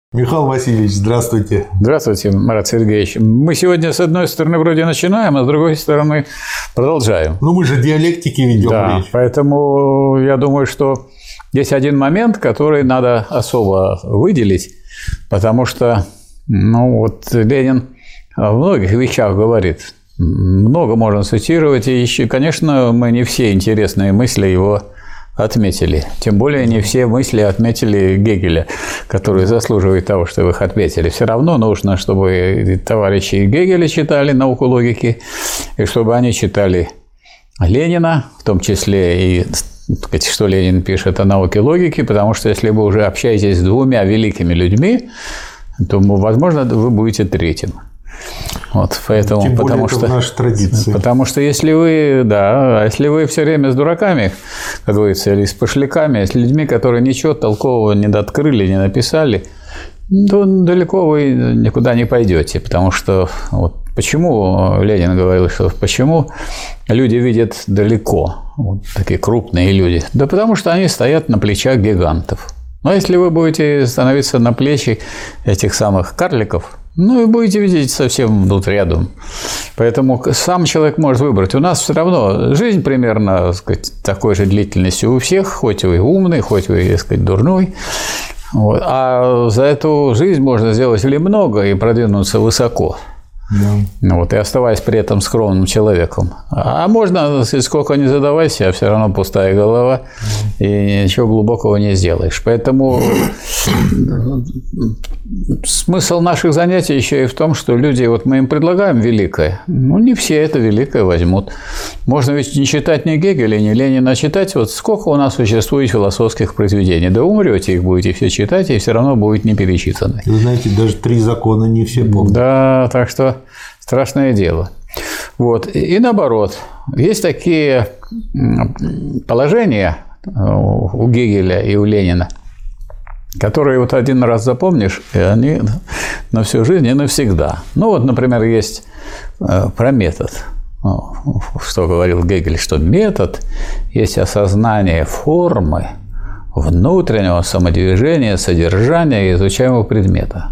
Михаил Васильевич, здравствуйте. Здравствуйте, Марат Сергеевич. Мы сегодня, с одной стороны, вроде начинаем, а с другой стороны, продолжаем. Ну, мы же диалектики ведем речь. Поэтому я думаю, что есть один момент, который надо особо выделить, потому что, Ленин о многих вещах говорит. Много можно цитировать, и еще, конечно, мы не все интересные мысли его отметили. Тем более не все мысли отметили Гегеля, которые заслуживают того, чтобы их отметили. Все равно нужно, чтобы товарищи Гегеля читали науку логики, и чтобы они читали Ленина, в том числе и что Ленин пишет о науке логики, потому что если вы уже общаетесь с двумя великими людьми, то, возможно, вы будете третьим. Поэтому, тем более это в нашей традиции. Потому что если вы все время с дураками, как говорится, или с пошляками, с людьми, которые ничего толкового не открыли, не написали, то далеко вы никуда не пойдете. Потому что почему Ленин говорил, что почему люди видят далеко, такие крупные люди? Да потому что они стоят на плечах гигантов. Но если вы будете становиться на плечи этих самых карликов, и будете видеть совсем тут рядом. Поэтому сам человек может выбрать. У нас все равно жизнь примерно, такой же длительностью у всех, хоть вы умный, хоть вы, дурной. А за эту жизнь можно сделать или много и продвинуться высоко. Да. И оставаясь при этом скромным человеком. А можно, сколько ни задавайся, а все равно пустая голова, и ничего глубокого не сделаешь. Поэтому смысл наших занятий еще и в том, что люди, мы им предлагаем великое, не все это великое возьмут. Можно ведь не читать ни Гегеля, ни Ленина, а читать, сколько у нас существует философских произведений. Да умрете, их будете все читать, и все равно будет не перечитаны. Вы знаете, даже 3 закона не все помнят. Да, так что страшное дело. И наоборот, есть такие положения у Гегеля и у Ленина, которые один раз запомнишь, и они на всю жизнь и навсегда. Например, есть про метод. Что говорил Гегель, что метод есть осознание формы, внутреннего самодвижения, содержания изучаемого предмета.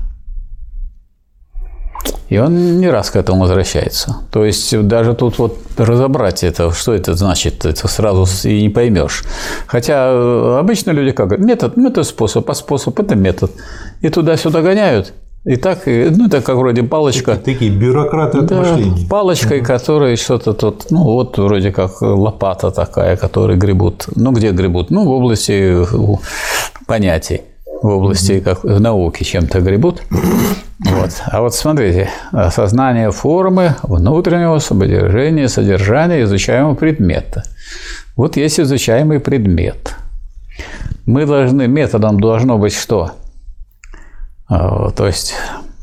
И он не раз к этому возвращается. То есть даже тут разобрать это, что это значит, это сразу и не поймешь. Хотя обычно люди как говорят, метод, это способ, а способ – это метод. И туда-сюда гоняют. И так, это как вроде палочка. Такие бюрократы от мышления. Палочкой, которой что-то тут, вроде как лопата такая, которой гребут. Где гребут? В области понятий. В области науки чем-то гребут. А смотрите, осознание формы, внутреннего самодержания, содержания изучаемого предмета. Есть изучаемый предмет. Методом должно быть что? То есть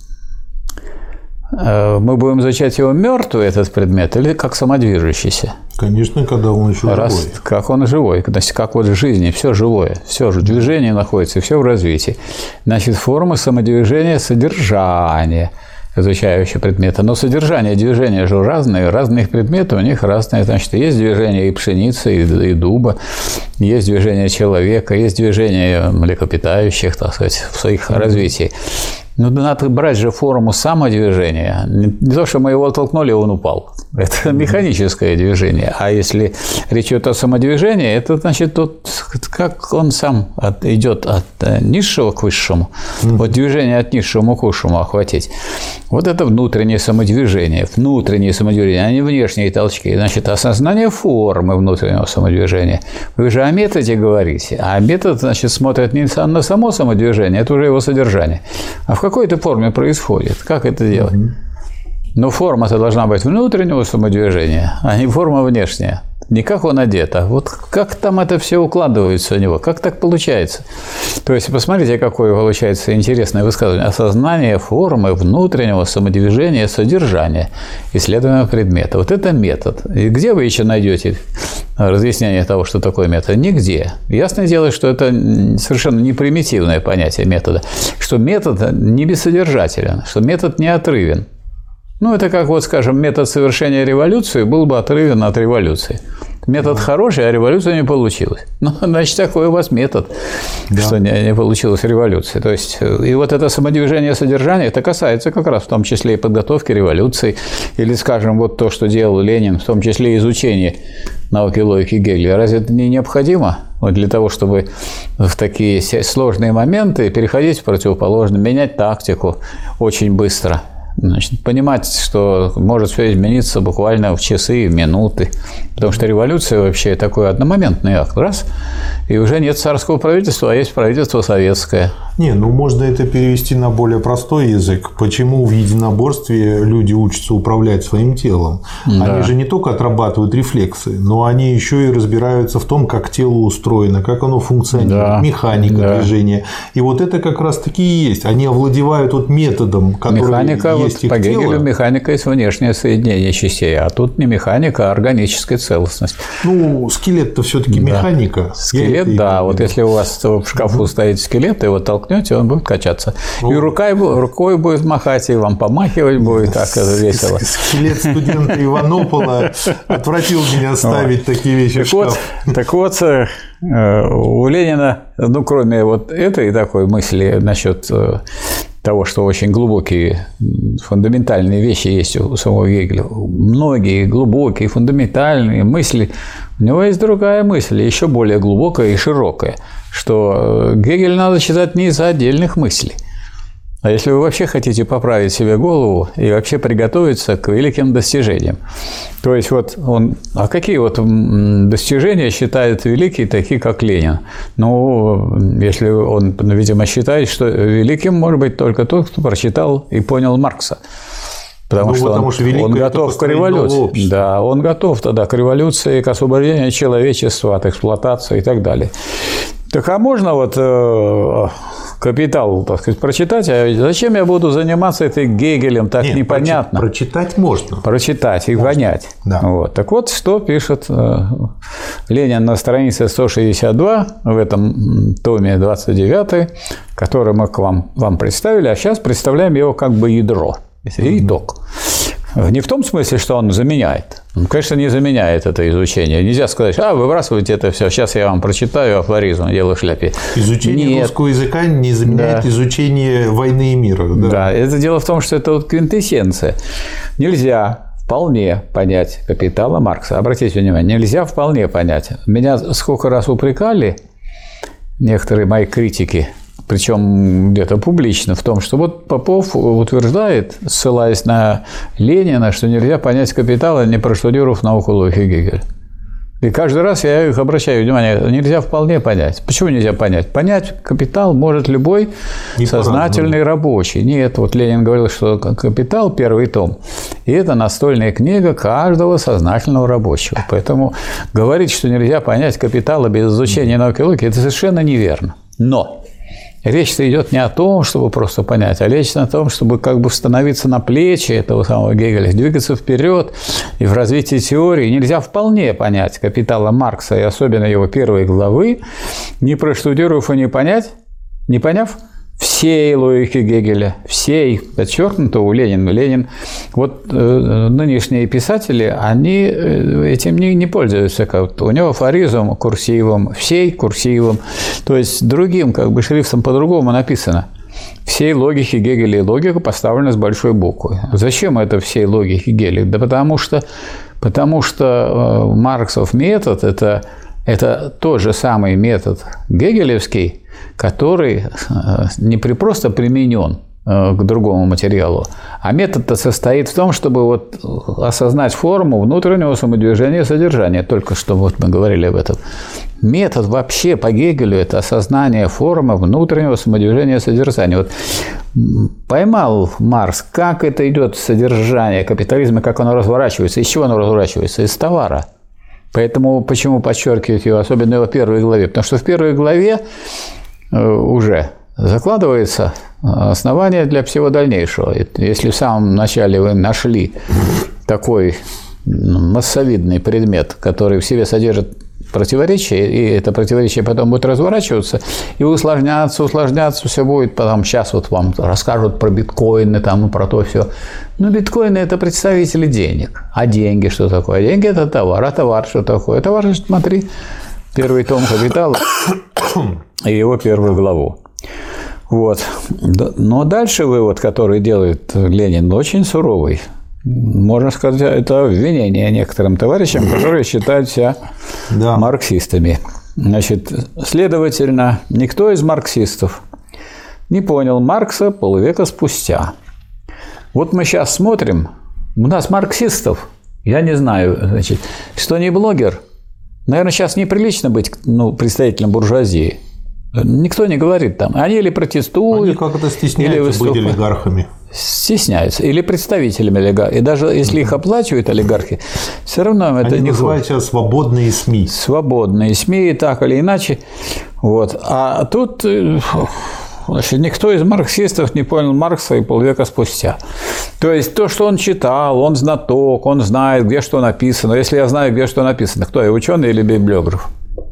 мы будем изучать его мертвый, этот предмет, или как самодвижущийся? Конечно, когда он еще живой. Как он живой, как в жизни, все живое, все же движение находится, все в развитии. Значит, форма самодвижения, содержание изучающего предмета. Но содержание и движение же разные предметы у них разные. Значит, есть движение и пшеницы, и дуба, есть движение человека, есть движение млекопитающих, в своих развитии. Надо брать же форму самодвижения. Не то, что мы его оттолкнули, он упал. Это механическое движение. А если речь идет о самодвижении, это значит, как он сам идет от низшего к высшему. Движение от низшего к высшему охватить. Это внутреннее самодвижение, а не внешние толчки. Значит, осознание формы внутреннего самодвижения. Вы же о методе говорите, а метод, значит, смотрит не на само самодвижение, это уже его содержание, а в какой-то форме происходит. Как это делать? Но форма-то должна быть внутреннего самодвижения, а не форма внешняя. Не как он одет, а как там это все укладывается у него, как так получается. То есть, посмотрите, какое получается интересное высказывание. Осознание формы внутреннего самодвижения, содержания исследуемого предмета. Это метод. И где вы еще найдете разъяснение того, что такое метод? Нигде. Ясное дело, что это совершенно не примитивное понятие метода, что метод не бессодержателен, что метод не отрывен. Это как, скажем, метод совершения революции был бы отрывен от революции. Метод хороший, а революция не получилась. Ну, значит, такой у вас метод, что не получилась революция. То есть, и вот это самодвижение содержания, это касается как раз в том числе и подготовки революции, или, скажем, вот то, что делал Ленин, в том числе и изучение науки логики Гегеля. Разве это не необходимо вот для того, чтобы в такие сложные моменты переходить в противоположное, менять тактику очень быстро? Значит, понимать, что может все измениться буквально в часы, в минуты. Потому что революция вообще такой одномоментный акт. Раз, и уже нет царского правительства, а есть правительство советское. Не, ну можно это перевести на более простой язык. Почему в единоборстве люди учатся управлять своим телом? Да. Они же не только отрабатывают рефлексы, но они еще и разбираются в том, как тело устроено, как оно функционирует, механика движения. И вот это как раз-таки и есть. Они овладевают вот методом, который механика, есть вот по Гегелю механика есть внешнее соединение частей, а тут не механика, а органическая целостность. Ну, скелет-то все-таки механика. Скелет, да. Вот если у вас в шкафу стоит скелет, его толкнете, он будет качаться. И рукой будет махать, и вам помахивать будет, так это весело. Скелет студента Иванопола отвратил меня ставить такие вещи в шкаф. Так вот, у Ленина, ну, кроме вот этой такой мысли насчет того, что очень глубокие фундаментальные вещи есть у самого Гегеля, многие глубокие фундаментальные мысли, у него есть другая мысль, еще более глубокая и широкая, что Гегеля надо читать не из-за отдельных мыслей. А если вы вообще хотите поправить себе голову и вообще приготовиться к великим достижениям, то есть вот он, а какие вот достижения считает великие, такие как Ленин? Ну, если он, видимо, считает, что великим может быть только тот, кто прочитал и понял Маркса. Потому что он готов к революции. Да, он готов тогда к революции, к освобождению человечества от эксплуатации и так далее. Так а можно вот «Капитал», так сказать, прочитать, а зачем я буду заниматься этой Гегелем, так Нет, непонятно. Прочитать можно. Прочитать и понять. Да. Вот. Так вот, что пишет Ленин на странице 162 в этом томе 29, который мы вам представили, а сейчас представляем его как бы ядро, итог. Не в том смысле, что он заменяет. Он, конечно, не заменяет это изучение. Нельзя сказать, выбрасывайте это все, сейчас я вам прочитаю афоризм, дело в шляпе. Изучение русского языка не заменяет изучение «Войны и мира». Да, это дело в том, что это вот квинтэссенция. Нельзя вполне понять «Капитала» Маркса. Обратите внимание, нельзя вполне понять. Меня сколько раз упрекали некоторые мои критики, причем где-то публично, в том, что вот Попов утверждает, ссылаясь на Ленина, что нельзя понять «Капитала», не проштудировав науку логики Гегеля. И каждый раз я их обращаю внимание, нельзя вполне понять. Почему нельзя понять? Понять «Капитал» может любой сознательный рабочий. Нет, вот Ленин говорил, что «Капитал» – первый том, и это настольная книга каждого сознательного рабочего. Поэтому говорить, что нельзя понять «Капитала» без изучения науки логики – это совершенно неверно. Но речь-то идет не о том, чтобы просто понять, а речь о том, чтобы как бы становиться на плечи этого самого Гегеля, двигаться вперед. И в развитии теории нельзя вполне понять «Капитала» Маркса, и особенно его первой главы, не проштудировав и не поняв всей логики Гегеля, всей, подчеркнуто у Ленина. Ленин, вот нынешние писатели, они этим не пользуются. У него афоризм курсивом, всей курсивом, то есть другим как бы шрифтом по-другому написано. Всей логики Гегеля, и логика поставлена с большой буквы. Зачем это всей логики Гегеля? Да потому что Марксов метод – это тот же самый метод гегелевский, который не просто применен к другому материалу, а метод-то состоит в том, чтобы вот осознать форму внутреннего самодвижения и содержания. Только что вот мы говорили об этом. Метод вообще по Гегелю – это осознание формы внутреннего самодвижения и содержания. Вот поймал Маркс, как это идет содержание капитализма, как оно разворачивается, из чего оно разворачивается? Из товара. Поэтому почему подчеркивать его, особенно его первой главе? Потому что в первой главе уже закладывается основание для всего дальнейшего. Если в самом начале вы нашли такой массовидный предмет, который в себе содержит противоречие, и это противоречие потом будет разворачиваться и усложняться, все будет. Потом сейчас вот вам расскажут про биткоины, там, про то все. Но биткоины – это представители денег. А деньги что такое? Деньги – это товар. А товар что такое? Товар, смотри, первый том «Капитала» и его первую главу. Вот. Но дальше вывод, который делает Ленин, очень суровый. Можно сказать, это обвинение некоторым товарищам, которые считают себя марксистами. Значит, следовательно, никто из марксистов не понял Маркса полвека спустя. Вот мы сейчас смотрим, у нас марксистов, я не знаю, значит, что не блогер, наверное, сейчас неприлично быть представителем буржуазии. Никто не говорит там. Они или протестуют, они как-то стесняются быть олигархами. Стесняются. Или представителями олигархов. И даже если их оплачивают олигархи, все равно это они не называют себя свободные СМИ. Свободные СМИ, так или иначе. Вот. А тут, значит, никто из марксистов не понял Маркса и полвека спустя. То есть то, что он читал, он знаток, он знает, где что написано. Если я знаю, где что написано, кто я, ученый или библиограф?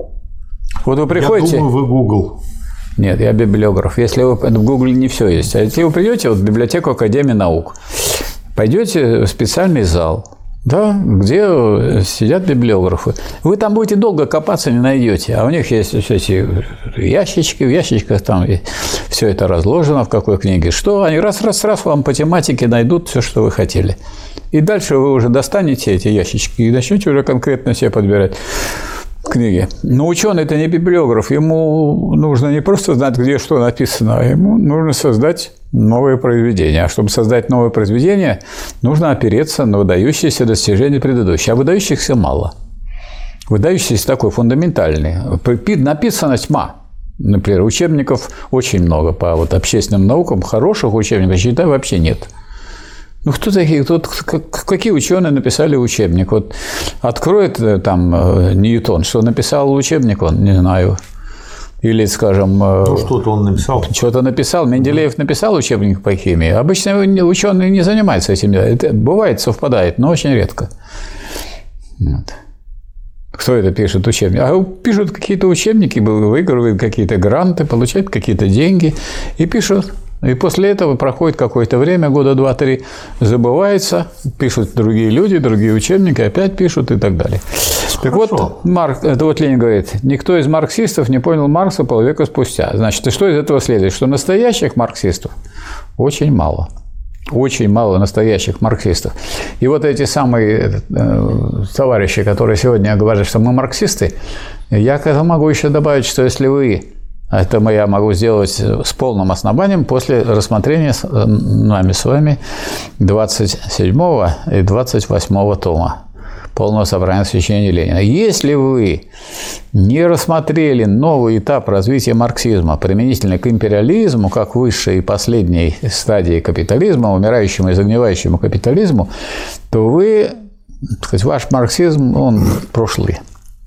Вот вы приходите… Я думаю, вы Google. Нет, я библиограф. Если вы в Гугле не все есть. А если вы придете в библиотеку Академии наук, пойдете в специальный зал, да, где сидят библиографы, вы там будете долго копаться, не найдете. А у них есть эти ящички, в ящичках там все это разложено, в какой книге что. Они раз вам по тематике найдут все, что вы хотели. И дальше вы уже достанете эти ящички и начнете уже конкретно себе подбирать книги. Но ученый – это не библиограф. Ему нужно не просто знать, где что написано, а ему нужно создать новые произведения. А чтобы создать новое произведение, нужно опереться на выдающиеся достижения предыдущих. А выдающихся мало. Выдающийся такой фундаментальный. Написано тьма. Например, учебников очень много по общественным наукам. Хороших учебников, считай, вообще нет. Ну, кто такие? Какие ученые написали учебник? Вот откроет там Ньютон, что написал учебник он, не знаю. Или, скажем… Ну, что-то он написал. Что-то написал. Менделеев написал учебник по химии. Обычно ученые не занимаются этим. Это бывает, совпадает, но очень редко. Вот. Кто это пишет учебник? А пишут какие-то учебники, выигрывают какие-то гранты, получают какие-то деньги и пишут. И после этого проходит какое-то время, года 2-3, забывается, пишут другие люди, другие учебники, опять пишут и так далее. Так вот, это вот Ленин говорит, никто из марксистов не понял Маркса полвека спустя. Значит, и что из этого следует? Что настоящих марксистов очень мало. Очень мало настоящих марксистов. И вот эти самые товарищи, которые сегодня говорят, что мы марксисты, я к этому могу еще добавить, что если вы… Это я могу сделать с полным основанием после рассмотрения нами с вами 27 и 28 тома полного собрания сочинений Ленина. Если вы не рассмотрели новый этап развития марксизма, применительно к империализму, как высшей и последней стадии капитализма, умирающему и загнивающему капитализму, то вы, так сказать, ваш марксизм, он прошлый.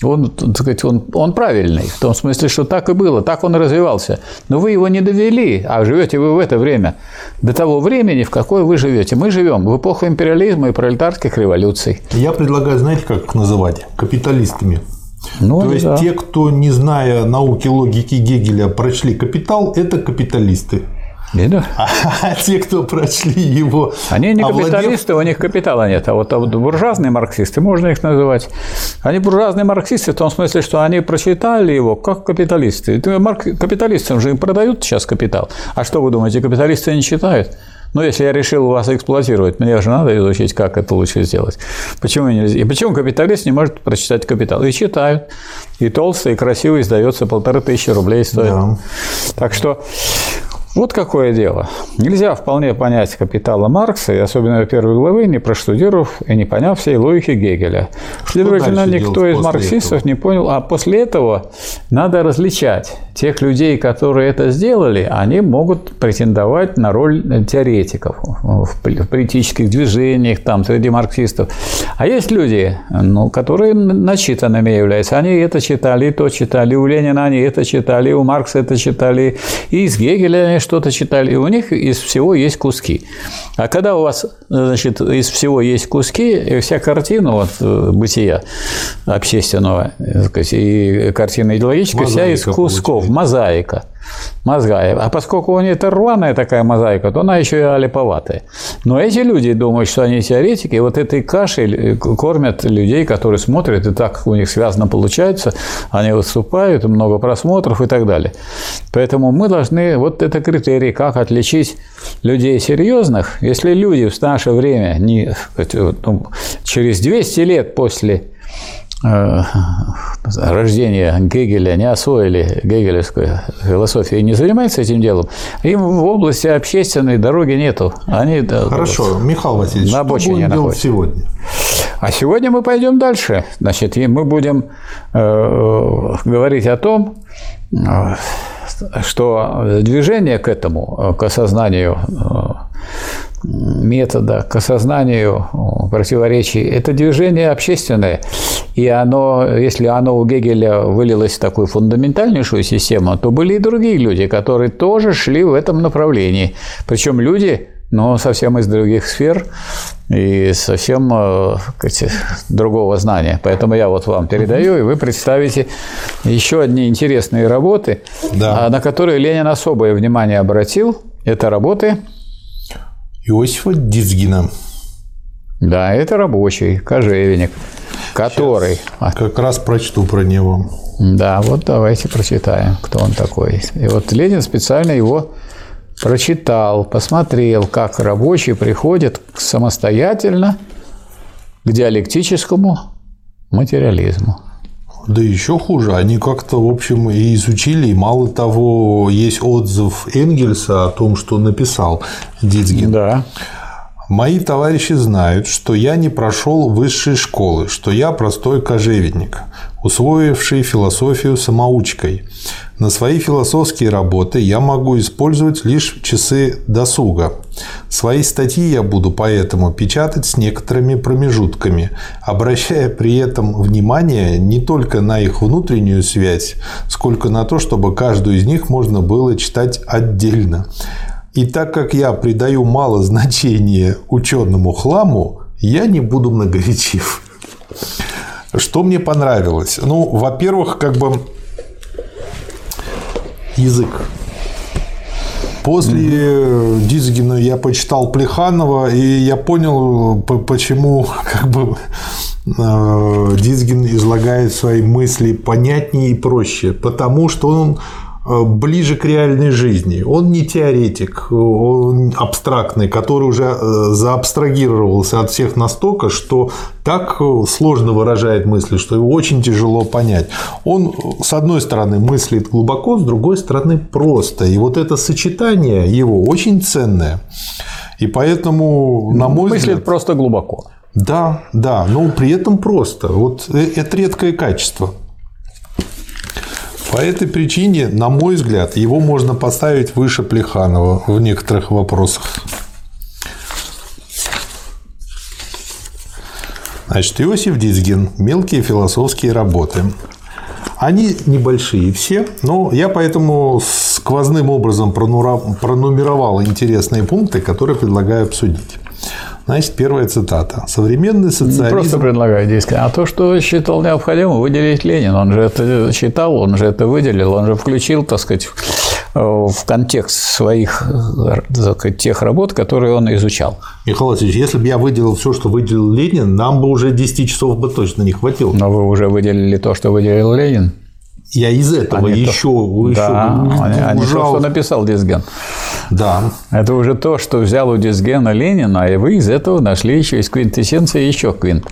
Он правильный, в том смысле, что так и было, так он и развивался. Но вы его не довели, а живете вы в это время, до того времени, в какое вы живете. Мы живем в эпоху империализма и пролетарских революций. Я предлагаю, знаете, как их называть? Капиталистами. То есть те, кто, не зная науки логики Гегеля, прочли «Капитал», это капиталисты. А те, кто прочли его… Они не капиталисты, у них капитала нет. А вот буржуазные марксисты, можно их называть. Они буржуазные марксисты в том смысле, что они прочитали его как капиталисты. Капиталистам же им продают сейчас капитал. А что вы думаете, капиталисты не читают? Ну, если я решил вас эксплуатировать, мне же надо изучить, как это лучше сделать. Почему нельзя? И почему капиталист не может прочитать «Капитал»? И читают. И толстый, и красивый, издается 1500 рублей стоит. Да. Так что… Вот какое дело. Нельзя вполне понять «Капитала» Маркса, и особенно первой главы, не проштудировав и не поняв всей логики Гегеля. Следовательно, никто из марксистов не понял. А после этого надо различать тех людей, которые это сделали, они могут претендовать на роль теоретиков в политических движениях там, среди марксистов. А есть люди, которые начитанными являются. Они это читали, и то читали. У Ленина они это читали, и у Маркса это читали, и из Гегеля они что-то читали, и у них из всего есть куски. А когда у вас значит, из всего есть куски, и вся картина вот, бытия общественного, так сказать, и картина идеологическая, вся из кусков, мозаика. А поскольку у нее это рваная такая мозаика, то она еще и олиповатая. Но эти люди думают, что они теоретики, и вот этой кашей кормят людей, которые смотрят, и так у них связано получается, они выступают, много просмотров и так далее. Поэтому мы должны, вот это критерий, как отличить людей серьезных, если люди в наше время, через 200 лет после рождения Гегеля не освоили гегелевскую философию и не занимаются этим делом, им в области общественной дороги нету. Они, хорошо, Михаил Васильевич, что будем делать сегодня? А сегодня мы пойдем дальше. Значит, мы будем говорить о том, что движение к этому, к осознанию метода, к осознанию противоречий, это движение общественное. И оно, если оно у Гегеля вылилось в такую фундаментальнейшую систему, то были и другие люди, которые тоже шли в этом направлении. Причем люди, но совсем из других сфер и совсем другого знания. Поэтому я вот вам передаю, и вы представите еще одни интересные работы, на которые Ленин особое внимание обратил. Это работы Иосифа Дицгена. Да, это рабочий, кожевенник, который… Сейчас как раз прочту про него. Да, вот давайте прочитаем, кто он такой. И вот Ленин специально его прочитал, посмотрел, как рабочий приходит самостоятельно к диалектическому материализму. Да еще хуже, они как-то, в общем, и изучили, и мало того, есть отзыв Энгельса о том, что написал Дицген. Да. Мои товарищи знают, что я не прошел высшей школы, что я простой кожевенник, усвоивший философию самоучкой. На свои философские работы я могу использовать лишь часы досуга. Свои статьи я буду поэтому печатать с некоторыми промежутками, обращая при этом внимание не только на их внутреннюю связь, сколько на то, чтобы каждую из них можно было читать отдельно. И так как я придаю мало значения ученому хламу, я не буду многоречив. Что мне понравилось? Ну, во-первых, язык. После Дицгена я почитал Плеханова, и я понял, почему Дицген излагает свои мысли понятнее и проще. Потому что он ближе к реальной жизни. Он не теоретик, он абстрактный, который уже заабстрагировался от всех настолько, что так сложно выражает мысли, что его очень тяжело понять. Он, с одной стороны, мыслит глубоко, с другой стороны, просто. И вот это сочетание его очень ценное. И поэтому, на мой взгляд… Мыслит просто глубоко. Да, но при этом просто. Вот это редкое качество. По этой причине, на мой взгляд, его можно поставить выше Плеханова в некоторых вопросах. Значит, Иосиф Дицген. Мелкие философские работы. Они небольшие все, но я поэтому сквозным образом пронумеровал интересные пункты, которые предлагаю обсудить. Значит, первая цитата. Современный социализм… Не просто предлагаю Дицген, а то, что считал необходимым выделить Ленин. Он же это считал, он же это выделил, он же включил, так сказать, в контекст своих, так сказать, тех работ, которые он изучал. Михаил Васильевич, если бы я выделил все, что выделил Ленин, нам бы уже 10 часов бы точно не хватило. Но вы уже выделили то, что выделил Ленин. Я из этого еще а не то, что написал Дицген. Да. Это уже то, что взял у Дицгена Ленина, и вы из этого нашли еще из квинтэссенции еще квинт.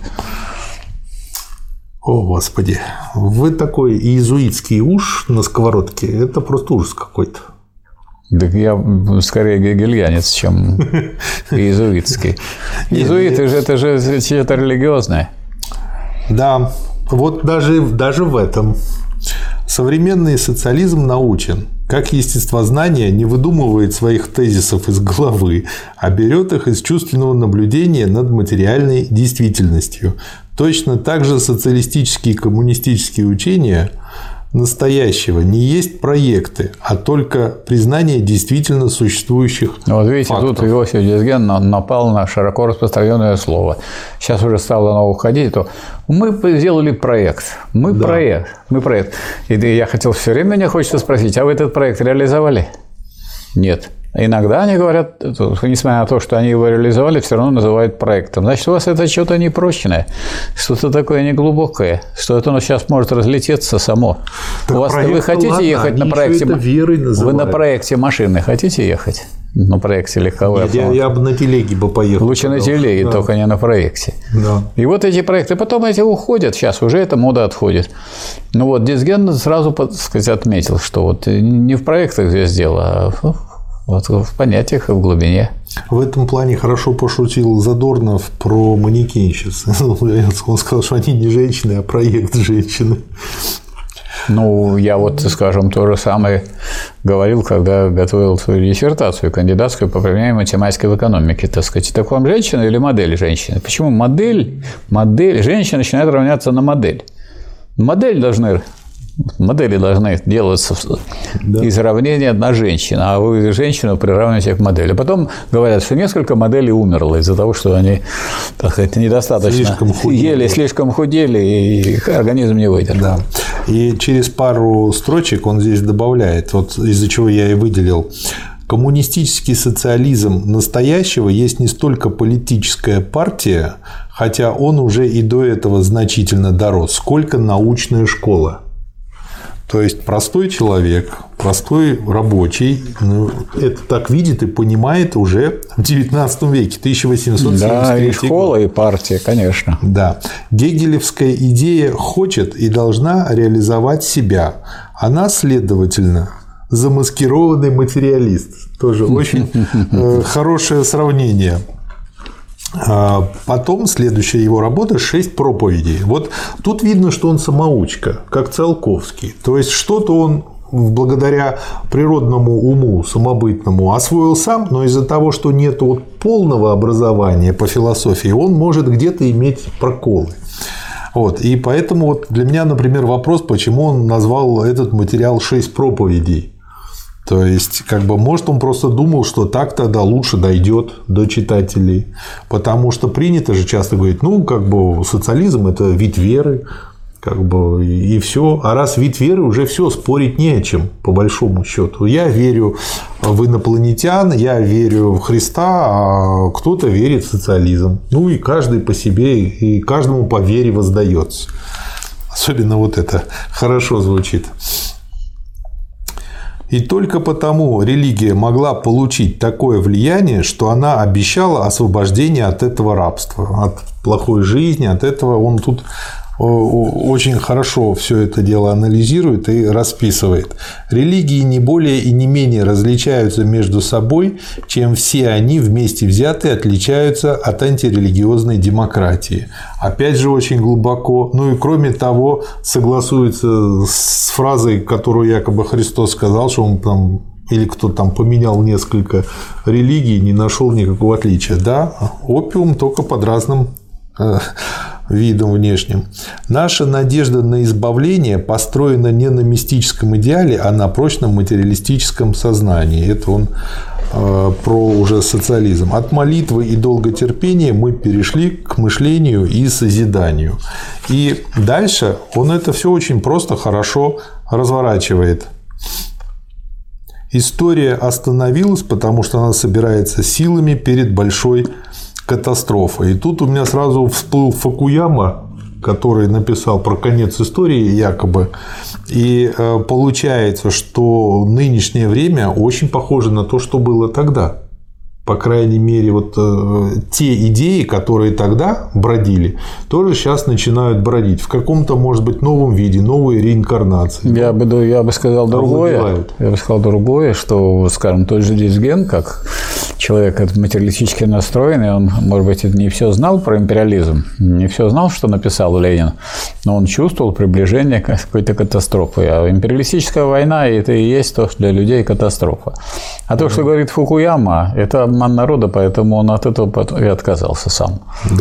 О, Господи. Вы такой иезуитский уж на сковородке. Это просто ужас какой-то. Так я скорее гегельянец, чем иезуитский. Иезуиты же это же что-то религиозное. Да. Вот даже в этом. Современный социализм научен, как естествознание не выдумывает своих тезисов из головы, а берет их из чувственного наблюдения над материальной действительностью. Точно так же социалистические и коммунистические учения настоящего не есть проекты, а только признание действительно существующих вот видите, фактов. Тут Иосиф Дезген напал на широко распространенное слово. Сейчас уже стало оно уходить, то мы сделали проект. Мы проект. И я хотел все время, мне хочется спросить, а вы этот проект реализовали? Нет. Иногда они говорят, несмотря на то, что они его реализовали, все равно называют проектом. Значит, у вас это что-то непрочное, что-то такое неглубокое, что это сейчас может разлететься само. У вас, вы хотите ехать на проекте? Вы на проекте машины хотите ехать? На проекте легковой автомобиль? Я бы на телеге бы поехал. Лучше на телеге, да. Только не на проекте. Да. И вот эти проекты, потом эти уходят, сейчас уже эта мода отходит. Ну вот Дезген сразу, так сказать, отметил, что вот не в проектах здесь дело, а вот в понятиях и в глубине. В этом плане хорошо пошутил Задорнов про манекенщиц. Он сказал, что они не женщины, а проект женщины. Ну, я вот, скажем, то же самое говорил, когда готовил свою диссертацию кандидатскую по применяемой математике в экономике, так сказать. Так вам женщина или модель женщины? Почему модель, женщина начинает равняться на модель? Модели должны делаться из равнения на женщину, а вы женщину приравниваете к модели. Потом говорят, что несколько моделей умерло из-за того, что они, так сказать, недостаточно слишком худели, и организм не выдержал. Да. И через пару строчек он здесь добавляет, вот из-за чего я и выделил. Коммунистический социализм настоящего есть не столько политическая партия, хотя он уже и до этого значительно дорос, сколько научная школа. То есть простой человек, простой рабочий, это так видит и понимает уже в XIX веке, 1873 Да, и школа, год. И партия, конечно. Да. Гегелевская идея хочет и должна реализовать себя. Она, следовательно, замаскированный материалист. Тоже очень хорошее сравнение. Потом следующая его работа «6 проповедей». Вот тут видно, что он самоучка, как Циолковский. То есть что-то он благодаря природному уму, самобытному, освоил сам, но из-за того, что нет вот полного образования по философии, он может где-то иметь проколы. Вот. И поэтому вот для меня, например, вопрос, почему он назвал этот материал «6 проповедей». То есть, может, он просто думал, что так тогда лучше дойдет до читателей. Потому что принято же часто говорить, социализм – это вид веры, и все. А раз вид веры, уже все, спорить не о чем, по большому счету. Я верю в инопланетян, я верю в Христа, а кто-то верит в социализм. И каждый по себе, и каждому по вере воздается. Особенно вот это хорошо звучит. И только потому религия могла получить такое влияние, что она обещала освобождение от этого рабства, от плохой жизни, от этого. Он тут очень хорошо все это дело анализирует и расписывает. Религии не более и не менее различаются между собой, чем все они вместе взятые отличаются от антирелигиозной демократии. Опять же, очень глубоко. И кроме того, согласуется с фразой, которую якобы Христос сказал, что он там или кто там поменял несколько религий, не нашел никакого отличия. Да, опиум только под разным видом внешним. Наша надежда на избавление построена не на мистическом идеале, а на прочном материалистическом сознании. Это он про уже социализм. От молитвы и долготерпения мы перешли к мышлению и созиданию. И дальше он это все очень просто, хорошо разворачивает. История остановилась, потому что она собирается силами перед большой катастрофой. И тут у меня сразу всплыл Фукуяма, который написал про конец истории якобы. И получается, что нынешнее время очень похоже на то, что было тогда. По крайней мере, вот те идеи, которые тогда бродили, тоже сейчас начинают бродить в каком-то, может быть, новом виде, новой реинкарнации. Я бы сказал другое. Я бы сказал другое, что, скажем, тот же Дезген, как человек материалистически настроенный, он, может быть, не все знал про империализм, не все знал, что написал Ленин, но он чувствовал приближение к какой-то катастрофе. А империалистическая война – это и есть то, что для людей катастрофа. А то, что говорит Фукуяма, это обман народа, поэтому он от этого и отказался сам. Да.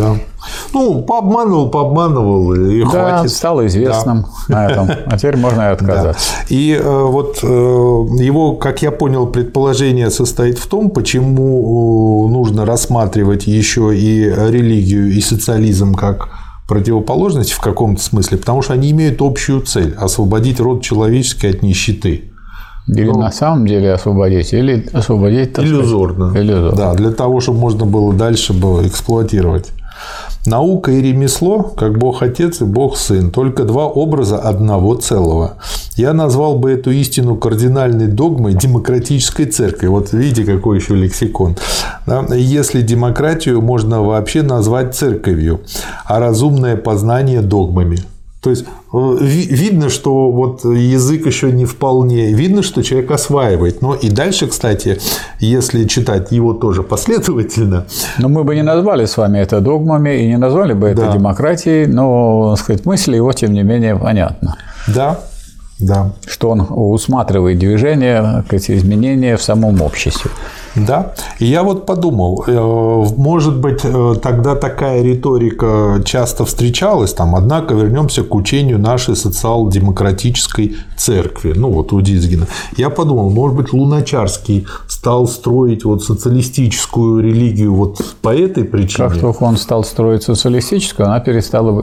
Ну, пообманывал, и хватит. Стал известным на этом, а теперь можно и отказаться. Да. И вот его, как я понял, предположение состоит в том, почему нужно рассматривать еще и религию, и социализм как противоположность в каком-то смысле, потому что они имеют общую цель – освободить род человеческий от нищеты. Или на самом деле освободить, или освободить, так иллюзорно. Иллюзорно. Да, для того, чтобы можно было дальше эксплуатировать. Наука и ремесло, как Бог-Отец и Бог-Сын, только два образа одного целого. Я назвал бы эту истину кардинальной догмой демократической церкви. Вот видите, какой еще лексикон. Да? Если демократию можно вообще назвать церковью, а разумное познание догмами. То есть видно, что вот язык еще не вполне, видно, что человек осваивает. Но и дальше, кстати, если читать его тоже последовательно. Но мы бы не назвали с вами это догмами и не назвали бы это демократией, но, так сказать, мысль его, тем не менее, понятна. Да. Да. Что он усматривает движение, изменения в самом обществе. Да. И я вот подумал, может быть, тогда такая риторика часто встречалась, однако вернемся к учению нашей социал-демократической церкви, вот у Дизгина. Я подумал, может быть, Луначарский стал строить социалистическую религию по этой причине. Как только он стал строить социалистическую, она перестала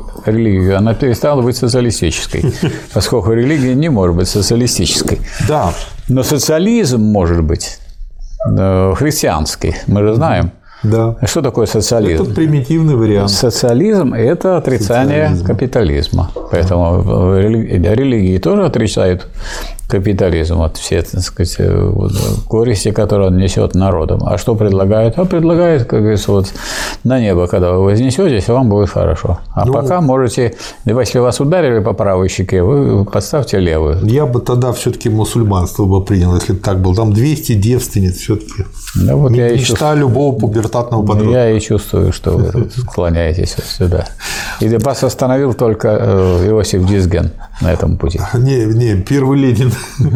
быть социалистической, поскольку религия не может быть социалистической. Да. Но социализм может быть христианский, мы же знаем. Да. Что такое социализм? Это примитивный вариант. Социализм – это отрицание капитализма. Поэтому религии тоже отрицают капитализм. Вот все, так сказать, горести, которые он несет народам. А что предлагают? А предлагают, как говорится, на небо, когда вы вознесетесь, вам будет хорошо. А пока можете, если вас ударили по правой щеке, вы подставьте левую. Я бы тогда все-таки мусульманство бы принял, если бы так было. Там 200 девственниц все-таки. Да, мечта любого пубертатного подростка. Я и чувствую, что вы склоняетесь сюда. И вас остановил только Иосиф Дизген на этом пути. Не, первый Ленин.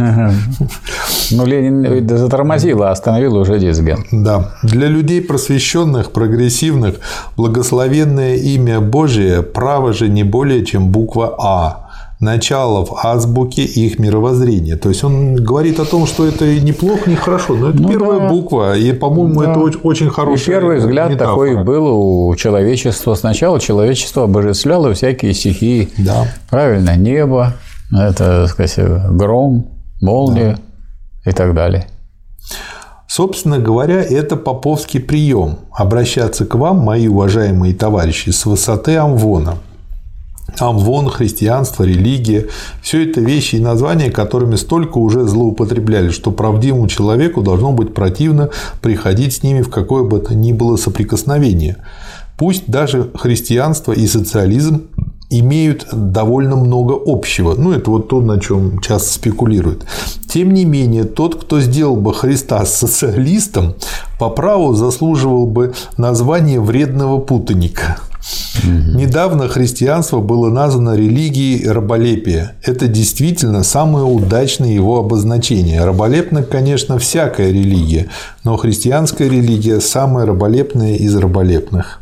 Ленин затормозил, а остановил уже Дизген. Да. Для людей просвещенных, прогрессивных, благословенное имя Божие право же не более, чем буква А. Начало в азбуке их мировоззрения. То есть он говорит о том, что это не плохо, не хорошо, но это первая буква, и, по-моему, это очень хорошая. И первый взгляд метафора. Такой был у человечества. Сначала человечество обожествляло всякие стихии. Да. Правильно, небо, это, так сказать, гром, молния и так далее. Собственно говоря, это поповский прием – обращаться к вам, мои уважаемые товарищи, с высоты амвона. Амвон, христианство, религия – все это вещи и названия, которыми столько уже злоупотребляли, что правдивому человеку должно быть противно приходить с ними в какое бы то ни было соприкосновение. Пусть даже христианство и социализм имеют довольно много общего. Это то, на чем часто спекулируют. Тем не менее, тот, кто сделал бы Христа социалистом, по праву заслуживал бы название вредного путаника. Недавно христианство было названо религией раболепия. Это действительно самое удачное его обозначение. Раболепна, конечно, всякая религия, но христианская религия самая раболепная из раболепных.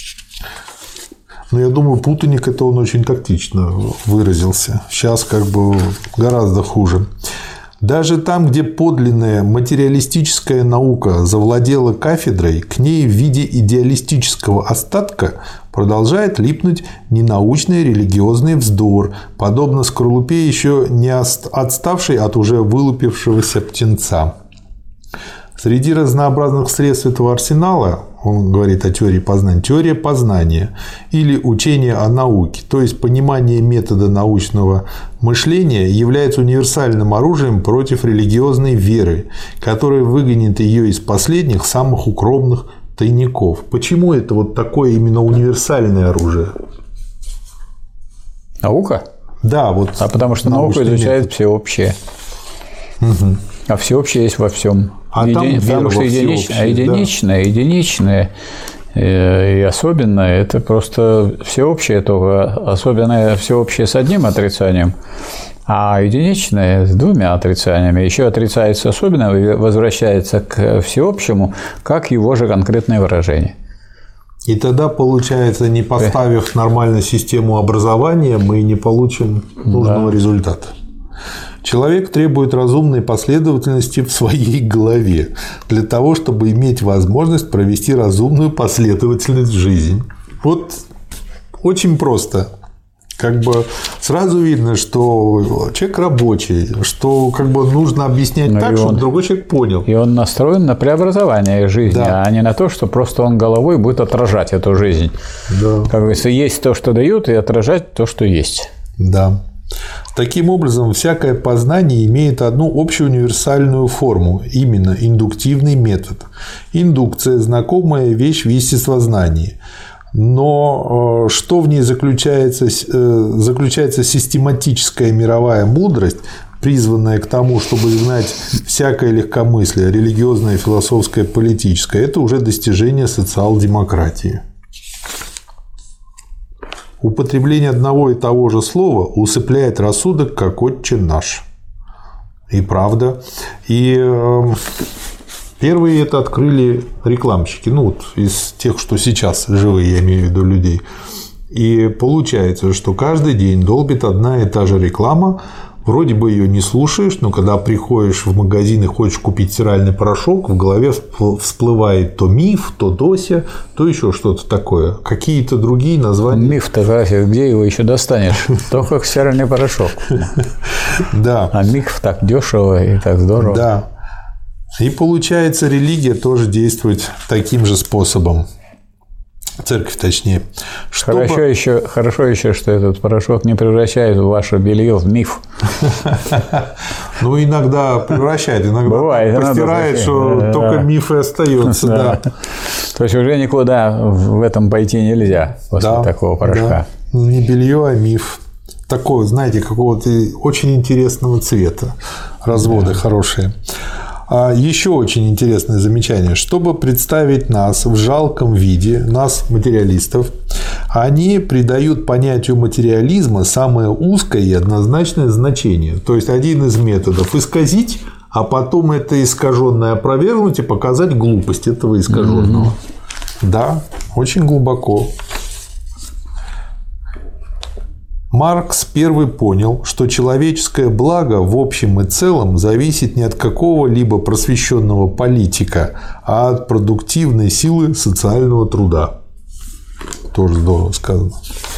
Но я думаю, путаник это он очень тактично выразился. Сейчас гораздо хуже. Даже там, где подлинная материалистическая наука завладела кафедрой, к ней в виде идеалистического остатка продолжает липнуть ненаучный религиозный вздор, подобно скорлупе еще не отставшей от уже вылупившегося птенца. Среди разнообразных средств этого арсенала, он говорит о теории познания или учение о науке, то есть понимание метода научного мышления, является универсальным оружием против религиозной веры, которая выгонит ее из последних самых укромных тайников. Почему это такое именно универсальное оружие? Наука? Да, потому что наука изучает всеобщее. Угу. А всеобщее есть во всем. Потому что единичное и особенное – это просто всеобщее, только особенное всеобщее с одним отрицанием, а единичное с двумя отрицаниями. Еще отрицается особенное и возвращается к всеобщему, как его же конкретное выражение. И тогда, получается, не поставив нормальную систему образования, мы не получим нужного результата. Человек требует разумной последовательности в своей голове для того, чтобы иметь возможность провести разумную последовательность в жизни. Вот очень просто. Как бы сразу видно, что человек рабочий, что как бы нужно объяснять так, чтобы другой человек понял. И он настроен на преобразование жизни, а не на то, что просто он головой будет отражать эту жизнь. Да. Как говорится, есть то, что дают, и отражать то, что есть. Да. Таким образом, всякое познание имеет одну общую универсальную форму, именно индуктивный метод. Индукция – знакомая вещь в естествознании. Но что в ней заключается систематическая мировая мудрость, призванная к тому, чтобы изгнать всякое легкомыслие, религиозное, философское, политическое, это уже достижение социал-демократии. Употребление одного и того же слова усыпляет рассудок, как отче наш. И правда. И первые это открыли рекламщики, ну вот из тех, что сейчас живые, я имею в виду людей. И получается, что каждый день долбит одна и та же реклама. Вроде бы ее не слушаешь, но когда приходишь в магазин и хочешь купить стиральный порошок, в голове всплывает то Миф, то Дося, то еще что-то такое. Какие-то другие названия. Миф-то где его еще достанешь? Только как стиральный порошок. Да. А Миф так дешево и так здорово. Да. И получается, религия тоже действует таким же способом. Церковь, точнее. Чтобы... Хорошо еще, что этот порошок не превращает ваше белье в миф. Ну, иногда превращает, иногда бывает, постирает, что только миф и остается. Да. То есть уже никуда в этом пойти нельзя после такого порошка. Да. Не белье, а миф. Такого, знаете, какого-то очень интересного цвета. Разводы хорошие. А еще очень интересное замечание. Чтобы представить нас в жалком виде, нас, материалистов, они придают понятию материализма самое узкое и однозначное значение. То есть, один из методов – исказить, а потом это искаженное опровергнуть и показать глупость этого искаженного. Да, очень глубоко. Маркс первый понял, что человеческое благо в общем и целом зависит не от какого-либо просвещенного политика, а от продуктивной силы социального труда. Тоже здорово сказано.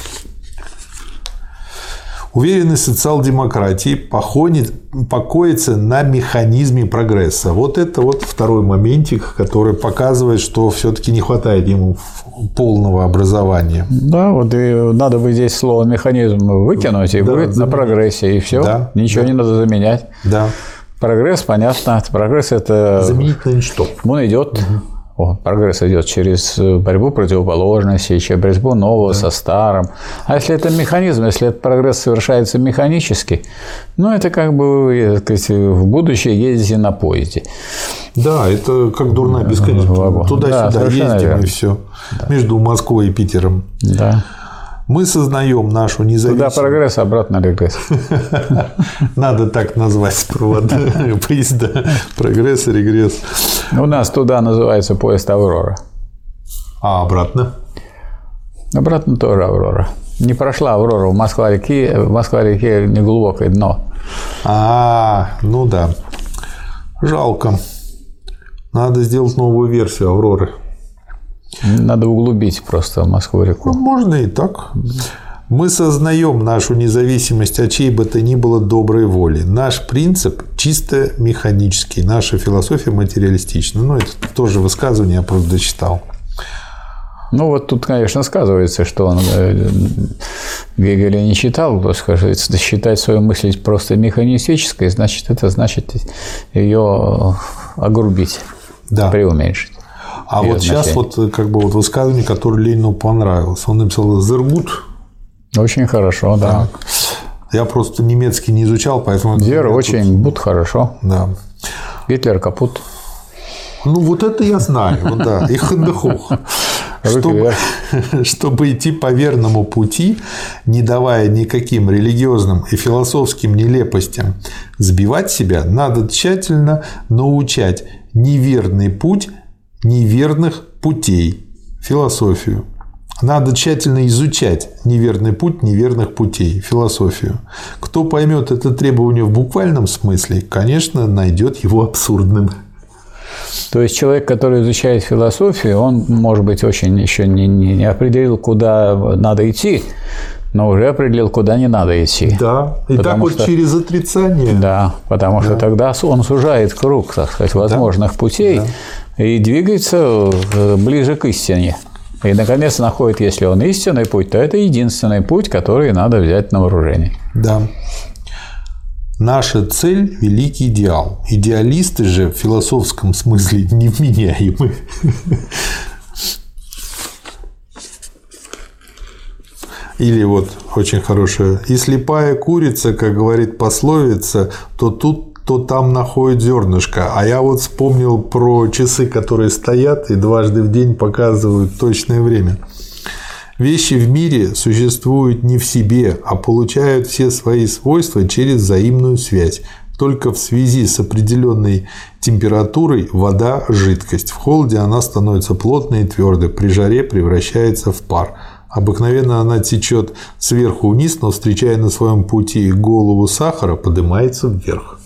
Уверенность социал-демократии покоится на механизме прогресса. Вот это вот второй моментик, который показывает, что все-таки не хватает ему полного образования. Да, вот и надо бы здесь слово механизм выкинуть, и будет на прогрессе, и все. Да, ничего не надо заменять. Да. Прогресс, понятно. Прогресс это. Заменить на ничто. Он идет. Прогресс идет через борьбу противоположностей, через борьбу нового со старым. А если это механизм, если этот прогресс совершается механически, ну, это как бы, так сказать, в будущее ездите на поезде. Да, это как дурная бесконечность. Туда-сюда ездим, и все. Да. Между Москвой и Питером. Да. Мы сознаем нашу независимость. Туда прогресс, обратно регресс. Надо так назвать поезда. Прогресс и регресс. У нас туда называется поезд «Аврора». А обратно? Обратно тоже «Аврора». Не прошла «Аврора». В Москва-реке неглубокое дно. Ну да. Жалко. Надо сделать новую версию «Авроры». Надо углубить просто Москву-реку. Можно и так. Мы сознаем нашу независимость от чьей бы то ни было доброй воли. Наш принцип чисто механический, наша философия материалистична. Ну, это тоже высказывание, я просто дочитал. Ну, вот тут, конечно, сказывается, что он Гегеля не читал, скажем, считать свою мысль просто механистической, значит, это значит ее огрубить, преуменьшить. А вот сейчас вот как бы вот высказывание, которое Ленину понравилось. Он написал «Зергут». Очень хорошо, да. Так. Я просто немецкий не изучал, поэтому... Зер очень, бут хорошо. Да. Гитлер капут. Ну, вот это я знаю, да, и хендехух. Чтобы идти по верному пути, не давая никаким религиозным и философским нелепостям сбивать себя, надо тщательно научать неверный путь неверных путей. Философию. Надо тщательно изучать неверный путь неверных путей, философию. Кто поймет это требование в буквальном смысле, конечно, найдет его абсурдным. То есть человек, который изучает философию, он, может быть, очень еще не определил, куда надо идти, но уже определил, куда не надо идти. Да, и так вот через отрицание. Да, потому что тогда он сужает круг, так сказать, возможных путей и двигается ближе к истине. И, наконец, находит, если он истинный путь, то это единственный путь, который надо взять на вооружение. Да. Наша цель – великий идеал. Идеалисты же в философском смысле невменяемы. Или вот очень хорошая. И слепая курица, как говорит пословица, то тут, то там находит зернышко. А я вот вспомнил про часы, которые стоят и дважды в день показывают точное время. Вещи в мире существуют не в себе, а получают все свои свойства через взаимную связь. Только в связи с определенной температурой вода – жидкость. В холоде она становится плотной и твердой, при жаре превращается в пар. Обыкновенно она течет сверху вниз, но, встречая на своем пути голову сахара, поднимается вверх.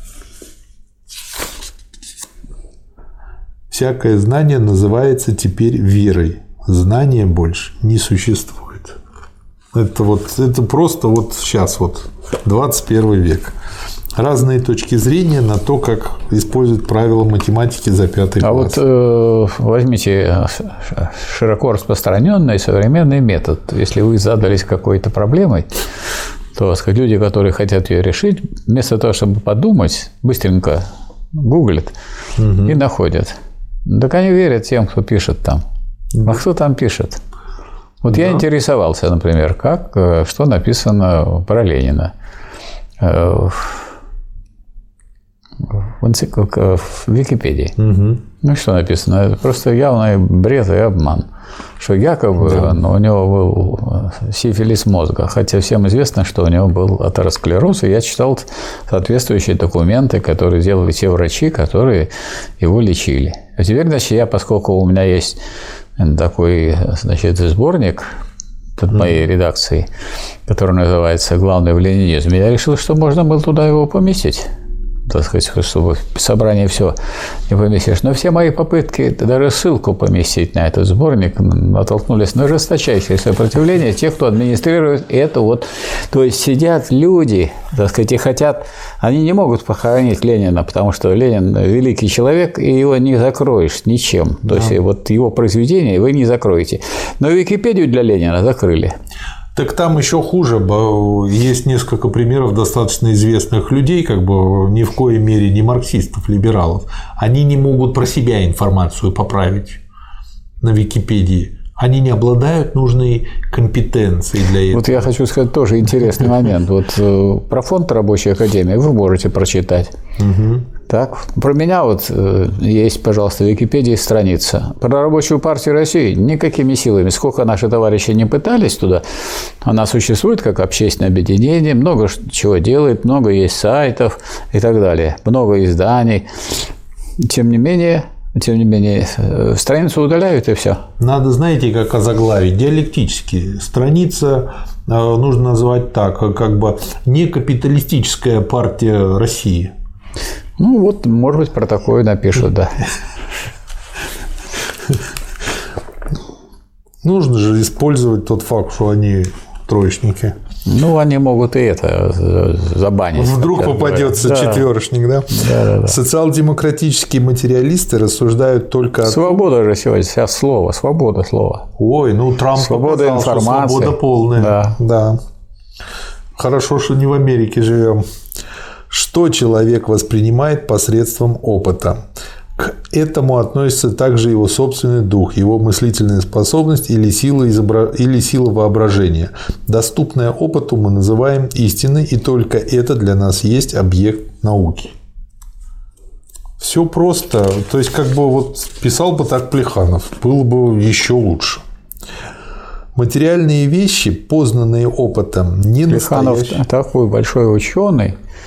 Всякое знание называется теперь верой. Знания больше не существует. Это просто вот сейчас, 21 век. Разные точки зрения на то, как использовать правила математики за 5 класс. А вот возьмите широко распространенный современный метод. Если вы задались какой-то проблемой, то люди, которые хотят ее решить, вместо того, чтобы подумать, быстренько гуглят и находят. Так они верят тем, кто пишет там. А кто там пишет? Вот я интересовался, например, что написано про Ленина в Википедии. Ну, что написано? Это просто явный бред и обман. Что якобы у него был сифилис мозга, хотя всем известно, что у него был атеросклероз, и я читал соответствующие документы, которые делали те врачи, которые его лечили. А теперь, значит, поскольку у меня есть такой, сборник от моей редакции, который называется «Главное в ленинизме», я решил, что можно было туда его поместить. Так сказать, чтобы собрание все не поместишь. Но все мои попытки, даже ссылку поместить на этот сборник, натолкнулись на жесточайшее сопротивление тех, кто администрирует это То есть сидят люди, так сказать, и хотят, они не могут похоронить Ленина, потому что Ленин великий человек, и его не закроешь ничем. То есть его произведение вы не закроете. Но Википедию для Ленина закрыли. Так там еще хуже. Есть несколько примеров достаточно известных людей, ни в коей мере не марксистов, либералов. Они не могут про себя информацию поправить на Википедии. Они не обладают нужной компетенцией для этого. Вот я хочу сказать тоже интересный момент. Про фонд Рабочей Академии вы можете прочитать. Так, про меня есть, пожалуйста, в Википедии страница. Про Рабочую партию России никакими силами. Сколько наши товарищи не пытались туда, она существует как общественное объединение, много чего делает, много есть сайтов и так далее, много изданий. Тем не менее, страницу удаляют, и все. Надо, знаете, как озаглавить? Диалектически. Страница нужно назвать так, не капиталистическая партия России. Может быть, про такое напишут, да. Нужно же использовать тот факт, что они троечники. Они могут и это забанить. Вдруг попадется четверочник, да? Да. Социал-демократические материалисты рассуждают только о... Свобода же сегодня, сейчас слово, свобода слова. Ой, Трамп свобода показал, информации. Что свобода полная. Да. Хорошо, что не в Америке живем. Что человек воспринимает посредством опыта? К этому относится также его собственный дух, его мыслительная способность или сила воображения. Доступное опыту мы называем истиной, и только это для нас есть объект науки. Все просто. То есть, писал бы так Плеханов, было бы еще лучше. Материальные вещи, познанные опытом, не Плеханов настоящие. такой большой ученый,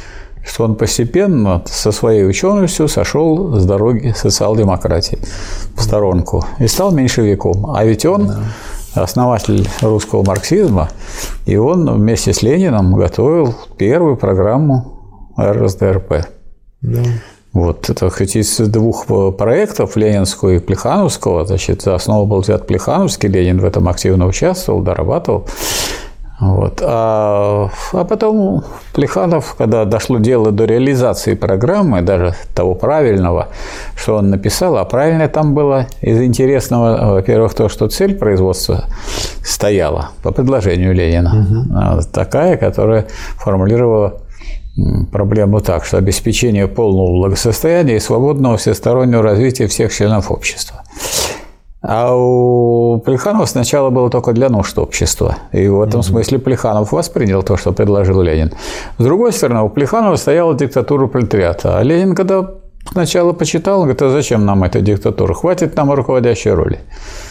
что он постепенно со своей ученостью сошел с дороги социал-демократии в сторонку и стал меньшевиком. А ведь он основатель русского марксизма, и он вместе с Лениным готовил первую программу РСДРП. Да. Вот это хоть из двух проектов, ленинского и плехановского, значит, за основу был взят плехановский, Ленин в этом активно участвовал, дорабатывал. Вот. А потом Плеханов, когда дошло дело до реализации программы, даже того правильного, что он написал, а правильное там было из интересного, во-первых, то, что цель производства стояла по предложению Ленина, такая, которая формулировала проблему так, что обеспечение полного благосостояния и свободного всестороннего развития всех членов общества. А у Плеханова сначала было только для нужд общества. И в этом смысле Плеханов воспринял то, что предложил Ленин. С другой стороны, у Плеханова стояла диктатура пролетариата. А Ленин, когда сначала почитал, он говорит, а зачем нам эта диктатура? Хватит нам руководящей роли.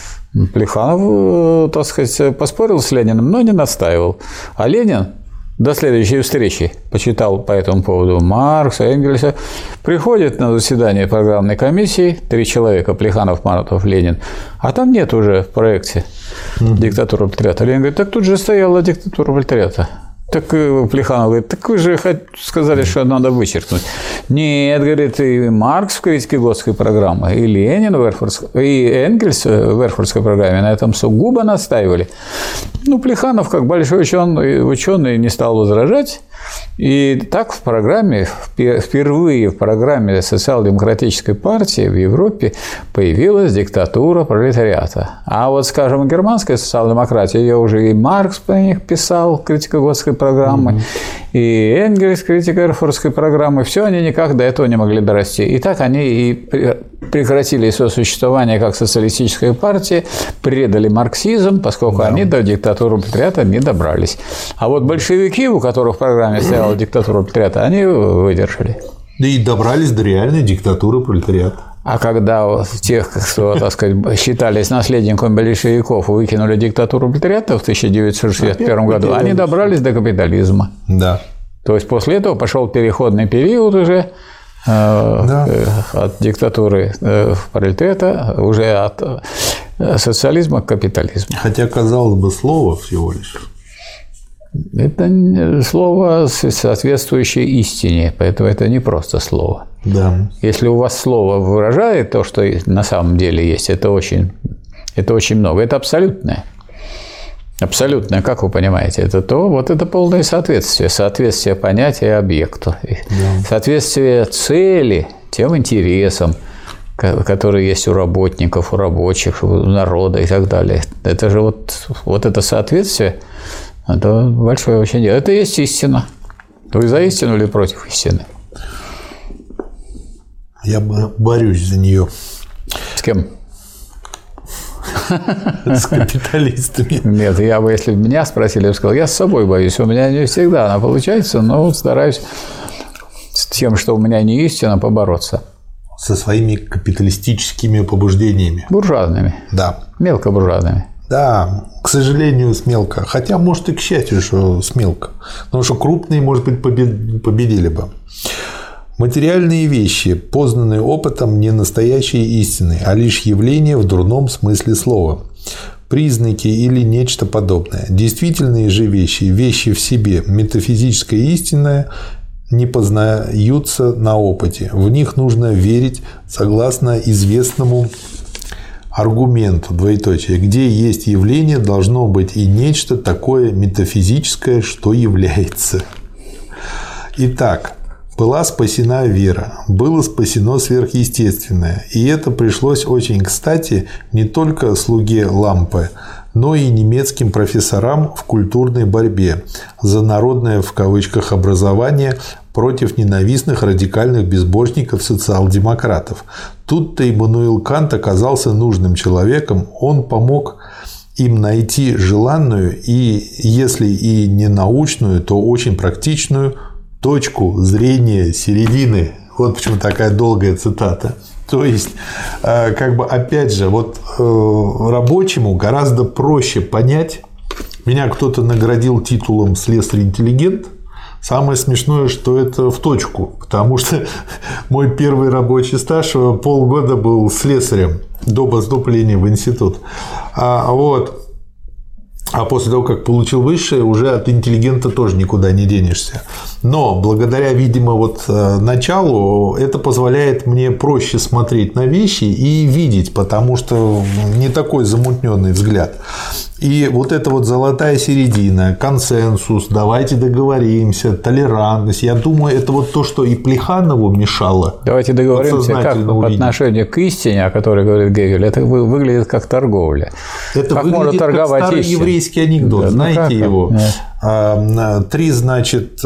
Плеханов, так сказать, поспорил с Лениным, но не настаивал. А Ленин до следующей встречи почитал по этому поводу Маркса, Энгельса, приходит на заседание программной комиссии, 3 человека, Плеханов, Маратов, Ленин, а там нет уже в проекте диктатуры пролетариата. Ленин говорит, так тут же стояла диктатура пролетариата. Так Плеханов говорит, так вы же сказали, что надо вычеркнуть. Нет, говорит, и Маркс в критике Готской программы, и Ленин и Энгельс в Эрфуртской программе на этом сугубо настаивали. Ну, Плеханов, как большой ученый, не стал возражать. И так в программе, впервые в программе социал-демократической партии в Европе появилась диктатура пролетариата. А вот, скажем, германская социал-демократия, ее уже и Маркс по них писал, критика Готской программы, и Энгельс, критика Эрфуртской программы, все они никак до этого не могли дорасти. И так они и прекратили свое существование как социалистическая партия, предали марксизм, поскольку они до диктатуры пролетариата не добрались. А вот большевики, у которых в программе стояла диктатура пролетариата, они выдержали. Да и добрались до реальной диктатуры пролетариата. А когда тех, кто, так сказать, считались наследником большевиков, выкинули диктатуру пролетариата в 1961 году, они добрались до капитализма. Да. То есть после этого пошел переходный период уже от диктатуры пролетариата, уже от социализма к капитализму. Хотя, казалось бы, слово всего лишь. Это слово, соответствующее истине, поэтому это не просто слово. Да. Если у вас слово выражает то, что на самом деле есть, это очень много. Это абсолютное. Абсолютное, как вы понимаете, это то, вот это полное соответствие понятия объекту, соответствие цели тем интересам, которые есть у работников, у рабочих, у народа и так далее. Это же вот это соответствие. Это большое очень дело. Это и есть истина. Вы за истину или против истины? Я борюсь за нее. С кем? С капиталистами. Нет, я бы, если бы меня спросили, я бы сказал, я с собой боюсь. У меня не всегда она получается, но стараюсь с тем, что у меня не истина, побороться. Со своими капиталистическими побуждениями. Буржуазными. Да. Мелкобуржуазными. Да, к сожалению, смелко. Хотя, может, и к счастью, что смелко. Потому что крупные, может быть, победили бы. Материальные вещи, познанные опытом, не настоящие истины, а лишь явления в дурном смысле слова. Признаки или нечто подобное. Действительные же вещи, вещи в себе, метафизическое истинное, не познаются на опыте. В них нужно верить согласно известному аргументу, двоеточие, где есть явление, должно быть и нечто такое метафизическое, что является. Итак, была спасена вера, было спасено сверхъестественное, и это пришлось очень кстати не только слуге Лампе, но и немецким профессорам в культурной борьбе за народное в кавычках образование против ненавистных радикальных безбожников социал-демократов. Тут-то Иммануил Кант оказался нужным человеком, он помог им найти желанную и, если и не научную, то очень практичную точку зрения середины. Вот почему такая долгая цитата. То есть, как бы опять же, вот рабочему гораздо проще понять. Меня кто-то наградил титулом слесарь-интеллигент, Самое смешное, что это в точку, потому что мой первый рабочий стаж полгода был слесарем до поступления в институт. А после того, как получил высшее, уже от интеллигента тоже никуда не денешься. Но благодаря, видимо, началу это позволяет мне проще смотреть на вещи и видеть, потому что не такой замутненный взгляд. И эта золотая середина, консенсус, давайте договоримся, толерантность. Я думаю, это то, что и Плеханову мешало. Давайте договоримся, как по отношению к истине, о которой говорит Гегель, это выглядит как торговля. Это как выглядит как старый еврейский анекдот. Да, знаете его? Нет. 3, значит,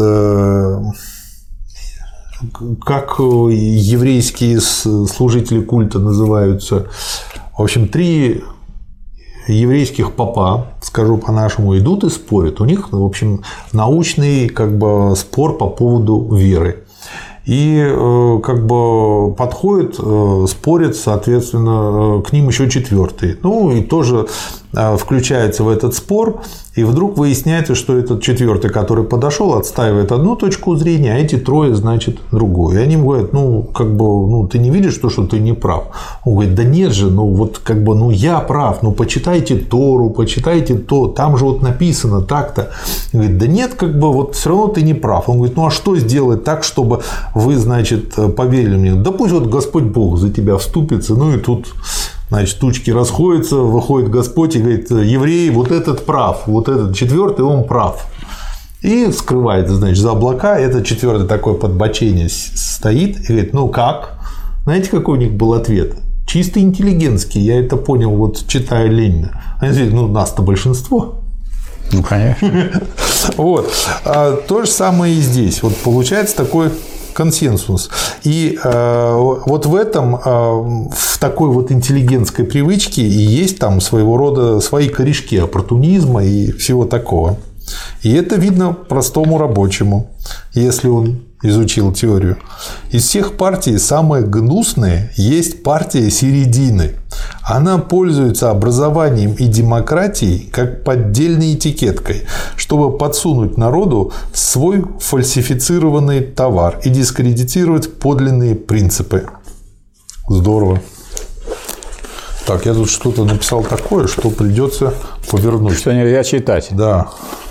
как еврейские служители культа называются. В общем, 3 еврейских попа, скажу по-нашему, идут и спорят. У них, в общем, научный спор по поводу веры. И подходит, спорит, соответственно, к ним еще 4. И тоже включается в этот спор, и вдруг выясняется, что этот 4, который подошел, отстаивает одну точку зрения, а эти 3, значит, другую. И они ему говорят, ты не видишь, что ты не прав? Он говорит, да нет же, я прав, почитайте Тору, почитайте то, там же написано так-то. Он говорит, да нет, все равно ты не прав. Он говорит, а что сделать так, чтобы вы, значит, поверили мне? Да пусть Господь Бог за тебя вступится, и тут... Значит, тучки расходятся, выходит Господь и говорит, евреи, этот прав, этот 4, он прав. И скрывается, значит, за облака этот 4 такое подбочение стоит и говорит, как? Знаете, какой у них был ответ? Чисто интеллигентский, я это понял, читая Ленина. Они говорят, нас-то большинство. Конечно. То же самое и здесь. Получается такой консенсус. И в этом, в такой интеллигентской привычке и есть там своего рода свои корешки оппортунизма и всего такого. И это видно простому рабочему, если он изучил теорию. Из всех партий самая гнусная есть партия середины. Она пользуется образованием и демократией как поддельной этикеткой, чтобы подсунуть народу свой фальсифицированный товар и дискредитировать подлинные принципы. Здорово. Так, я тут что-то написал такое, что придется повернуть. Что нельзя читать. Да.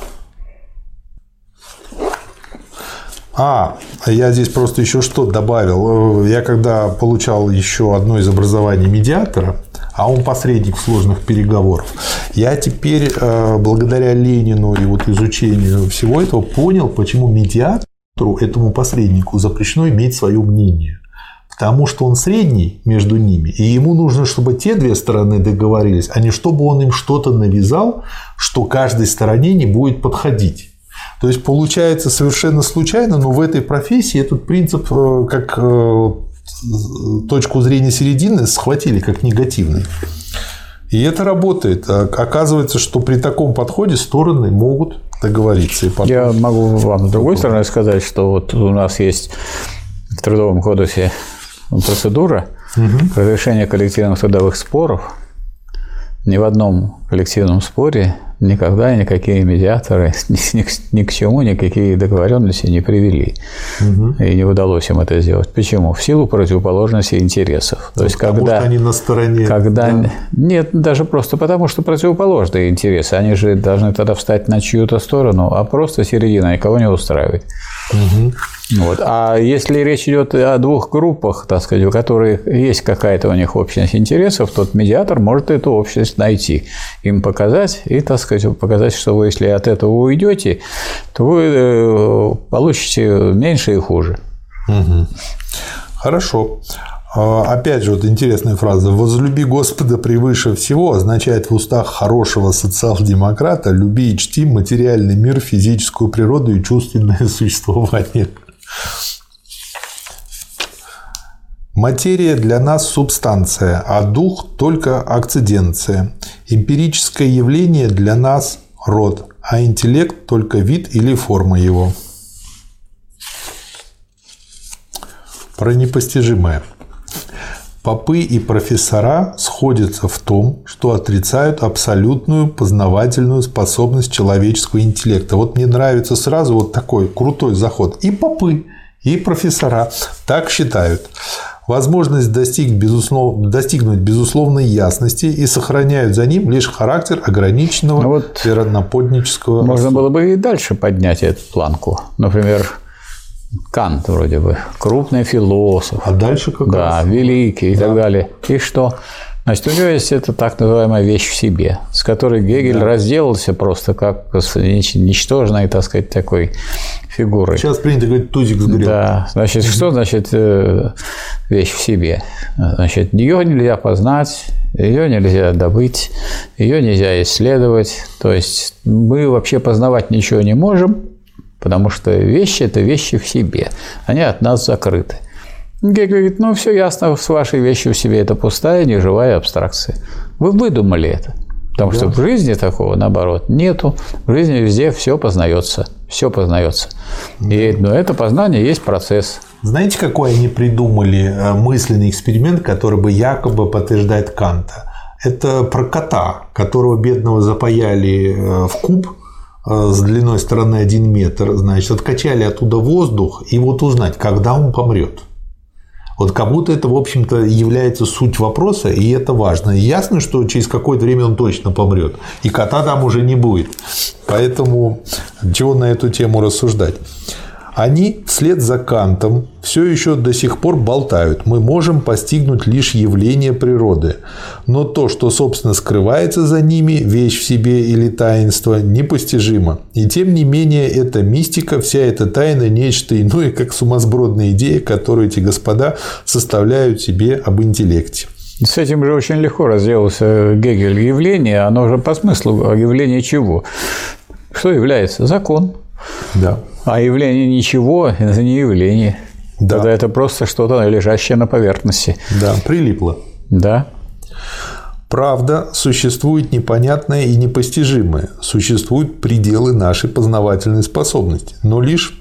Я здесь просто еще что добавил. Я когда получал еще одно из образований медиатора, а он посредник в сложных переговорах, я теперь благодаря Ленину и изучению всего этого понял, почему медиатору, этому посреднику, запрещено иметь свое мнение. Потому что он средний между ними, и ему нужно, чтобы те 2 стороны договорились, а не чтобы он им что-то навязал, что каждой стороне не будет подходить. То есть, получается совершенно случайно, но в этой профессии этот принцип, как точку зрения середины, схватили как негативный. И это работает. Оказывается, что при таком подходе стороны могут договориться. И я могу вам с другой стороны сказать, что у нас есть в Трудовом кодексе процедура разрешения коллективных трудовых споров. Ни в одном коллективном споре никогда никакие медиаторы ни к чему, никакие договоренности не привели. И не удалось им это сделать. Почему? В силу противоположности интересов. То есть, потому что они на стороне. Нет, даже просто потому, что противоположные интересы. Они же должны тогда встать на чью-то сторону, а просто середина никого не устраивает. А если речь идет о 2 группах, так сказать, у которых есть какая-то у них общность интересов, тот медиатор может эту общность найти, им показать и, так сказать, показать, что вы, если от этого уйдете, то вы получите меньше и хуже. Хорошо. Опять же, интересная фраза. «Возлюби Господа превыше всего» означает в устах хорошего социал-демократа «люби и чти материальный мир, физическую природу и чувственное существование». Материя для нас субстанция, а дух только акциденция. Эмпирическое явление для нас род, а интеллект только вид или форма его. Про непостижимое. Попы и профессора сходятся в том, что отрицают абсолютную познавательную способность человеческого интеллекта. Вот мне нравится сразу вот такой крутой заход. И попы, и профессора так считают. Возможность достигнуть безусловной ясности и сохраняют за ним лишь характер ограниченного верноподнического. Можно было бы и дальше поднять эту планку. Например, Кант вроде бы крупный философ. А дальше как раз? Да, великий и так далее. И что? Значит, у него есть эта так называемая вещь в себе, с которой Гегель разделался просто как с ничтожной, так сказать, такой фигурой. Сейчас принято говорить, тузик сгорел. Да, значит, что значит вещь в себе? Значит, ее нельзя познать, ее нельзя добыть, ее нельзя исследовать. То есть мы вообще познавать ничего не можем, потому что вещи – это вещи в себе, они от нас закрыты. Гегель говорит, ну, все ясно, с вашей вещью в себе это пустая, неживая абстракция. Вы выдумали это. Потому что в жизни такого, наоборот, нету. В жизни везде все познается. Все познается. Но это познание есть процесс. Знаете, какой они придумали мысленный эксперимент, который бы якобы подтверждает Канта? Это про кота, которого бедного запаяли в куб с длиной стороны 1 метр, значит, откачали оттуда воздух, и вот узнать, когда он помрет. Вот как будто это, в общем-то, является суть вопроса, и это важно. И ясно, что через какое-то время он точно помрет, и кота там уже не будет. Поэтому чего на эту тему рассуждать? Они вслед за Кантом все еще до сих пор болтают. Мы можем постигнуть лишь явление природы. Но то, что, собственно, скрывается за ними, вещь в себе или таинство, непостижимо. И тем не менее, эта мистика, вся эта тайна – нечто иное, как сумасбродная идея, которую эти господа составляют себе об интеллекте. С этим же очень легко разделался Гегель. Явление, оно же по смыслу явление чего? Что является? Закон. Да. А явление ничего – это не явление. Да. Тогда это просто что-то, лежащее на поверхности. Да, прилипло. Да. Правда, существует непонятное и непостижимое. Существуют пределы нашей познавательной способности, но лишь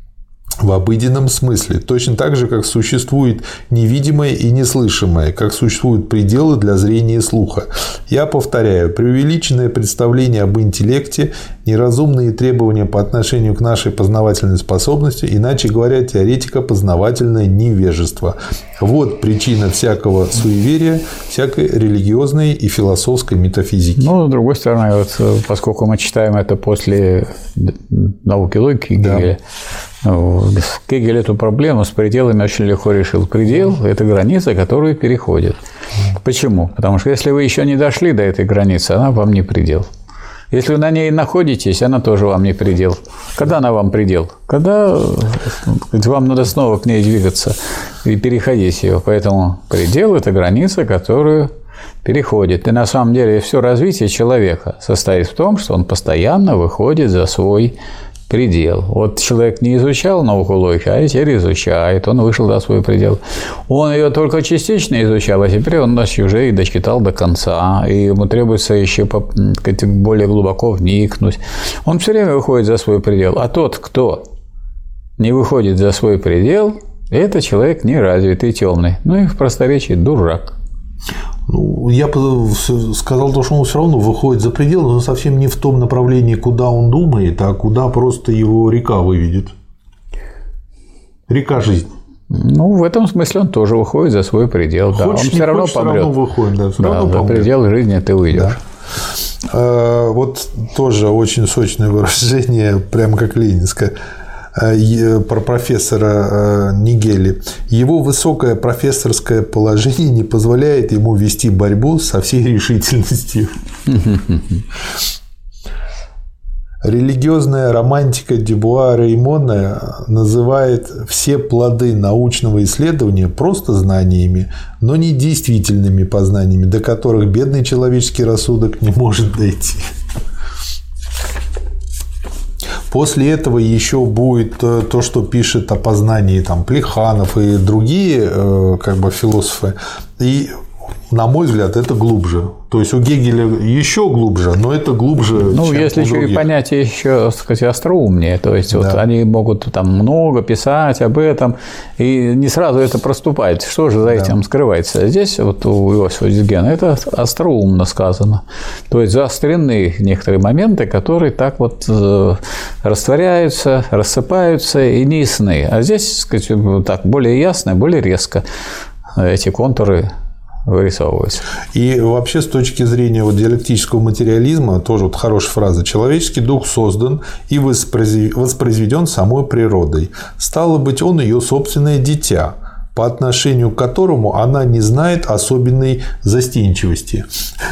в обыденном смысле, точно так же, как существует невидимое и неслышимое, как существуют пределы для зрения и слуха. Я повторяю, преувеличенное представление об интеллекте, неразумные требования по отношению к нашей познавательной способности, иначе говоря, теоретико-познавательное невежество. Вот причина всякого суеверия, всякой религиозной и философской метафизики. Ну, с другой стороны, вот, поскольку мы читаем это после науки логики Гегеля, Гегель эту проблему с пределами очень легко решил. Предел – это граница, которую переходит. Почему? Потому что если вы еще не дошли до этой границы, она вам не предел. Если вы на ней находитесь, она тоже вам не предел. Когда она вам предел? Когда вам надо снова к ней двигаться и переходить ее. Поэтому предел – это граница, которую переходит. И на самом деле все развитие человека состоит в том, что он постоянно выходит за свой предел. Вот человек не изучал науку логики, а теперь изучает. Он вышел за свой предел. Он ее только частично изучал, а теперь он уже и дочитал до конца. И ему требуется еще более глубоко вникнуть. Он все время выходит за свой предел. А тот, кто не выходит за свой предел, это человек неразвитый, темный. Ну и в просторечии дурак. Ну, я бы сказал, что он все равно выходит за пределы, но совсем не в том направлении, куда он думает, а куда просто его река выведет. Река жизни. Ну, в этом смысле он тоже выходит за свой предел. Да. Он все равно помрет. Все равно выходит, да, все равно за предел жизни ты уйдешь. Да. Вот тоже очень сочное выражение, прямо как ленинское, про профессора Нигели. Его высокое профессорское положение не позволяет ему вести борьбу со всей решительностью. Религиозная романтика Дюбуа Реймона называет все плоды научного исследования просто знаниями, но не действительными познаниями, до которых бедный человеческий рассудок не может дойти. После этого еще будет то, что пишет о познании там, Плеханов и другие как бы, философы. И на мой взгляд, это глубже. То есть у Гегеля еще глубже, но это глубже, ну, чем если у еще других. и понятия еще, так сказать, остроумнее. То есть, вот они могут там много писать об этом, и не сразу это проступает. Что же за этим скрывается? Здесь вот у Иосифа Дисгена это остроумно сказано. То есть, заострены некоторые моменты, которые так вот растворяются, рассыпаются и не ясны. А здесь, так сказать, так, более ясно, более резко эти контуры вырисовываются. И вообще, с точки зрения вот диалектического материализма, тоже вот хорошая фраза: человеческий дух создан и воспроизведен самой природой. Стало быть, он ее собственное дитя, по отношению к которому она не знает особенной застенчивости.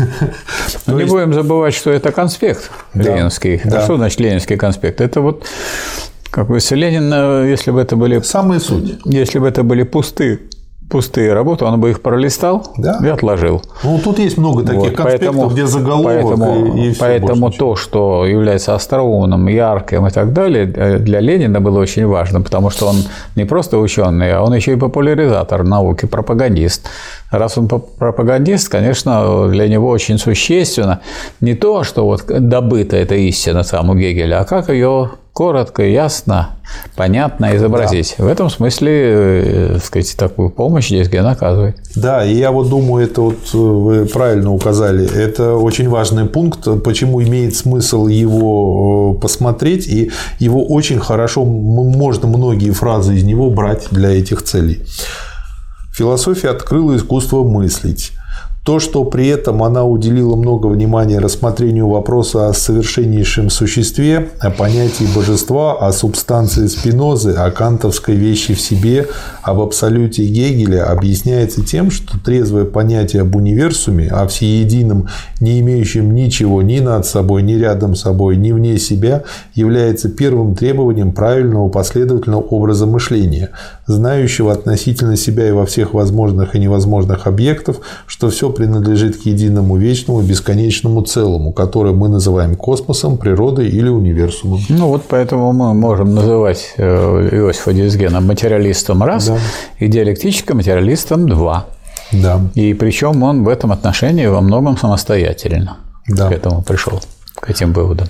Не будем забывать, что это конспект ленинский. А что значит ленинский конспект? Это вот, как бы, Ленин, если бы это были... Самая суть. Если бы это были пустые работы, он бы их пролистал и отложил. Ну, тут есть много таких конспектов, где заголовок и все. Поэтому то, что является остроумным, ярким и так далее, для Ленина было очень важно, потому что он не просто ученый, а он еще и популяризатор науки, пропагандист. Раз он пропагандист, конечно, для него очень существенно не то, что вот добыта эта истина там у Гегеля, а как ее коротко, ясно, понятно изобразить. В этом смысле, так сказать, такую помощь Дисген оказывает. Да, и я вот думаю, это вот вы правильно указали, это очень важный пункт, почему имеет смысл его посмотреть, и его очень хорошо, можно многие фразы из него брать для этих целей. Философия открыла искусство мыслить. То, что при этом она уделила много внимания рассмотрению вопроса о совершеннейшем существе, о понятии божества, о субстанции Спинозы, о кантовской вещи в себе, об абсолюте Гегеля, объясняется тем, что трезвое понятие об универсуме, о всеедином, не имеющем ничего ни над собой, ни рядом с собой, ни вне себя, является первым требованием правильного последовательного образа мышления, знающего относительно себя и во всех возможных и невозможных объектов, что все принадлежит к единому вечному бесконечному целому, которое мы называем космосом, природой или универсумом. Ну вот поэтому мы можем называть Иосифа Дисгена материалистом раз и диалектическим материалистом два. Да. И причем он в этом отношении во многом самостоятельно к этому пришел, к этим выводам.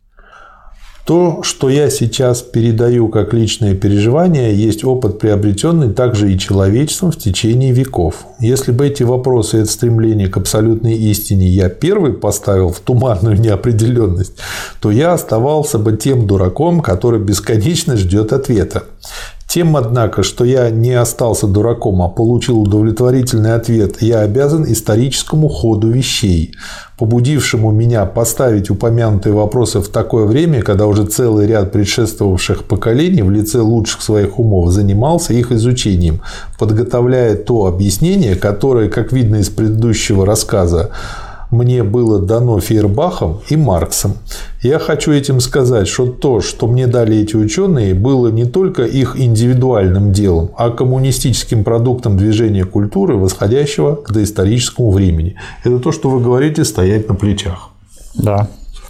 То, что я сейчас передаю как личное переживание, есть опыт, приобретенный также и человечеством в течение веков. Если бы эти вопросы и это стремление к абсолютной истине я первый поставил в туманную неопределенность, то я оставался бы тем дураком, который бесконечно ждет ответа. Тем, однако, что я не остался дураком, а получил удовлетворительный ответ, я обязан историческому ходу вещей, побудившему меня поставить упомянутые вопросы в такое время, когда уже целый ряд предшествовавших поколений в лице лучших своих умов занимался их изучением, подготовляя то объяснение, которое, как видно из предыдущего рассказа, мне было дано Фейербахом и Марксом. Я хочу этим сказать, что то, что мне дали эти ученые, было не только их индивидуальным делом, а коммунистическим продуктом движения культуры, восходящего к доисторическому времени. Это то, что вы говорите, стоять на плечах. Да.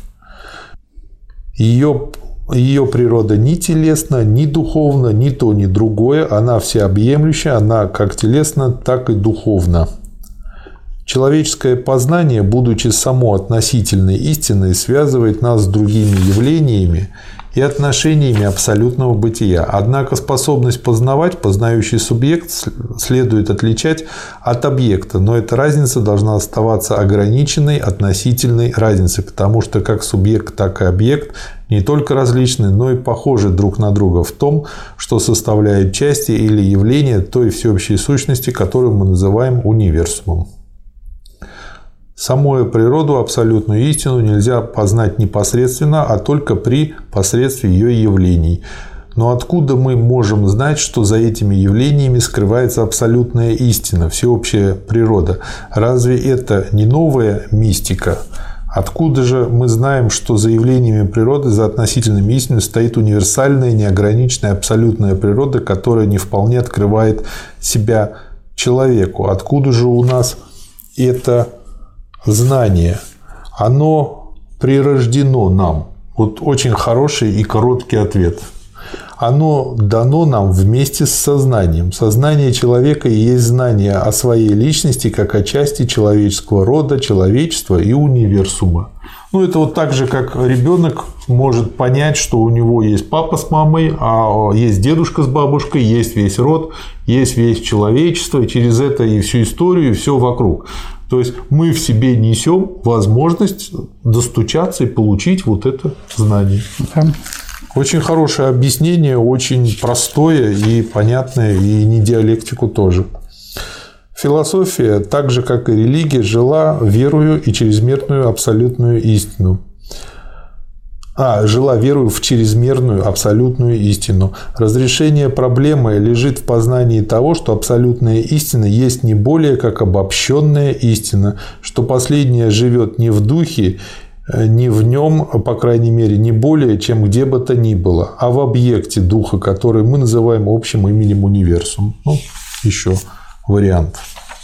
Ее природа ни телесна, ни духовна, ни то, ни другое. Она всеобъемлющая, она как телесна, так и духовна. Человеческое познание, будучи само относительной истиной, связывает нас с другими явлениями и отношениями абсолютного бытия. Однако способность познавать, познающий субъект следует отличать от объекта, но эта разница должна оставаться ограниченной относительной разницей, потому что как субъект, так и объект не только различны, но и похожи друг на друга в том, что составляет части или явления той всеобщей сущности, которую мы называем универсумом. Самую природу, абсолютную истину нельзя познать непосредственно, а только при посредстве ее явлений. Но откуда мы можем знать, что за этими явлениями скрывается абсолютная истина, всеобщая природа? Разве это не новая мистика? Откуда же мы знаем, что за явлениями природы, за относительными истинами стоит универсальная, неограниченная, абсолютная природа, которая не вполне открывает себя человеку? Откуда же у нас это знание? Оно прирождено нам. Вот очень хороший и короткий ответ. Оно дано нам вместе с сознанием. Сознание человека и есть знание о своей личности как о части человеческого рода, человечества и универсума. Ну, это вот так же, как ребенок может понять, что у него есть папа с мамой, а есть дедушка с бабушкой, есть весь род, есть весь человечество, и через это и всю историю, и все вокруг. То есть мы в себе несем возможность достучаться и получить вот это знание. Очень хорошее объяснение, очень простое и понятное, и не диалектику тоже. Философия, так же как и религия, жила верою и чрезмерную абсолютную истину. Жила верою в чрезмерную абсолютную истину. Разрешение проблемы лежит в познании того, что абсолютная истина есть не более как обобщенная истина, что последняя живет не в духе, не в нем, по крайней мере, не более, чем где бы то ни было, а в объекте духа, который мы называем общим именем универсум. Ну, еще вариант.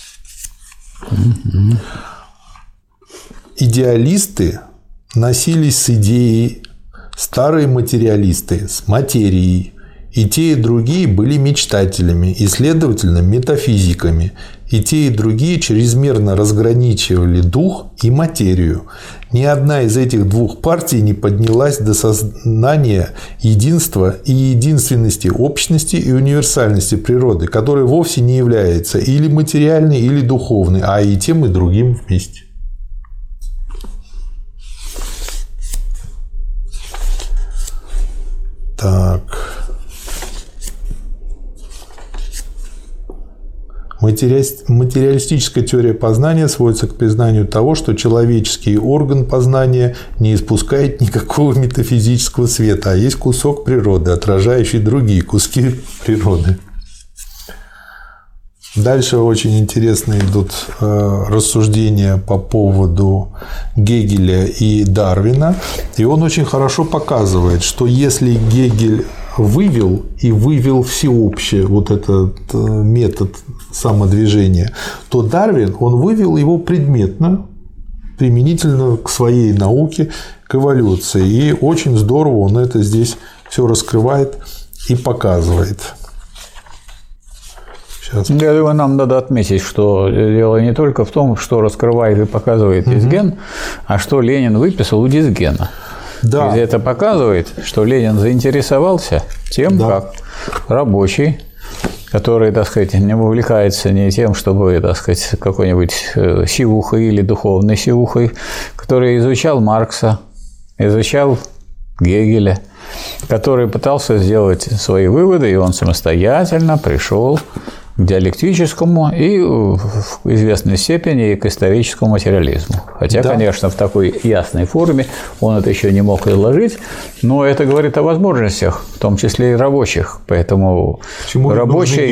Идеалисты носились с идеей, старые материалисты с материей. И те, и другие были мечтателями и, следовательно, метафизиками. И те, и другие чрезмерно разграничивали дух и материю. Ни одна из этих двух партий не поднялась до сознания единства и единственности, общности и универсальности природы, которая вовсе не является или материальной, или духовной, а и тем, и другим вместе. Так. Материалистическая теория познания сводится к признанию того, что человеческий орган познания не испускает никакого метафизического света, а есть кусок природы, отражающий другие куски природы. Дальше очень интересно идут рассуждения по поводу Гегеля и Дарвина. И он очень хорошо показывает, что если Гегель вывел всеобщее вот этот метод самодвижения, то Дарвин, он вывел его предметно, применительно к своей науке, к эволюции. И очень здорово он это здесь все раскрывает и показывает. Сейчас. Я думаю, нам надо отметить, что дело не только в том, что раскрывает и показывает Дисген, а что Ленин выписал у Дисгена. Да. И это показывает, что Ленин заинтересовался тем, как рабочий, который, так сказать, не увлекается не тем, чтобы, так сказать, какой-нибудь сивухой или духовной сивухой, который изучал Маркса, изучал Гегеля, который пытался сделать свои выводы, и он самостоятельно пришел к диалектическому и в известной степени к историческому материализму. Хотя, конечно, в такой ясной форме он это еще не мог изложить, но это говорит о возможностях, в том числе и рабочих. Поэтому рабочие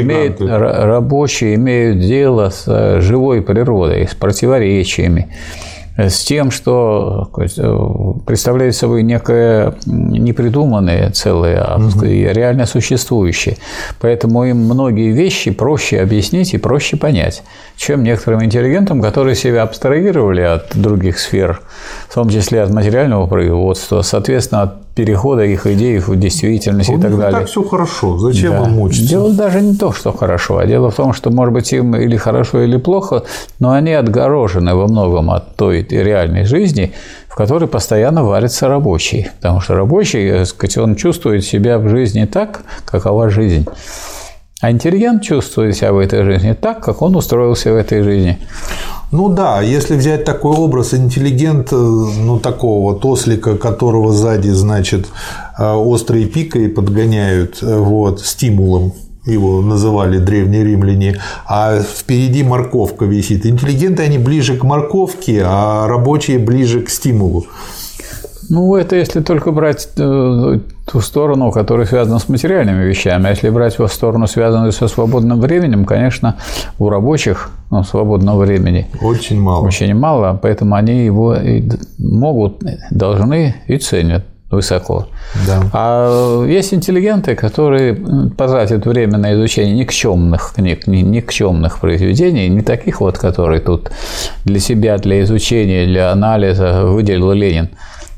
имеют дело с живой природой, с противоречиями, с тем, что представляет собой некое непридуманное целое, а реально существующее. Поэтому им многие вещи проще объяснить и проще понять, чем некоторым интеллигентам, которые себя абстрагировали от других сфер, в том числе от материального производства, соответственно, от перехода их идей в действительность и так далее. Так все хорошо, зачем им мучиться? Дело даже не то, что хорошо, а дело в том, что, может быть, им или хорошо, или плохо, но они отгорожены во многом от той реальной жизни, в которой постоянно варится рабочий. Потому что рабочий, так сказать, он чувствует себя в жизни так, какова жизнь. А интеллигент чувствует себя в этой жизни так, как он устроился в этой жизни. Ну да, если взять такой образ интеллигент, ну такого вот ослика, которого сзади, значит, острой пикой подгоняют вот, стимулом, его называли древние римляне, а впереди морковка висит. Интеллигенты, они ближе к морковке, а рабочие ближе к стимулу. Ну, это если только брать ту сторону, которая связана с материальными вещами. А если брать во сторону, связанную со свободным временем, конечно, у рабочих свободного времени очень мало. Очень мало, поэтому они его могут, должны и ценят высоко. Да. А есть интеллигенты, которые потратят время на изучение никчемных книг, никчемных произведений, не таких вот, которые тут для себя, для изучения, для анализа выделил Ленин,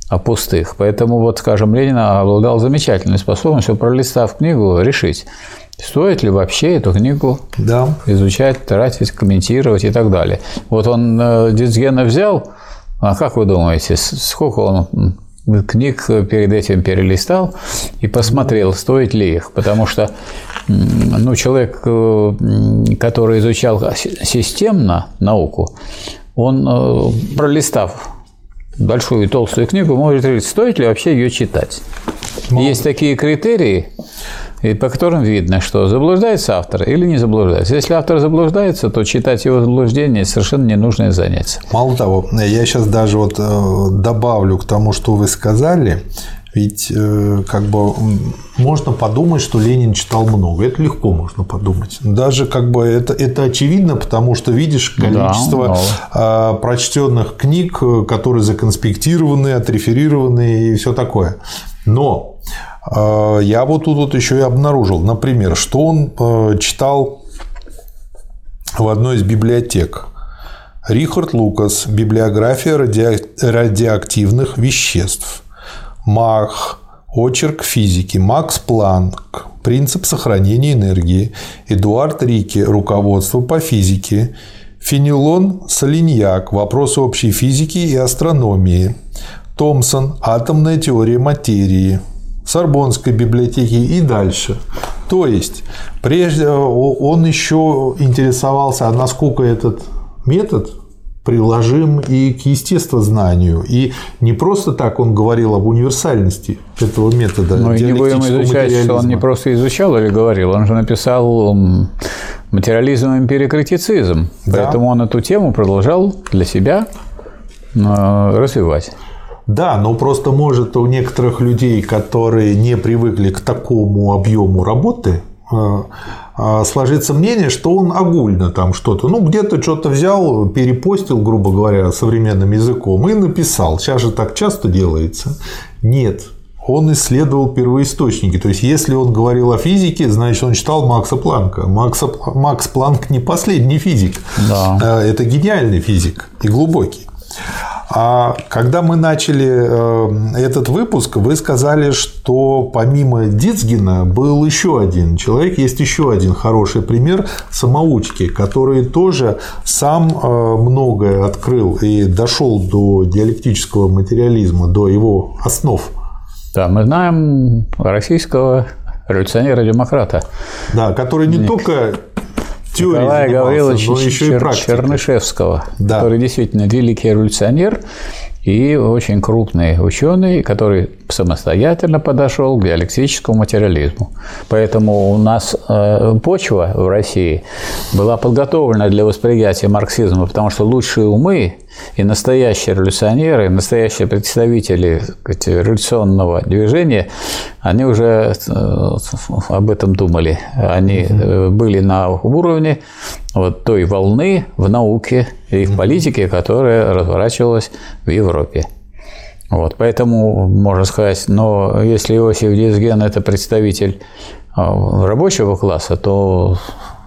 а пустых. Поэтому, вот, скажем, Ленин обладал замечательной способностью, пролистав книгу, решить, стоит ли вообще эту книгу изучать, тратить, комментировать и так далее. Вот он Дицгена взял, а как вы думаете, сколько он книг перед этим перелистал и посмотрел, стоит ли их? Потому что человек, который изучал системно науку, он, пролистав большую и толстую книгу, может решить, стоит ли вообще ее читать. Есть такие критерии, по которым видно, что заблуждается автор или не заблуждается. Если автор заблуждается, то читать его заблуждение совершенно ненужное занятие. Мало того, я сейчас даже вот добавлю к тому, что вы сказали. Ведь как бы можно подумать, что Ленин читал много. Это легко можно подумать. Даже как бы это очевидно, потому что видишь количество прочтенных книг, которые законспектированы, отреферированы и все такое. Но я вот тут вот еще и обнаружил, например, что он читал в одной из библиотек. Рихард Лукас «Библиография радиоактивных веществ». Мах, очерк физики, Макс Планк, принцип сохранения энергии, Эдуард Рике, руководство по физике, Фенелон Солиньяк, вопросы общей физики и астрономии, Томпсон, атомная теория материи, Сорбонской библиотеки и дальше. То есть, прежде он еще интересовался, насколько этот метод приложим и к естествознанию. И не просто так он говорил об универсальности этого метода. Ну, и не будем изучать, что он не просто изучал или говорил, он же написал материализм и эмпирикритицизм. Да. Поэтому он эту тему продолжал для себя развивать. Да, но просто может у некоторых людей, которые не привыкли к такому объему работы, сложится мнение, что он огульно там что-то, где-то что-то взял, перепостил, грубо говоря, современным языком и написал. Сейчас же так часто делается. Нет. Он исследовал первоисточники. То есть, если он говорил о физике, значит, он читал Макса Планка. Макс Планк не последний физик. Да. Это гениальный физик и глубокий. А когда мы начали этот выпуск, вы сказали, что помимо Дицгена был еще один человек, есть еще один хороший пример самоучки, который тоже сам многое открыл и дошел до диалектического материализма, до его основ. Да, мы знаем российского революционера-демократа. Да, который не только Николая Гавриловича Чернышевского, да, который действительно великий революционер и очень крупный ученый, который самостоятельно подошел к диалектическому материализму. Поэтому у нас почва в России была подготовлена для восприятия марксизма, потому что лучшие умы и настоящие революционеры, настоящие представители революционного движения, они уже об этом думали. Они были на уровне вот той волны в науке и в политике, которая разворачивалась в Европе. Вот, поэтому можно сказать, но если Иосиф Дицген – это представитель рабочего класса, то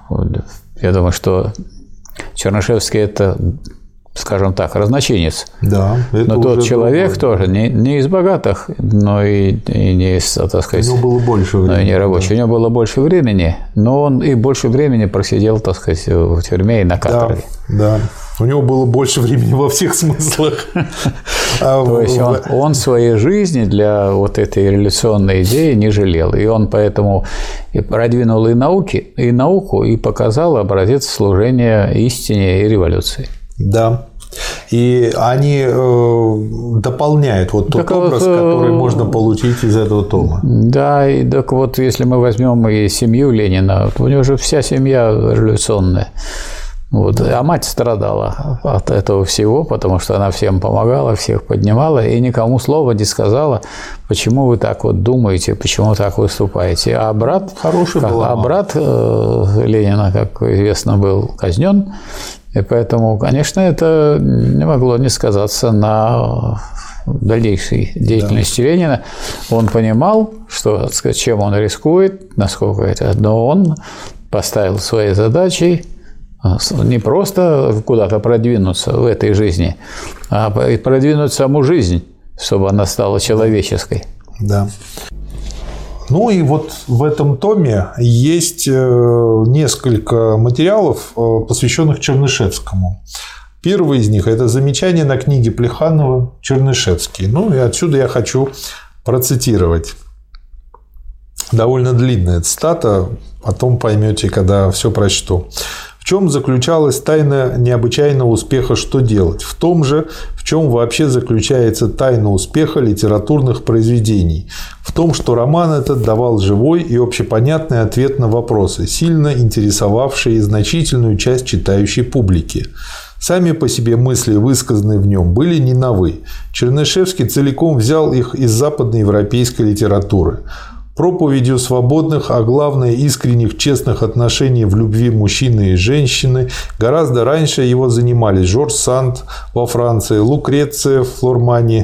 я думаю, что Чернышевский – это, скажем так, разночинец. Да, но тот человек тоже не из богатых, но и не из, так сказать, у него было больше времени, но и не рабочий. Да. У него было больше времени, но он и больше времени просидел, так сказать, в тюрьме и на каторге. Да, да. У него было больше времени во всех смыслах. То есть он своей жизни для вот этой революционной идеи не жалел. И он поэтому и продвинул и науку, и показал образец служения истине и революции. Да. И они дополняют вот тот образ, который можно получить из этого тома. Да, и так вот, если мы возьмем и семью Ленина, у него же вся семья революционная. Вот. А мать страдала от этого всего, потому что она всем помогала, всех поднимала, и никому слова не сказала, почему вы так вот думаете, почему так выступаете. А брат, Ленина, как известно, был казнен, и поэтому, конечно, это не могло не сказаться на дальнейшей деятельности Ленина. Он понимал, что, так сказать, чем он рискует, насколько это, но он поставил своей задачей не просто куда-то продвинуться в этой жизни, а продвинуть саму жизнь чтобы она стала человеческой. Да. Ну и вот в этом томе есть несколько материалов, посвященных Чернышевскому. Первый из них – это замечание на книге Плеханова «Чернышевский». Ну и отсюда я хочу процитировать. Довольно длинная цитата, потом поймете, когда все прочту. В чем заключалась тайна необычайного успеха «Что делать?» В том же, в чем вообще заключается тайна успеха литературных произведений. В том, что роман этот давал живой и общепонятный ответ на вопросы, сильно интересовавшие значительную часть читающей публики. Сами по себе мысли, высказанные в нем, были не новы. Чернышевский целиком взял их из западноевропейской литературы. Проповедью свободных, а главное искренних, честных отношений в любви мужчины и женщины гораздо раньше его занимались Жорж Санд во Франции, Лукреция в Флормане.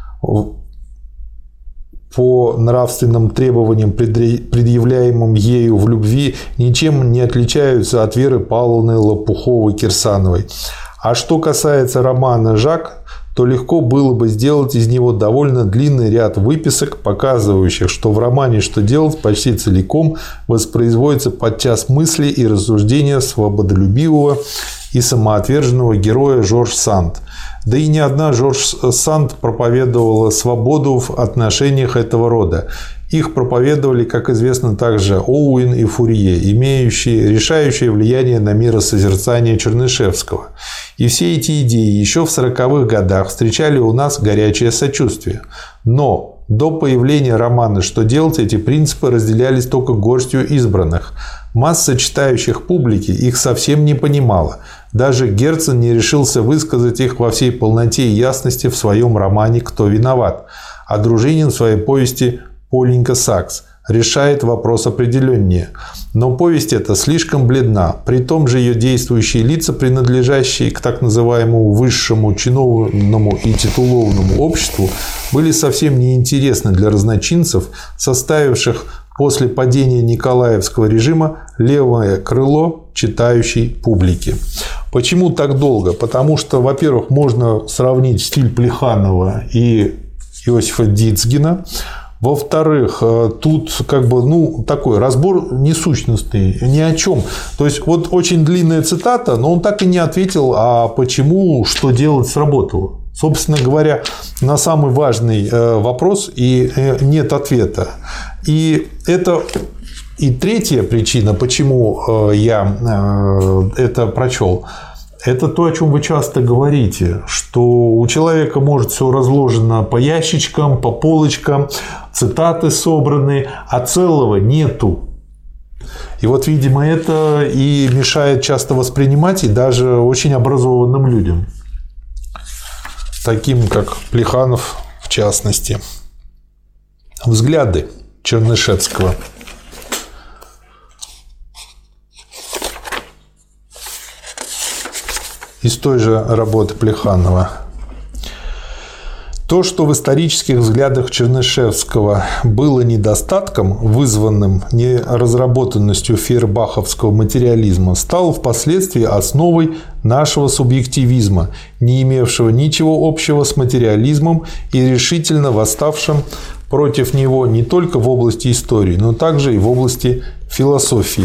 По нравственным требованиям, предъявляемым ею в любви, ничем не отличаются от Веры Павловны Лопуховой-Кирсановой. А что касается романа «Жак», то легко было бы сделать из него довольно длинный ряд выписок, показывающих, что в романе «Что делать» почти целиком воспроизводится подчас мысли и рассуждения свободолюбивого и самоотверженного героя Жорж Санд. Да и не одна Жорж Санд проповедовала свободу в отношениях этого рода. Их проповедовали, как известно, также Оуэн и Фурье, имеющие решающее влияние на миросозерцание Чернышевского. И все эти идеи еще в 40-х годах встречали у нас горячее сочувствие. Но до появления романа «Что делать» эти принципы разделялись только горстью избранных. Масса читающих публики их совсем не понимала. Даже Герцен не решился высказать их во всей полноте и ясности в своем романе «Кто виноват?», а Дружинин в своей повести «Поленька Сакс» решает вопрос определеннее. Но повесть эта слишком бледна. При том же ее действующие лица, принадлежащие к так называемому высшему чиновному и титулованному обществу, были совсем неинтересны для разночинцев, составивших после падения Николаевского режима левое крыло читающей публики. Почему так долго? Потому что, во-первых, можно сравнить стиль Плеханова и Иосифа Дицгена. Во-вторых, тут такой разбор несущностный, ни о чем. То есть, вот очень длинная цитата, но он так и не ответил, а почему «Что делать» сработало. Собственно говоря, на самый важный вопрос и нет ответа. И это и третья причина, почему я это прочел. Это то, о чем вы часто говорите, что у человека может все разложено по ящичкам, по полочкам, цитаты собраны, а целого нету. И вот, видимо, это и мешает часто воспринимать и даже очень образованным людям, таким как Плеханов в частности. Взгляды Чернышевского. Из той же работы Плеханова. То, что в исторических взглядах Чернышевского было недостатком, вызванным неразработанностью фейербаховского материализма, стало впоследствии основой нашего субъективизма, не имевшего ничего общего с материализмом и решительно восставшим против него не только в области истории, но также и в области философии.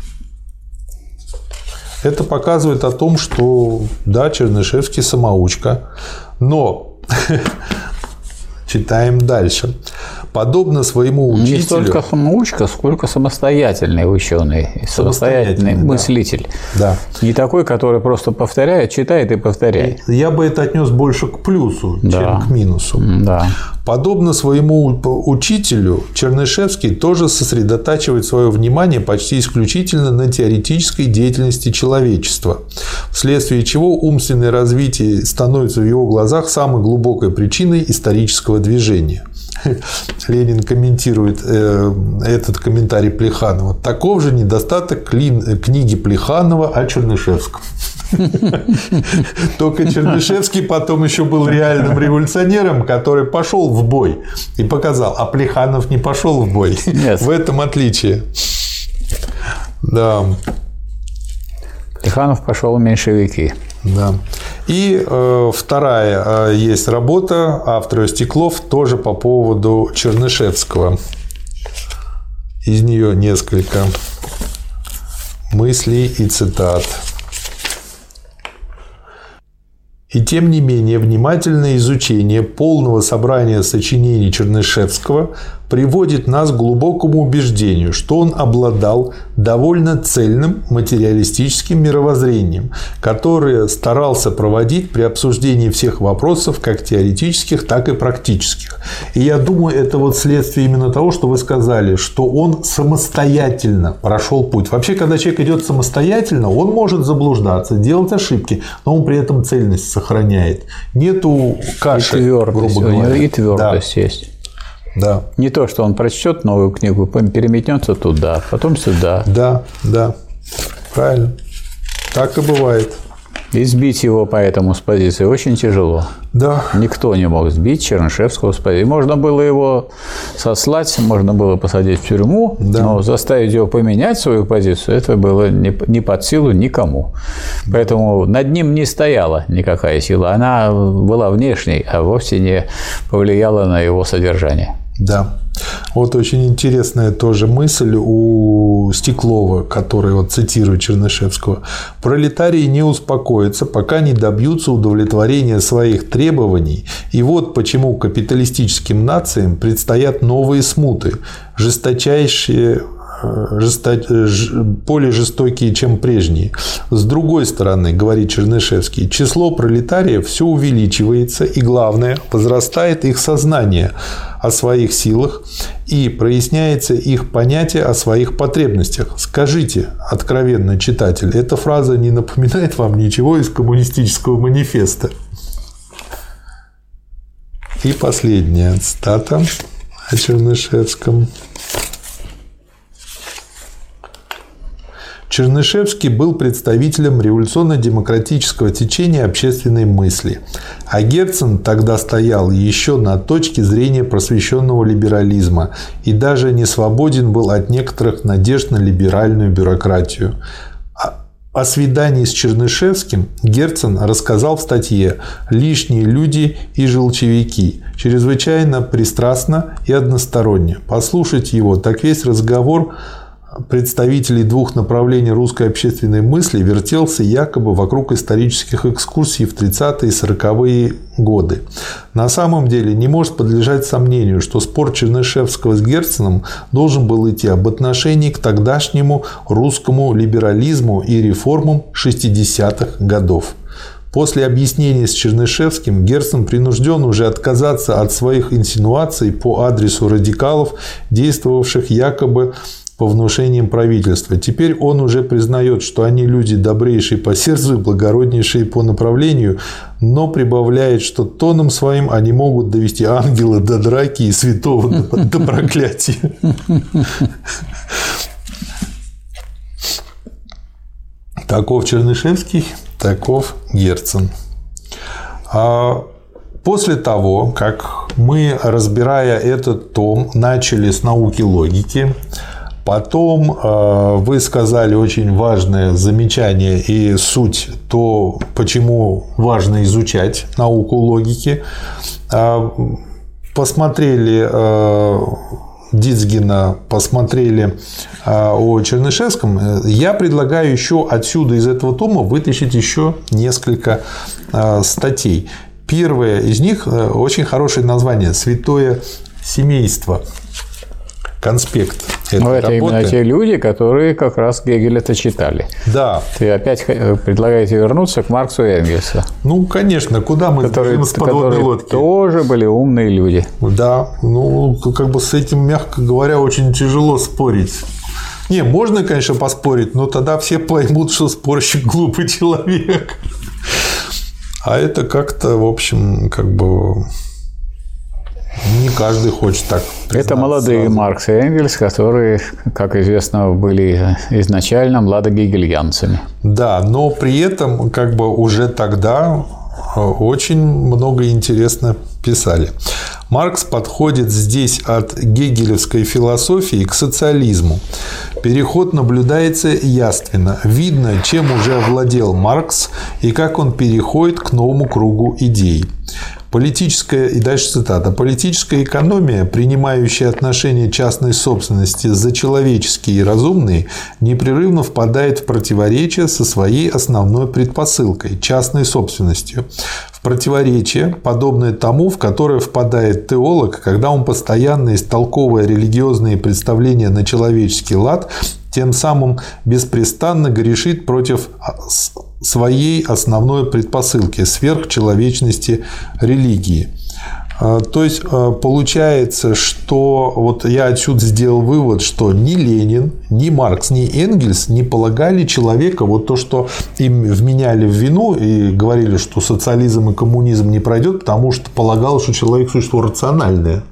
Это показывает о том, что, да, Чернышевский самоучка, но читаем дальше. Подобно своему учителю... Не столько самоучка, сколько самостоятельный ученый, самостоятельный мыслитель. Да. Не такой, который просто повторяет, читает и повторяет. Я бы это отнес больше к плюсу, чем к минусу. Да. Подобно своему учителю, Чернышевский тоже сосредотачивает свое внимание почти исключительно на теоретической деятельности человечества, вследствие чего умственное развитие становится в его глазах самой глубокой причиной исторического движения. Ленин комментирует этот комментарий Плеханова. Таков же недостаток книги Плеханова о Чернышевском. Только Чернышевский потом еще был реальным революционером, который пошел в бой и показал, а Плеханов не пошел в бой. Нет. В этом отличие. Да. Плеханов пошел в меньшевики. Да. И вторая есть работа автора Стеклов тоже по поводу Чернышевского. Из нее несколько мыслей и цитат. И тем не менее, внимательное изучение полного собрания сочинений Чернышевского приводит нас к глубокому убеждению, что он обладал довольно цельным материалистическим мировоззрением, которое старался проводить при обсуждении всех вопросов, как теоретических, так и практических. И я думаю, это вот следствие именно того, что вы сказали, что он самостоятельно прошел путь. Вообще, когда человек идет самостоятельно, он может заблуждаться, делать ошибки, но он при этом цельность сохраняет. Нету каши, грубо говоря. И твердость есть. Да. Не то, что он прочтет новую книгу, переметнется туда, потом сюда. Да, да, правильно. Так и бывает. И сбить его поэтому с позиции очень тяжело. Да. Никто не мог сбить Чернышевского с позиции. Можно было его сослать, можно было посадить в тюрьму, да. Но заставить его поменять свою позицию, это было не под силу никому. Поэтому над ним не стояла никакая сила. Она была внешней, а вовсе не повлияла на его содержание. Да. Вот очень интересная тоже мысль у Стеклова, который вот цитирует Чернышевского. «Пролетарии не успокоятся, пока не добьются удовлетворения своих требований. И вот почему капиталистическим нациям предстоят новые смуты, более жестокие, чем прежние. С другой стороны, говорит Чернышевский, число пролетариев все увеличивается, и, главное, возрастает их сознание о своих силах и проясняется их понятие о своих потребностях. Скажите, откровенно, читатель, эта фраза не напоминает вам ничего из коммунистического манифеста?» И последняя цитата о Чернышевском. Чернышевский был представителем революционно-демократического течения общественной мысли, а Герцен тогда стоял еще на точке зрения просвещенного либерализма и даже не свободен был от некоторых надежд на либеральную бюрократию. О свидании с Чернышевским Герцен рассказал в статье «Лишние люди и желчевики», чрезвычайно пристрастно и односторонне. Послушать его, так весь разговор представителей двух направлений русской общественной мысли вертелся якобы вокруг исторических экскурсий в 30-е и 40-е годы. На самом деле не может подлежать сомнению, что спор Чернышевского с Герценом должен был идти об отношении к тогдашнему русскому либерализму и реформам 60-х годов. После объяснения с Чернышевским Герцен принужден уже отказаться от своих инсинуаций по адресу радикалов, действовавших якобы по внушениям правительства. Теперь он уже признает, что они люди добрейшие по сердцу и благороднейшие по направлению, но прибавляет, что тоном своим они могут довести ангела до драки и святого до проклятия. Таков Чернышевский, таков Герцен. После того, как мы, разбирая этот том, начали с науки логики, потом вы сказали очень важное замечание и суть, то, почему важно изучать науку логики. Посмотрели Дицгина, посмотрели о Чернышевском. Я предлагаю еще отсюда, из этого тома, вытащить еще несколько статей. Первая из них очень хорошее название «Святое семейство». Конспект этой работы. Это именно те люди, которые как раз Гегеля-то читали. Да. Ты опять предлагаете вернуться к Марксу и Энгельсу. Ну, конечно, куда мы с подводной лодки? Тоже были умные люди. Да, ну, как бы с этим, мягко говоря, очень тяжело спорить. Не, можно, конечно, поспорить, но тогда все поймут, что спорщик глупый человек. А это как-то, в общем, как бы... Не каждый хочет так признаться. Это молодые сразу. Маркс и Энгельс, которые, как известно, были изначально младогегельянцами. Да, но при этом уже тогда очень много интересно писали. Маркс подходит здесь от гегелевской философии к социализму. Переход наблюдается явственно. Видно, чем уже овладел Маркс и как он переходит к новому кругу идей. Политическая, и дальше цитата, политическая экономия, принимающая отношения частной собственности за человеческие и разумные, непрерывно впадает в противоречие со своей основной предпосылкой – частной собственностью. В противоречие, подобное тому, в которое впадает теолог, когда он постоянно истолковывая религиозные представления на человеческий лад, тем самым беспрестанно грешит против своей основной предпосылки – сверхчеловечности религии. То есть получается, что вот я отсюда сделал вывод, что ни Ленин, ни Маркс, ни Энгельс не полагали человека, вот то, что им вменяли в вину и говорили, что социализм и коммунизм не пройдет, потому что полагал, что человек существо рациональное.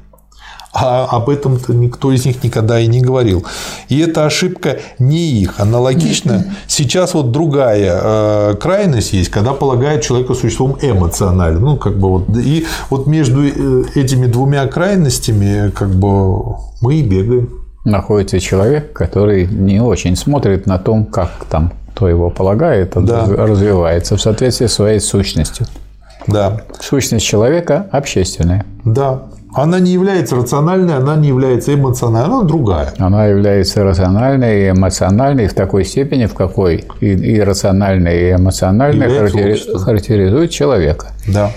А об этом-то никто из них никогда и не говорил. И эта ошибка не их. Аналогично сейчас вот другая крайность есть, когда полагают человека существом эмоциональным. Ну, как бы вот. И вот между этими двумя крайностями как бы мы и бегаем. Находится человек, который не очень смотрит на том, как там кто его полагает, да. Развивается в соответствии с своей сущностью. Да. Сущность человека общественная. Да. Она не является рациональной, она не является эмоциональной, она другая. Она является рациональной и эмоциональной в такой степени, в какой и рациональная, и эмоциональная характеризует человека. Да.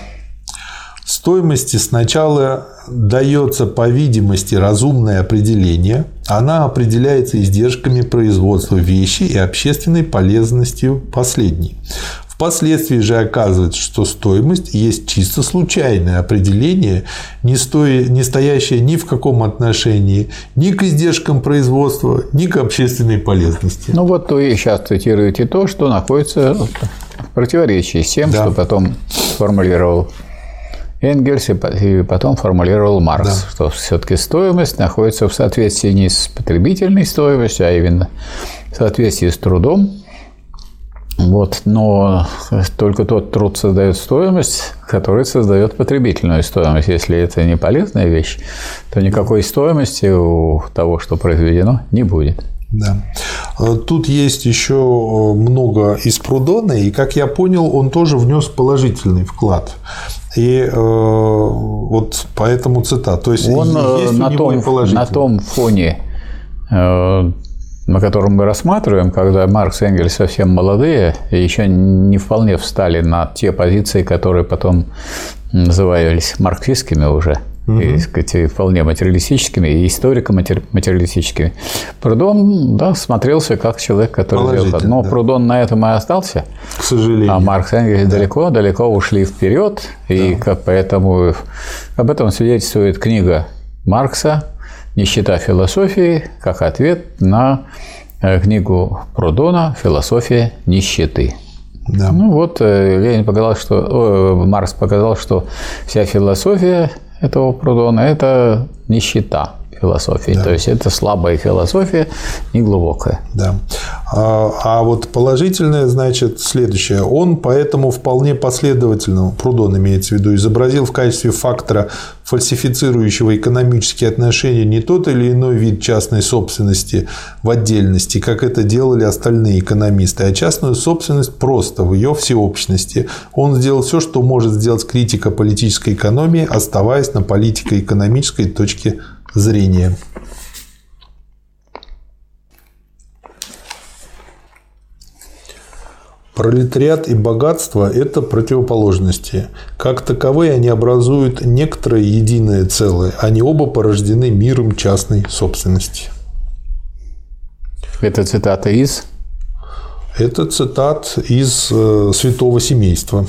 Стоимости сначала дается, по видимости, разумное определение. Она определяется издержками производства вещи и общественной полезностью последней. Впоследствии же оказывается, что стоимость есть чисто случайное определение, не стоящее ни в каком отношении ни к издержкам производства, ни к общественной полезности. Ну вот вы сейчас цитируете то, что находится в противоречии с тем, что потом сформулировал Энгельс и потом формулировал Маркс, что все-таки стоимость находится в соответствии не с потребительной стоимостью, а именно в соответствии с трудом. Вот, но только тот труд создает стоимость, который создает потребительную стоимость. Если это не полезная вещь, то никакой стоимости у того, что произведено, не будет. Да. Тут есть еще много из Прудона, и, как я понял, он тоже внес положительный вклад. И вот поэтому цитата. То есть он есть на том фоне, на котором мы рассматриваем, когда Маркс и Энгельс совсем молодые и еще не вполне встали на те позиции, которые потом назывались марксистскими уже, и, сказать, вполне материалистическими и историко-материалистическими. Прудон, да, смотрелся как человек, который делал. Но Прудон на этом и остался. К сожалению. А Маркс и Энгельс далеко ушли вперед, и поэтому об этом свидетельствует книга Маркса «Нищета философии» как ответ на книгу Прудона «Философия нищеты». Да. Ну вот Маркс показал, что вся философия этого Прудона – это нищета философии. Да. То есть это слабая философия, не глубокая. Да. А вот положительное, значит, следующее. Он поэтому вполне последовательно, Прудон имеется в виду, изобразил в качестве фактора, фальсифицирующего экономические отношения, не тот или иной вид частной собственности в отдельности, как это делали остальные экономисты, а частную собственность просто в ее всеобщности. Он сделал все, что может сделать критика политической экономии, оставаясь на политико-экономической точке зрения. Пролетариат и богатство – это противоположности. Как таковые они образуют некоторое единое целое. Они оба порождены миром частной собственности. Это цитата из? Это цитат из «Святого семейства».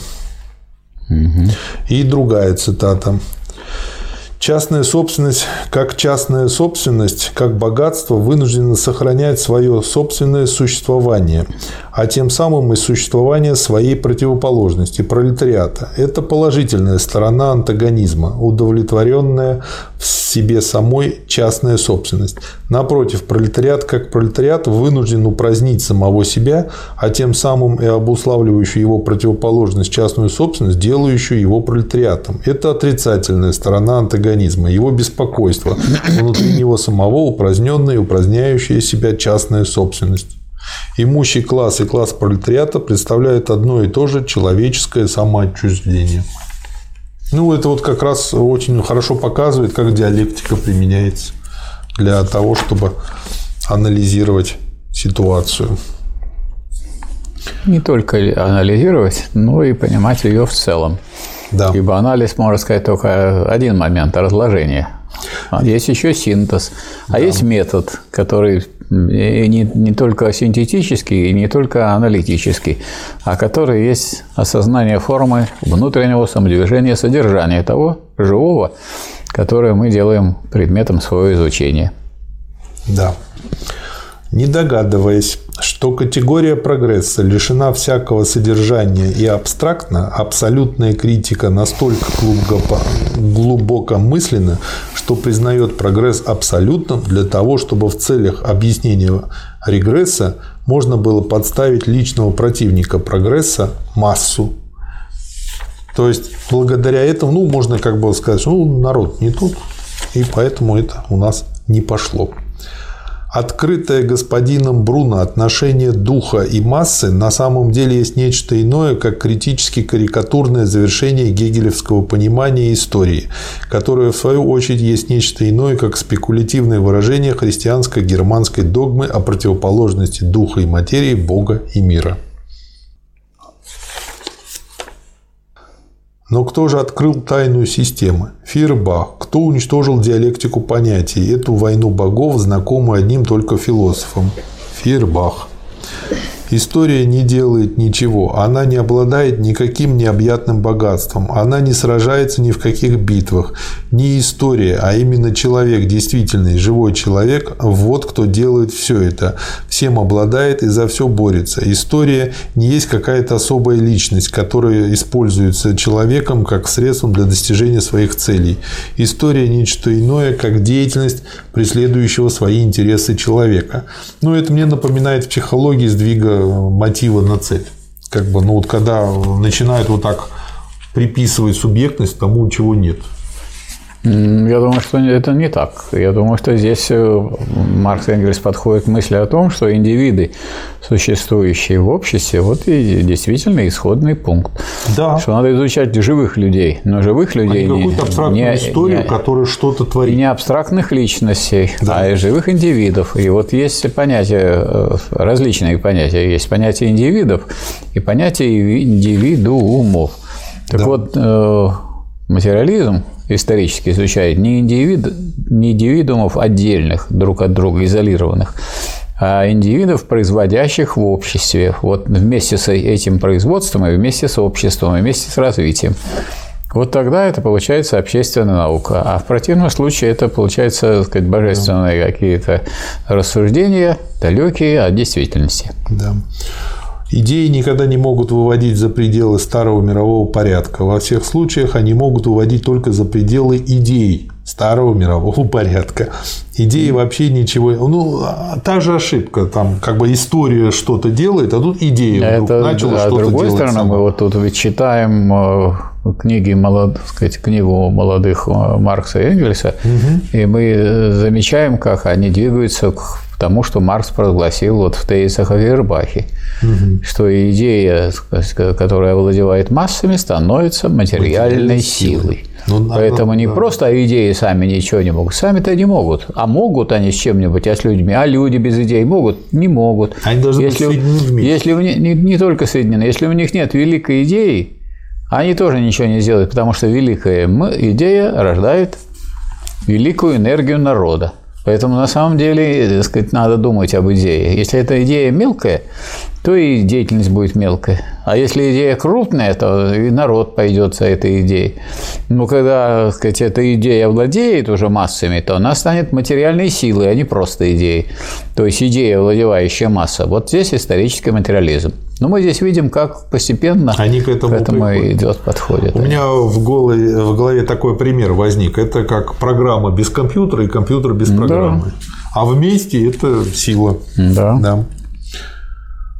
И другая цитата. Частная собственность, как богатство, вынуждена сохранять свое собственное существование, а тем самым и существование своей противоположности – пролетариата. Это положительная сторона антагонизма, удовлетворенная в себе самой частная собственность. Напротив, пролетариат как пролетариат вынужден упразднить самого себя, а тем самым и обуславливающую его противоположность частную собственность, делающую его пролетариатом. Это отрицательная сторона антагонизма. организма, его беспокойство, внутри него самого упраздненная и упраздняющая себя частная собственность. Имущий класс и класс пролетариата представляют одно и то же человеческое самоотчуждение. Ну, это вот как раз очень хорошо показывает, как диалектика применяется для того, чтобы анализировать ситуацию. Не только анализировать, но и понимать ее в целом. Да. Ибо анализ, можно сказать, только один момент – разложение. Есть еще синтез, а есть метод, который не только синтетический и не только аналитический, а который есть осознание формы внутреннего самодвижения, содержания того живого, которое мы делаем предметом своего изучения. Да. Не догадываясь, что категория прогресса лишена всякого содержания и абстрактна, абсолютная критика настолько глубокомысленна, что признает прогресс абсолютным для того, чтобы в целях объяснения регресса можно было подставить личного противника прогресса массу. То есть, благодаря этому, можно как бы сказать, что народ не тот, и поэтому это у нас не пошло. Открытое господином Бруно отношение духа и массы на самом деле есть нечто иное, как критически карикатурное завершение гегелевского понимания истории, которое в свою очередь есть нечто иное, как спекулятивное выражение христианской германской догмы о противоположности духа и материи, Бога и мира. Но кто же открыл тайную систему? Фейербах. Кто уничтожил диалектику понятий, эту войну богов, знакомую одним только философам? Фейербах. История не делает ничего, она не обладает никаким необъятным богатством, она не сражается ни в каких битвах. Не история, а именно человек, действительный живой человек, вот кто делает все это, всем обладает и за все борется. История не есть какая-то особая личность, которая используется человеком как средством для достижения своих целей. История – нечто иное, как деятельность преследующего свои интересы человека. Но это мне напоминает в психологии сдвига мотива на цель. Как бы, вот когда начинают вот так приписывать субъектность тому, чего нет. Я думаю, что это не так. Я думаю, что здесь Маркс и Энгельс подходят к мысли о том, что индивиды, существующие в обществе, вот и действительно исходный пункт. Да. Что надо изучать живых людей, но живых людей не какую-то абстрактную историю, которая что-то творит. И не абстрактных личностей, да, а и живых индивидов. И вот есть понятия, различные понятия. Есть понятие индивидов и понятие индивидуумов. Так да. Вот материализм исторически изучает не индивидуумов отдельных друг от друга, изолированных, а индивидов, производящих в обществе, вот вместе с этим производством и вместе с обществом, и вместе с развитием. Вот тогда это получается общественная наука. А в противном случае это получается, так сказать, божественные какие-то рассуждения, далекие от действительности. Да. Идеи никогда не могут выводить за пределы старого мирового порядка. Во всех случаях они могут выводить только за пределы идей старого мирового порядка. Идеи вообще ничего... та же ошибка. Там как бы история что-то делает, а тут идея вдруг начала что-то делать. С другой стороны, мы вот тут ведь читаем книгу молодых Маркса и Энгельса, и мы замечаем, как они двигаются к тому, что Маркс провозгласил вот в тезисах о Фейербахе, что идея, которая овладевает массами, становится материальной силой. Поэтому не просто идеи сами ничего не могут. Сами-то не могут. А могут они с чем-нибудь, а с людьми. А люди без идей могут? Не могут. Они должны быть соединены вместе. Если не только соединены. Если у них нет великой идеи, они тоже ничего не сделают, потому что великая идея рождает великую энергию народа. Поэтому на самом деле, так сказать, надо думать об идее. Если эта идея мелкая, то и деятельность будет мелкая. А если идея крупная, то и народ пойдет за этой идеей. Но когда, так сказать, эта идея овладеет уже массами, то она станет материальной силой, а не просто идеей. То есть идея, овладевающая масса. Вот здесь исторический материализм. Но мы здесь видим, как постепенно они к этому подходят. У меня в голове такой пример возник. Это как программа без компьютера и компьютер без программы. Да. А вместе это сила. Да. Да.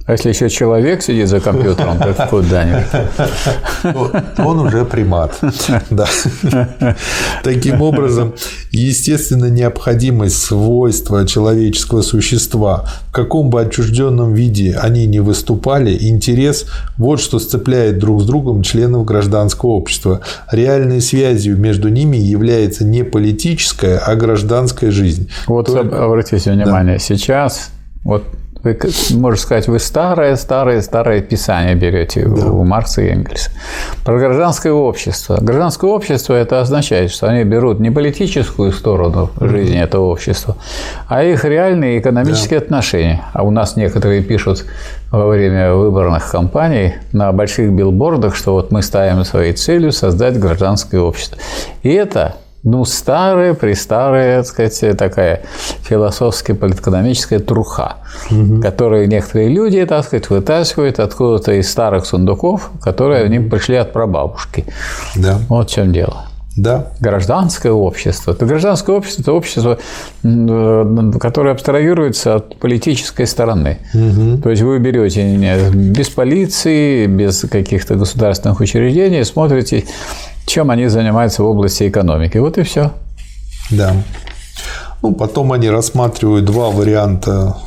А если еще человек сидит за компьютером, так куда-нибудь. Он уже примат. Да. Таким образом, естественно, необходимость свойства человеческого существа, в каком бы отчужденном виде они ни выступали, интерес – вот что сцепляет друг с другом членов гражданского общества. Реальной связью между ними является не политическая, а гражданская жизнь. Вот обратите внимание, сейчас вот вы, можно сказать, вы старое писание берете у Маркса и Энгельса про гражданское общество. Гражданское общество – это означает, что они берут не политическую сторону жизни этого общества, а их реальные экономические отношения. А у нас некоторые пишут во время выборных кампаний на больших билбордах, что вот мы ставим своей целью создать гражданское общество. И это старая, так сказать, такая философская, политэкономическая труха, которую некоторые люди, так сказать, вытаскивают откуда-то из старых сундуков, которые они пришли от прабабушки. Да. Вот в чем дело. Да. Гражданское общество. Гражданское общество – это общество, которое абстрагируется от политической стороны. То есть вы берете без полиции, без каких-то государственных учреждений, смотрите, чем они занимаются в области экономики. Вот и все. Да. Ну, потом они рассматривают два варианта,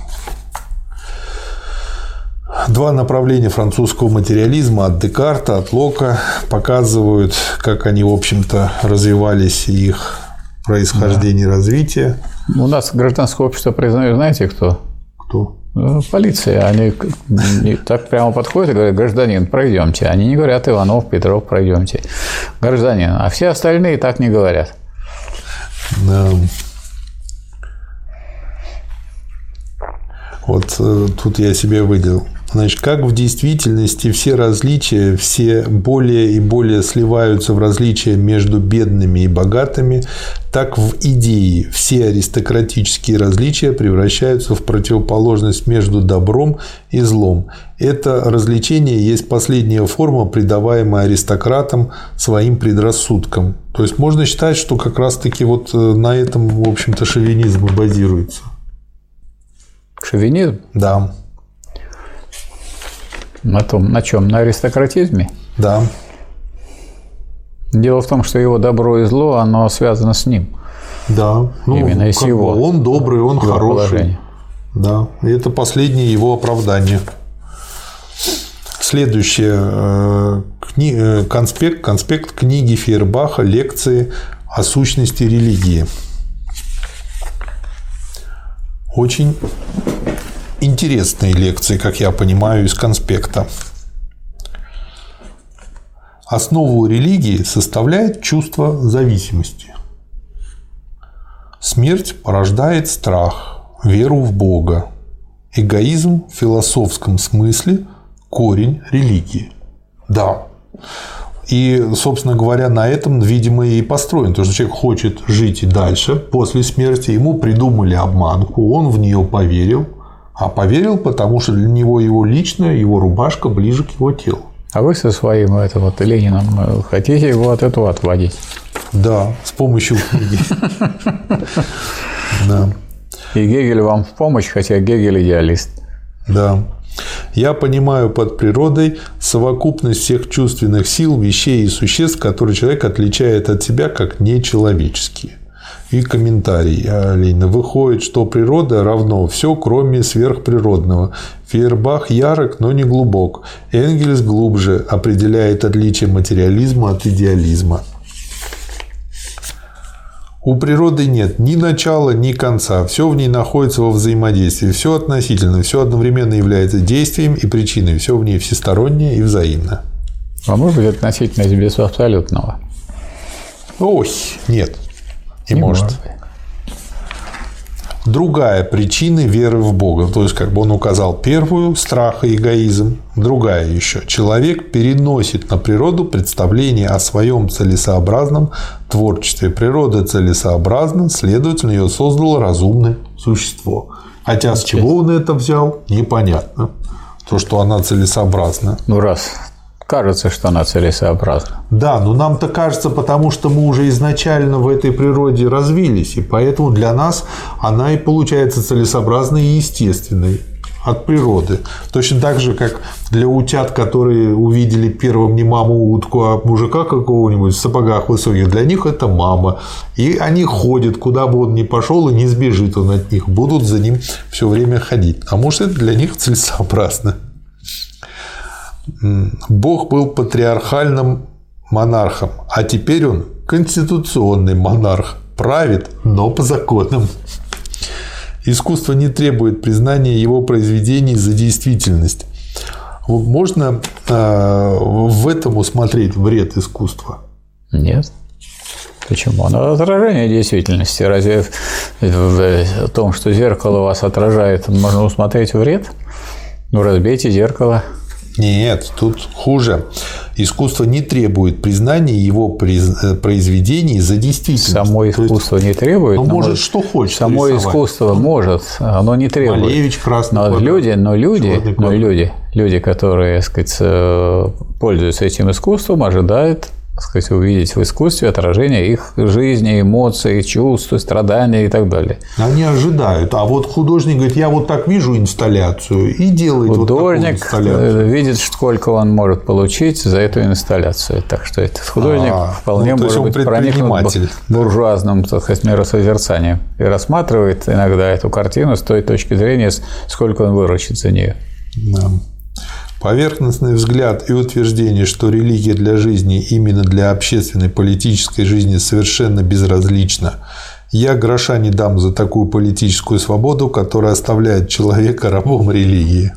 два направления французского материализма от Декарта, от Лока, показывают, как они, в общем-то, развивались, и их происхождение и развитие. У нас гражданское общество признают, знаете, кто? Кто? Полиция. Они так прямо подходят и говорят: гражданин, пройдемте. Они не говорят: Иванов, Петров, пройдемте. Гражданин. А все остальные так не говорят. Вот тут я себе выделил. Значит, как в действительности все различия, все более и более сливаются в различия между бедными и богатыми, так в идее все аристократические различия превращаются в противоположность между добром и злом. Это развлечение есть последняя форма, придаваемая аристократам своим предрассудкам. То есть можно считать, что как раз-таки вот на этом, в общем-то, шовинизм и базируется. Шовинизм? Да. На чем? На аристократизме? Да. Дело в том, что его добро и зло, оно связано с ним. Да. Именно с его. Он добрый, он хороший. Положение. Да. И это последнее его оправдание. Следующее. Конспект книги Фейербаха «Лекции о сущности религии». Очень интересные лекции, как я понимаю, из конспекта. Основу религии составляет чувство зависимости. Смерть порождает страх, веру в Бога. Эгоизм в философском смысле – корень религии. Да. И, собственно говоря, на этом, видимо, и построен. То, что человек хочет жить и дальше, после смерти, ему придумали обманку, он в нее поверил. А поверил, потому что для него его личное, его рубашка ближе к его телу. А вы со своим Лениным хотите его от этого отводить? Да, с помощью книги. Да. И Гегель вам в помощь, хотя Гегель идеалист. Да. Я понимаю под природой совокупность всех чувственных сил, вещей и существ, которые человек отличает от себя как нечеловеческие. И комментарий Ленина. Выходит, что природа равно все, кроме сверхприродного. Фейербах ярок, но не глубок. Энгельс глубже определяет отличие материализма от идеализма. У природы нет ни начала, ни конца. Все в ней находится во взаимодействии. Все относительно, все одновременно является действием и причиной. Все в ней всестороннее и взаимно. А может быть относительность без абсолютного? Ой, нет. Не может. Другая причина веры в Бога. То есть, как бы он указал первую – страх и эгоизм. Другая еще. Человек переносит на природу представление о своем целесообразном творчестве. Природа целесообразна, следовательно, ее создало разумное существо. Хотя с чего он это взял, непонятно. То, что она целесообразна. Ну, раз кажется, что она целесообразна. Да, но нам-то кажется, потому что мы уже изначально в этой природе развились, и поэтому для нас она и получается целесообразной и естественной. от природы. Точно так же, как для утят, которые увидели первым не маму утку, а мужика какого-нибудь в сапогах высоких, для них это мама. И они ходят, куда бы он ни пошел, и не сбежит он от них, будут за ним все время ходить. А может, это для них целесообразно. Бог был патриархальным монархом, а теперь он конституционный монарх, правит, но по законам. Искусство не требует признания его произведений за действительность. Можно в этом усмотреть вред искусства? Нет. Почему? Оно отражение действительности. Разве в том, что зеркало вас отражает, можно усмотреть вред? Ну, разбейте зеркало. Нет, тут хуже. Искусство не требует признания его произведений за действительность. Само искусство не требует. Но может, что хочет. Само рисовать. Искусство может, оно не требует. Малевич, красный но квадрат, люди, которые, так сказать, пользуются этим искусством, ожидают, так сказать, увидеть в искусстве отражение их жизни, эмоций, чувств, страданий и так далее. Они ожидают. А вот художник говорит, я вот так вижу инсталляцию и делает вот такую инсталляцию. Художник видит, сколько он может получить за эту инсталляцию. Так что этот художник вполне может быть проникнут буржуазным, так сказать, миросозерцанием и рассматривает иногда эту картину с той точки зрения, сколько он выручит за нее. Да. Поверхностный взгляд и утверждение, что религия для жизни именно для общественной политической жизни совершенно безразлична. Я гроша не дам за такую политическую свободу, которая оставляет человека рабом религии.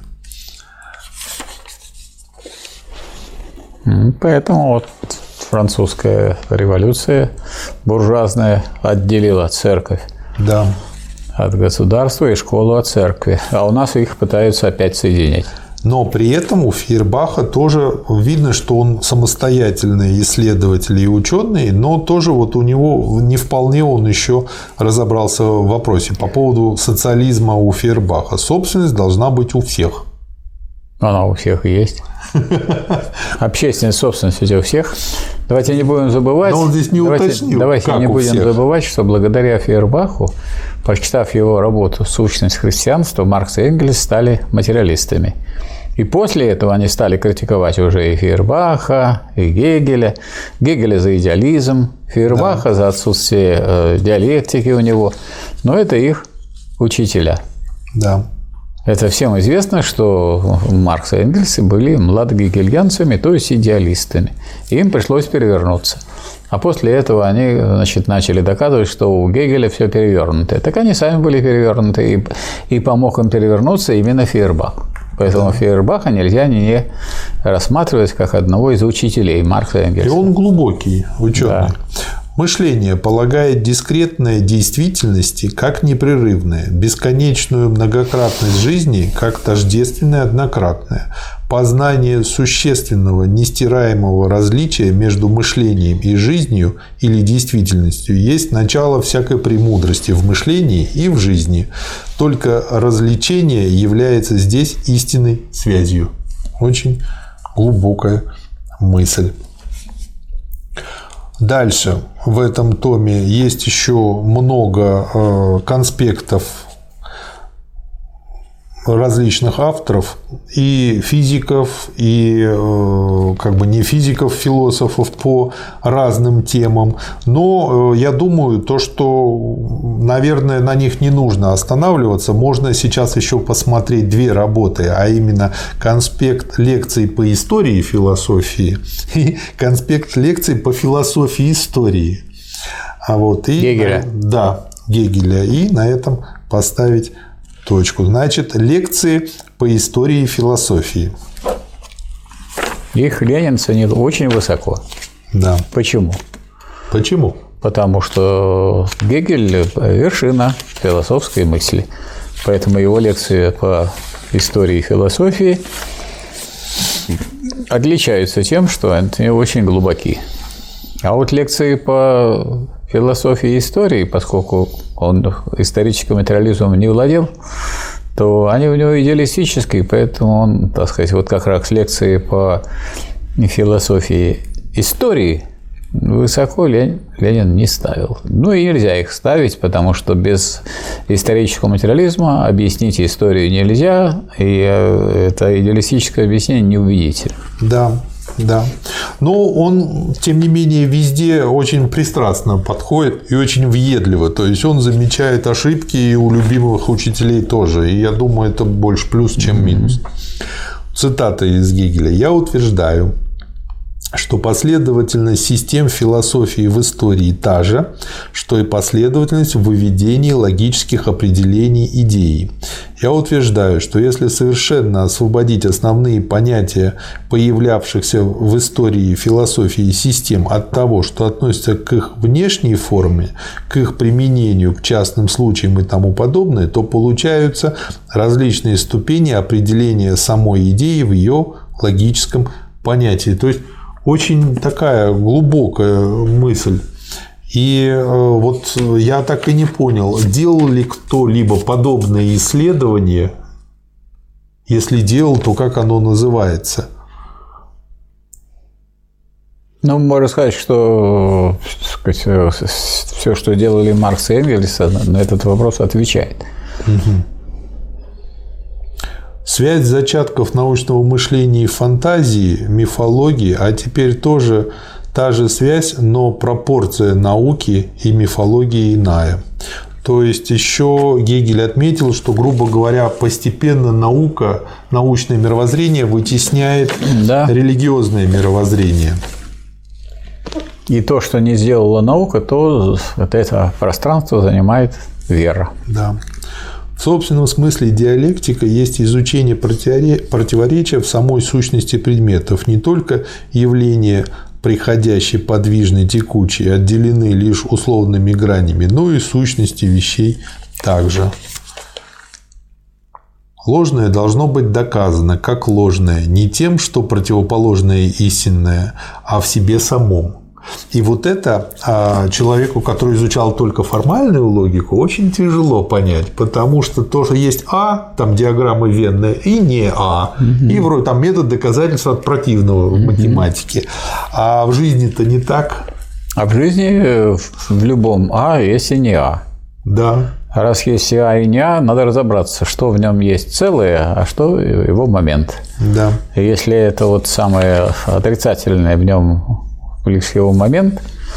Поэтому вот французская революция буржуазная отделила церковь от государства и школу от церкви. А у нас их пытаются опять соединять. Но при этом у Фейербаха тоже видно, что он самостоятельный исследователь и ученый, но тоже вот у него не вполне он еще разобрался в вопросе по поводу социализма у Фейербаха. Собственность должна быть у всех. Она у всех есть. Общественная собственность у всех. Давайте не будем забывать. Но он здесь не уточнил. Давайте не будем забывать, что благодаря Фейербаху, прочитав его работу «Сущность христианства», Маркс и Энгельс стали материалистами. И после этого они стали критиковать уже и Фейербаха, и Гегеля. Гегеля за идеализм, Фейербаха за отсутствие диалектики у него. Но это их учителя. Да. Это всем известно, что Маркс и Энгельс были младогегельянцами, то есть идеалистами. И им пришлось перевернуться. А после этого они, значит, начали доказывать, что у Гегеля все перевернутое. Так они сами были перевернуты, и помог им перевернуться именно Фейербах. Поэтому Фейербаха нельзя не рассматривать как одного из учителей Маркса и Энгельса. И он глубокий ученый. Да. Мышление полагает дискретное действительности как непрерывное, бесконечную многократность жизни как тождественное однократное. Познание существенного, нестираемого различия между мышлением и жизнью или действительностью есть начало всякой премудрости в мышлении и в жизни. Только развлечение является здесь истинной связью. Очень глубокая мысль. Дальше в этом томе есть еще много конспектов различных авторов, и физиков, и как бы не физиков, философов по разным темам. Но я думаю, то, что, наверное, на них не нужно останавливаться. Можно сейчас еще посмотреть две работы, а именно конспект лекций по истории и философии и конспект лекций по философии истории. Гегеля. Да, Гегеля. И на этом поставить точку. Значит, лекции по истории и философии. Их Ленин ценил очень высоко. Да. Почему? Почему? Потому что Гегель – вершина философской мысли. Поэтому его лекции по истории и философии отличаются тем, что они очень глубоки. А вот лекции по философии и истории, поскольку он историческим материализмом не владел, то они у него идеалистические, поэтому он, так сказать, вот как раз лекции по философии истории высоко Ленин не ставил. Ну и нельзя их ставить, потому что без исторического материализма объяснить историю нельзя, и это идеалистическое объяснение неубедительно. Да. Да. Но он, тем не менее, везде очень пристрастно подходит и очень въедливо. То есть он замечает ошибки и у любимых учителей тоже. И я думаю, это больше плюс, чем минус. Цитата из Гегеля. «Я утверждаю, что последовательность систем философии в истории та же, что и последовательность в выведении логических определений идеи. Я утверждаю, что если совершенно освободить основные понятия, появлявшихся в истории философии систем, от того, что относится к их внешней форме, к их применению, к частным случаям и тому подобное, то получаются различные ступени определения самой идеи в ее логическом понятии». То есть очень такая глубокая мысль. И вот я так и не понял, делал ли кто-либо подобное исследование, если делал, то как оно называется? Ну, можно сказать, что все, что делали Маркс и Энгельс, на этот вопрос отвечает. Угу. Связь зачатков научного мышления и фантазии, мифологии, а теперь тоже та же связь, но пропорция науки и мифологии иная. То есть еще Гегель отметил, что, грубо говоря, постепенно наука, научное мировоззрение вытесняет религиозное мировоззрение. И то, что не сделала наука, то это пространство занимает вера. Да. В собственном смысле диалектика есть изучение противоречия в самой сущности предметов. Не только явления приходящие, подвижные, текучие, отделены лишь условными гранями, но и сущности вещей также. Ложное должно быть доказано как ложное не тем, что противоположное истинное, а в себе самом. И вот это человеку, который изучал только формальную логику, очень тяжело понять, потому что тоже есть там диаграмма Венна, и не и вроде там метод доказательства от противного в математике. А в жизни-то не так. А в жизни в любом есть и не Да. А раз есть и и не надо разобраться, что в нем есть целое, а что его момент. Да. И если это вот самое отрицательное в нем лишь его момент,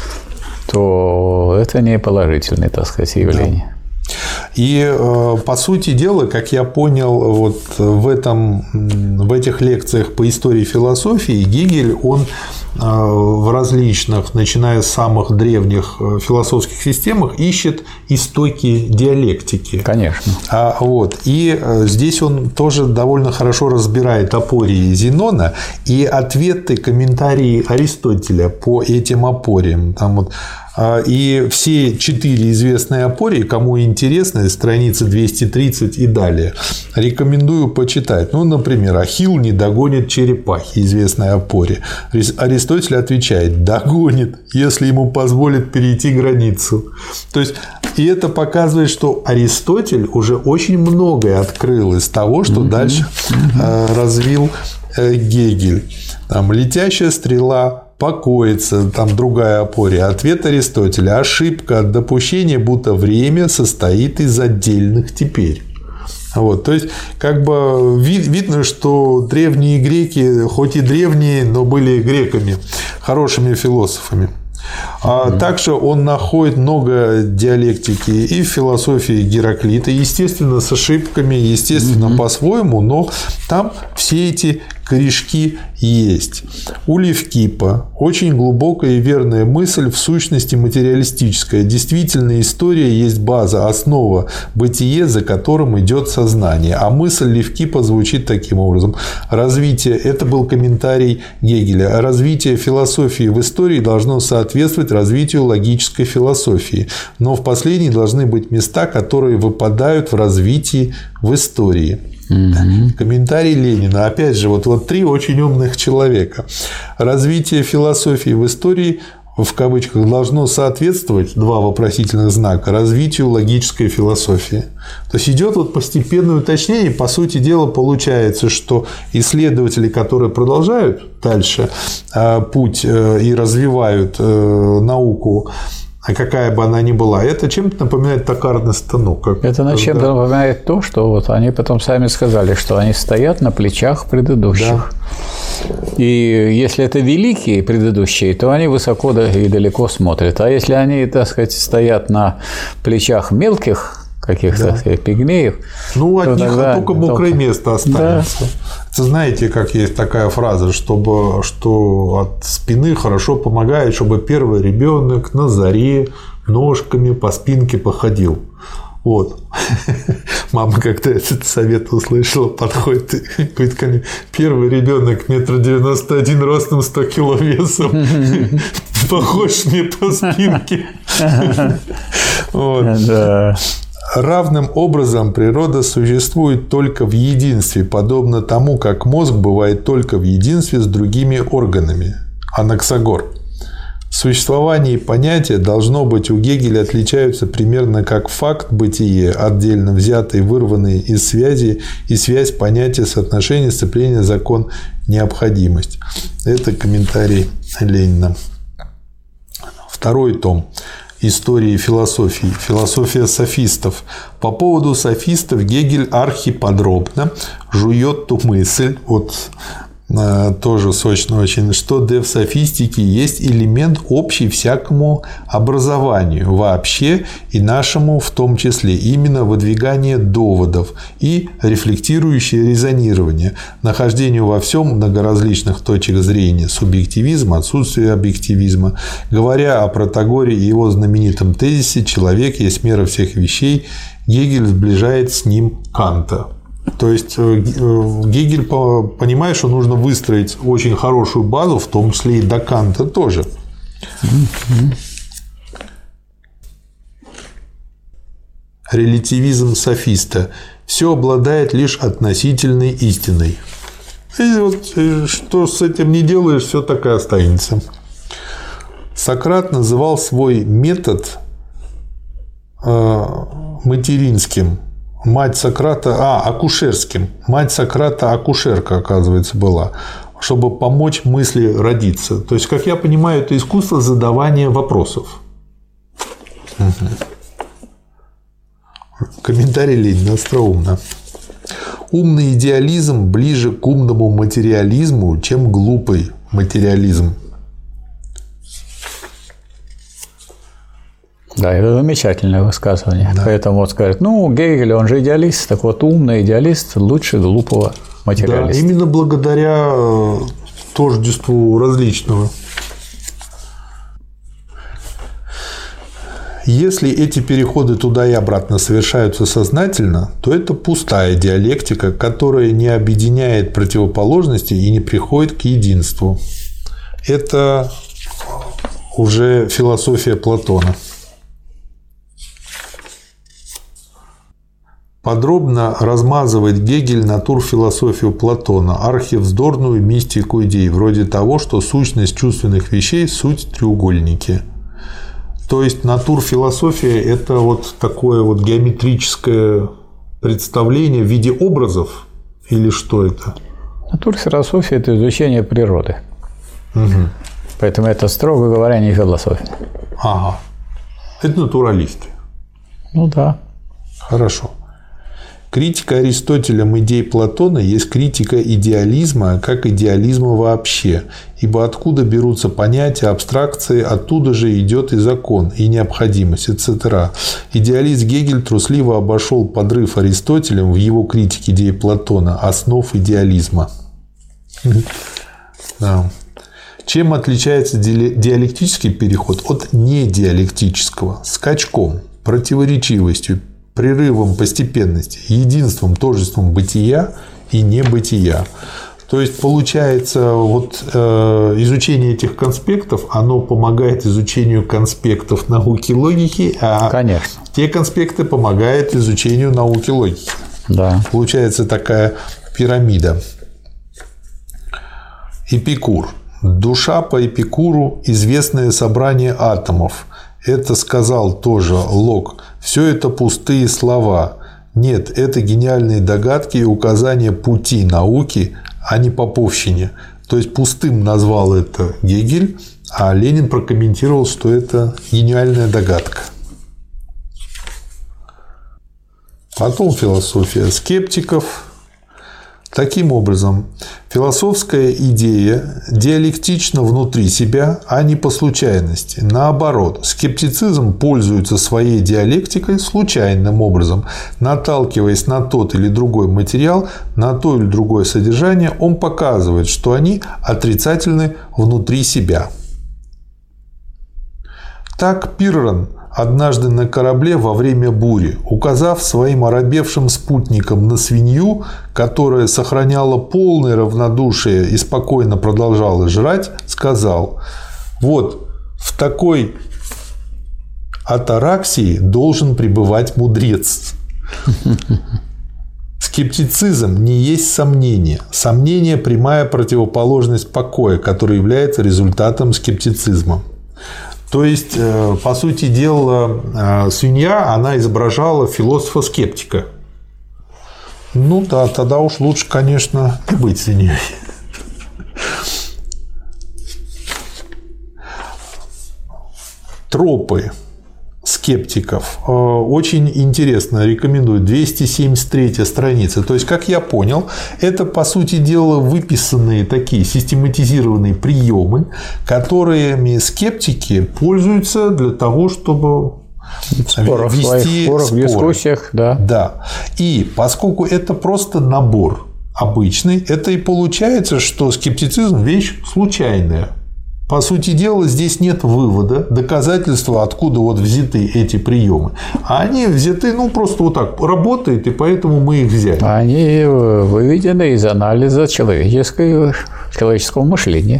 то это не положительное, так сказать, явление. Да. И, по сути дела, как я понял, вот в этих лекциях по истории философии Гегель, он в различных, начиная с самых древних философских системах, ищет истоки диалектики. Конечно. И здесь он тоже довольно хорошо разбирает апории Зенона и ответы, комментарии Аристотеля по этим апориям. Там вот и все 4 известные апории, кому интересно, страницы 230 и далее, рекомендую почитать. Ну, например, Ахилл не догонит черепахи, известная апория. Аристотель отвечает: догонит, если ему позволят перейти границу. То есть, и это показывает, что Аристотель уже очень многое открыл из того, что дальше развил Гегель. Там летящая стрела покоится, там другая апория. Ответ Аристотеля: ошибка от допущения, будто время состоит из отдельных теперь. То есть, как бы видно, что древние греки, хоть и древние, но были греками, хорошими философами. Также он находит много диалектики и в философии Гераклита, естественно, с ошибками, естественно, по-своему, но там все эти корешки есть. У Левкипа очень глубокая и верная мысль, в сущности материалистическая. Действительно, история есть база, основа, бытие, за которым идет сознание. А мысль Левкипа звучит таким образом: развитие, это был комментарий Гегеля, развитие философии в истории должно соответствовать развитию логической философии, но в последней должны быть места, которые выпадают в развитии в истории. Комментарий Ленина. Опять же, вот 3 очень умных человека. Развитие философии в истории в кавычках, должно соответствовать, два вопросительных знака, развитию логической философии. То есть идет вот постепенное уточнение. По сути дела, получается, что исследователи, которые продолжают дальше путь и развивают науку, какая бы она ни была, это чем-то напоминает токарный станок. Это чем-то напоминает то, что вот они потом сами сказали, что они стоят на плечах предыдущих. Да. И если это великие предыдущие, то они высоко и далеко смотрят. А если они, так сказать, стоят на плечах мелких каких-то пигмеев, ну, от них только мокрое место останется. Да. Это знаете, как есть такая фраза, что от спины хорошо помогает, чтобы первый ребенок на заре ножками по спинке походил. Вот. Мама как-то этот совет услышала, подходит и говорит ко мне: первый ребенок 1,91 м, ростом 100 кило весом, похож мне по спинке. Равным образом природа существует только в единстве, подобно тому, как мозг бывает только в единстве с другими органами. Анаксагор. Существование и понятие, должно быть, у Гегеля отличаются примерно как факт бытие, отдельно взятый, вырванный из связи, и связь понятия, соотношение, сцепление, закон, необходимость. Это комментарий Ленина. Второй том. Истории философии. Философия софистов. По поводу софистов Гегель архиподробно жует ту мысль, вот тоже сочно очень, что в софистике есть элемент общий всякому образованию вообще и нашему в том числе, именно выдвигание доводов и рефлектирующее резонирование, нахождению во всем многоразличных точек зрения, субъективизм, отсутствие объективизма. Говоря о Протагоре и его знаменитом тезисе «человек есть мера всех вещей», Гегель сближает с ним Канта. То есть Гегель понимает, что нужно выстроить очень хорошую базу, в том числе и до Канта тоже. Релятивизм софиста. Все обладает лишь относительной истиной. И вот что с этим не делаешь, все так и останется. Сократ называл свой метод материнским. Мать Сократа, акушерским. Мать Сократа акушерка, оказывается, была, чтобы помочь мысли родиться. То есть, как я понимаю, это искусство задавания вопросов. Комментарий Ленина остроумно. Умный идеализм ближе к умному материализму, чем глупый материализм. Да, это замечательное высказывание. Да. Поэтому вот скажут, Гегель, он же идеалист, так вот умный идеалист лучше глупого материалиста. Да, именно благодаря тождеству различного. Если эти переходы туда и обратно совершаются сознательно, то это пустая диалектика, которая не объединяет противоположности и не приходит к единству. Это уже философия Платона. Подробно размазывает Гегель натурфилософию Платона, архивздорную мистику идей, вроде того, что сущность чувственных вещей – суть треугольники. То есть натурфилософия – это вот такое вот геометрическое представление в виде образов, или что это? Натурфилософия – это изучение природы. Угу. Поэтому это, строго говоря, не философия. Ага. Это натуралисты. Ну да. Хорошо. Критика Аристотелем идей Платона есть критика идеализма как идеализма вообще, ибо откуда берутся понятия, абстракции, оттуда же идет и закон, и необходимость, etc. Идеалист Гегель трусливо обошел подрыв Аристотелем в его критике идей Платона основ идеализма. Чем отличается диалектический переход от недиалектического? Скачком, противоречивостью, прерывом постепенности, единством, тождеством бытия и небытия. То есть, получается, вот изучение этих конспектов, оно помогает изучению конспектов науки логики, а Конечно. Те конспекты помогают изучению науки логики. Да. Получается такая пирамида. Эпикур. Душа по Эпикуру – известное собрание атомов. Это сказал тоже Лок. Все это пустые слова. Нет, это гениальные догадки и указания пути науки, а не поповщине. То есть пустым назвал это Гегель, а Ленин прокомментировал, что это гениальная догадка. Потом философия скептиков. Таким образом, философская идея диалектична внутри себя, а не по случайности. Наоборот, скептицизм пользуется своей диалектикой случайным образом. Наталкиваясь на тот или другой материал, на то или другое содержание, он показывает, что они отрицательны внутри себя. Так Пиррон однажды на корабле во время бури, указав своим оробевшим спутникам на свинью, которая сохраняла полное равнодушие и спокойно продолжала жрать, сказал: «Вот в такой атараксии должен пребывать мудрец». Скептицизм не есть сомнение. Сомнение – прямая противоположность покоя, который является результатом скептицизма. То есть, по сути дела, свинья, она изображала философа-скептика. Ну да, тогда уж лучше, конечно, не быть свиньей. Тропы скептиков. Очень интересно, рекомендую. 273 страница. То есть, как я понял, это, по сути дела, выписанные такие систематизированные приемы, которыми скептики пользуются для того, чтобы вести споры. В дискуссиях, да. Да. И поскольку это просто набор обычный, это и получается, что скептицизм – вещь случайная. По сути дела, здесь нет вывода, доказательства, откуда вот взяты эти приемы. А они взяты, просто вот так, работает, и поэтому мы их взяли. Они выведены из анализа человеческого мышления.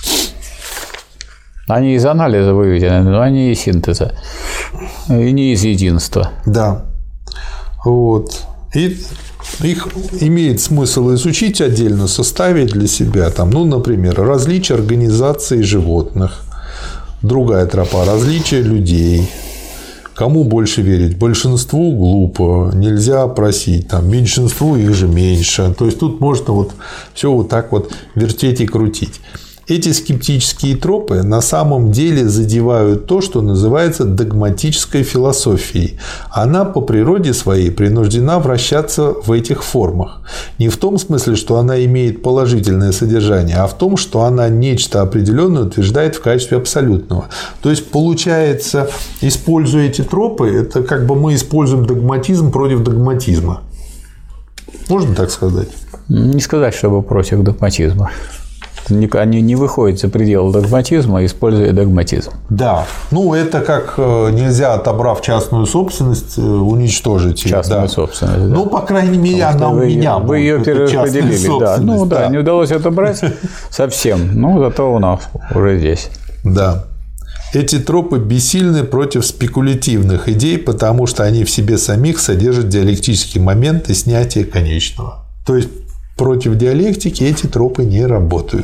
Они из анализа выведены, но они из синтеза. И не из единства. Да. Вот. И их имеет смысл изучить отдельно, составить для себя, например, различия организаций животных, другая тропа, различия людей, кому больше верить, большинству глупо, нельзя просить, меньшинству их же меньше, то есть тут можно все вот так вертеть и крутить. Эти скептические тропы на самом деле задевают то, что называется догматической философией. Она по природе своей принуждена вращаться в этих формах. Не в том смысле, что она имеет положительное содержание, а в том, что она нечто определенное утверждает в качестве абсолютного. То есть, получается, используя эти тропы, это как бы мы используем догматизм против догматизма. Можно так сказать? Не сказать, чтобы против догматизма. Они не выходят за пределы догматизма, используя догматизм. Да. Это как нельзя, отобрав частную собственность, уничтожить ее. Частную собственность. Да. По крайней мере, она у меня. Вы ее перераспределили. Да. Не удалось отобрать совсем. Зато у нас уже здесь. Да. Эти тропы бессильны против спекулятивных идей, потому что они в себе самих содержат диалектический момент и снятие конечного. То есть, против диалектики эти тропы не работают.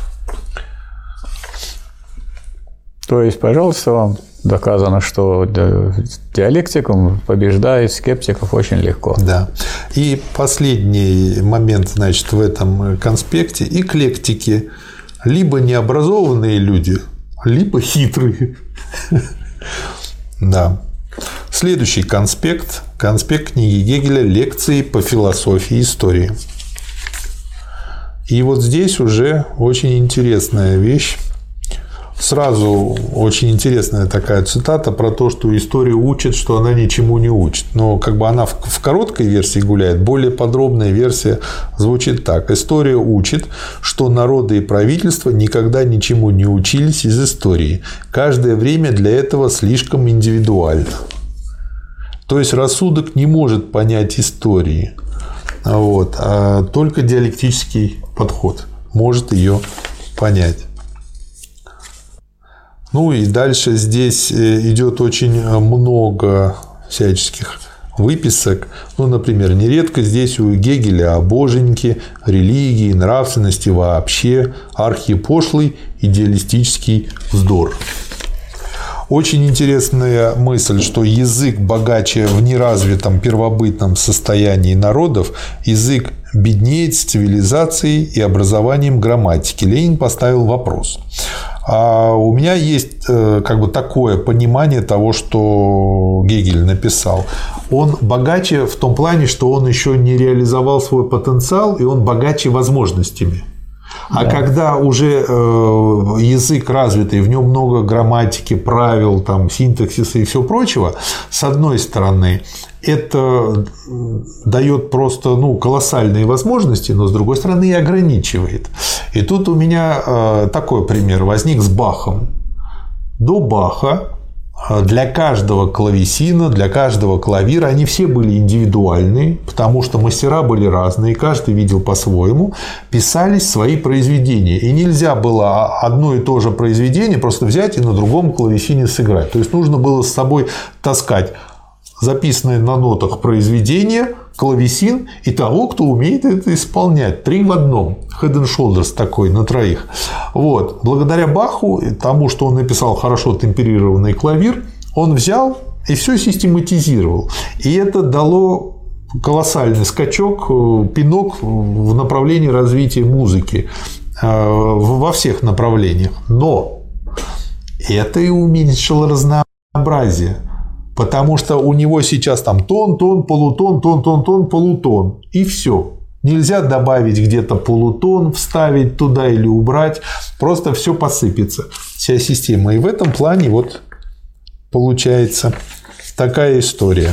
То есть, пожалуйста, вам доказано, что диалектикум побеждает скептиков очень легко. Да. И последний момент, в этом конспекте. Эклектики либо необразованные люди, либо хитрые. Да. Следующий конспект. Конспект книги Гегеля «Лекции по философии истории». И здесь уже очень интересная вещь. Сразу очень интересная такая цитата про то, что история учит, что она ничему не учит. Но она в короткой версии гуляет. Более подробная версия звучит так. История учит, что народы и правительства никогда ничему не учились из истории. Каждое время для этого слишком индивидуально. То есть рассудок не может понять истории. А только диалектический подход может ее понять. И дальше здесь идет очень много всяческих выписок. Ну, например, нередко здесь у Гегеля о боженьке, религии, нравственности вообще, архипошлый идеалистический вздор. Очень интересная мысль, что язык богаче в неразвитом первобытном состоянии народов, язык беднеет с цивилизацией и образованием грамматики. Ленин поставил вопрос. А у меня есть как бы такое понимание того, что Гегель написал. Он богаче в том плане, что он еще не реализовал свой потенциал, и он богаче возможностями. А да. Когда уже язык развитый, в нем много грамматики, правил, там, синтаксиса и всего прочего, с одной стороны, это дает просто колоссальные возможности, но с другой стороны и ограничивает. И тут у меня такой пример возник с Бахом. До Баха для каждого клавесина, для каждого клавира они все были индивидуальные, потому что мастера были разные, каждый видел по-своему, писались свои произведения. И нельзя было одно и то же произведение просто взять и на другом клавесине сыграть. То есть нужно было с собой таскать записанное на нотах произведение, клавесин и того, кто умеет это исполнять. 3 в одном. Head and Shoulders такой на троих. Вот. Благодаря Баху, тому, что он написал хорошо темперированный клавир, он взял и все систематизировал. И это дало колоссальный скачок, пинок в направлении развития музыки во всех направлениях. Но это и уменьшило разнообразие. Потому что у него сейчас там тон, тон, полутон, тон, тон, тон, полутон. И все. Нельзя добавить где-то полутон, вставить туда или убрать. Просто все посыпется. Вся система. И в этом плане вот получается такая история.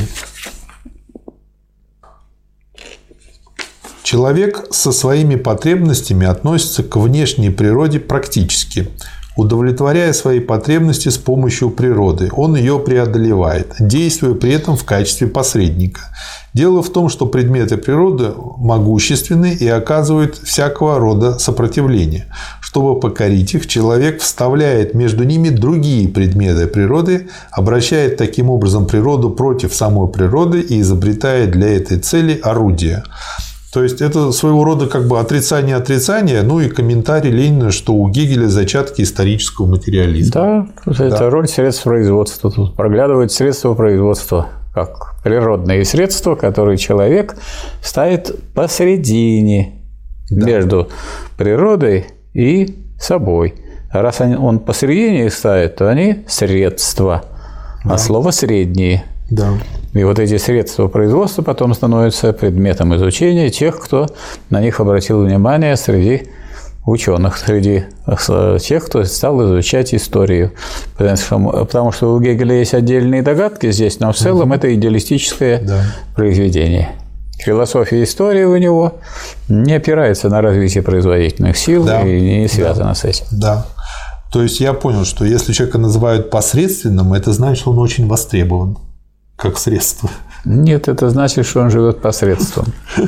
Человек со своими потребностями относится к внешней природе практически. Удовлетворяя свои потребности с помощью природы, он ее преодолевает, действуя при этом в качестве посредника. Дело в том, что предметы природы могущественны и оказывают всякого рода сопротивление. Чтобы покорить их, человек вставляет между ними другие предметы природы, обращает таким образом природу против самой природы и изобретает для этой цели орудия. То есть это своего рода как бы отрицание отрицания, ну и комментарий Ленина, что у Гегеля зачатки исторического материализма. Да, это роль средств производства. Тут проглядывает средства производства как природные средства, которые человек ставит посередине между природой и собой. А раз он посередине их ставит, то они средства, а слово средние. Да. И вот эти средства производства потом становятся предметом изучения тех, кто на них обратил внимание среди ученых, среди тех, кто стал изучать историю. Потому что у Гегеля есть отдельные догадки здесь, но в целом это идеалистическое произведение. Философия истории у него не опирается на развитие производительных сил и не связана с этим. Да. То есть я понял, что если человека называют посредственным, это значит, что он очень востребован как средство. Нет, это значит, что он живет посредством.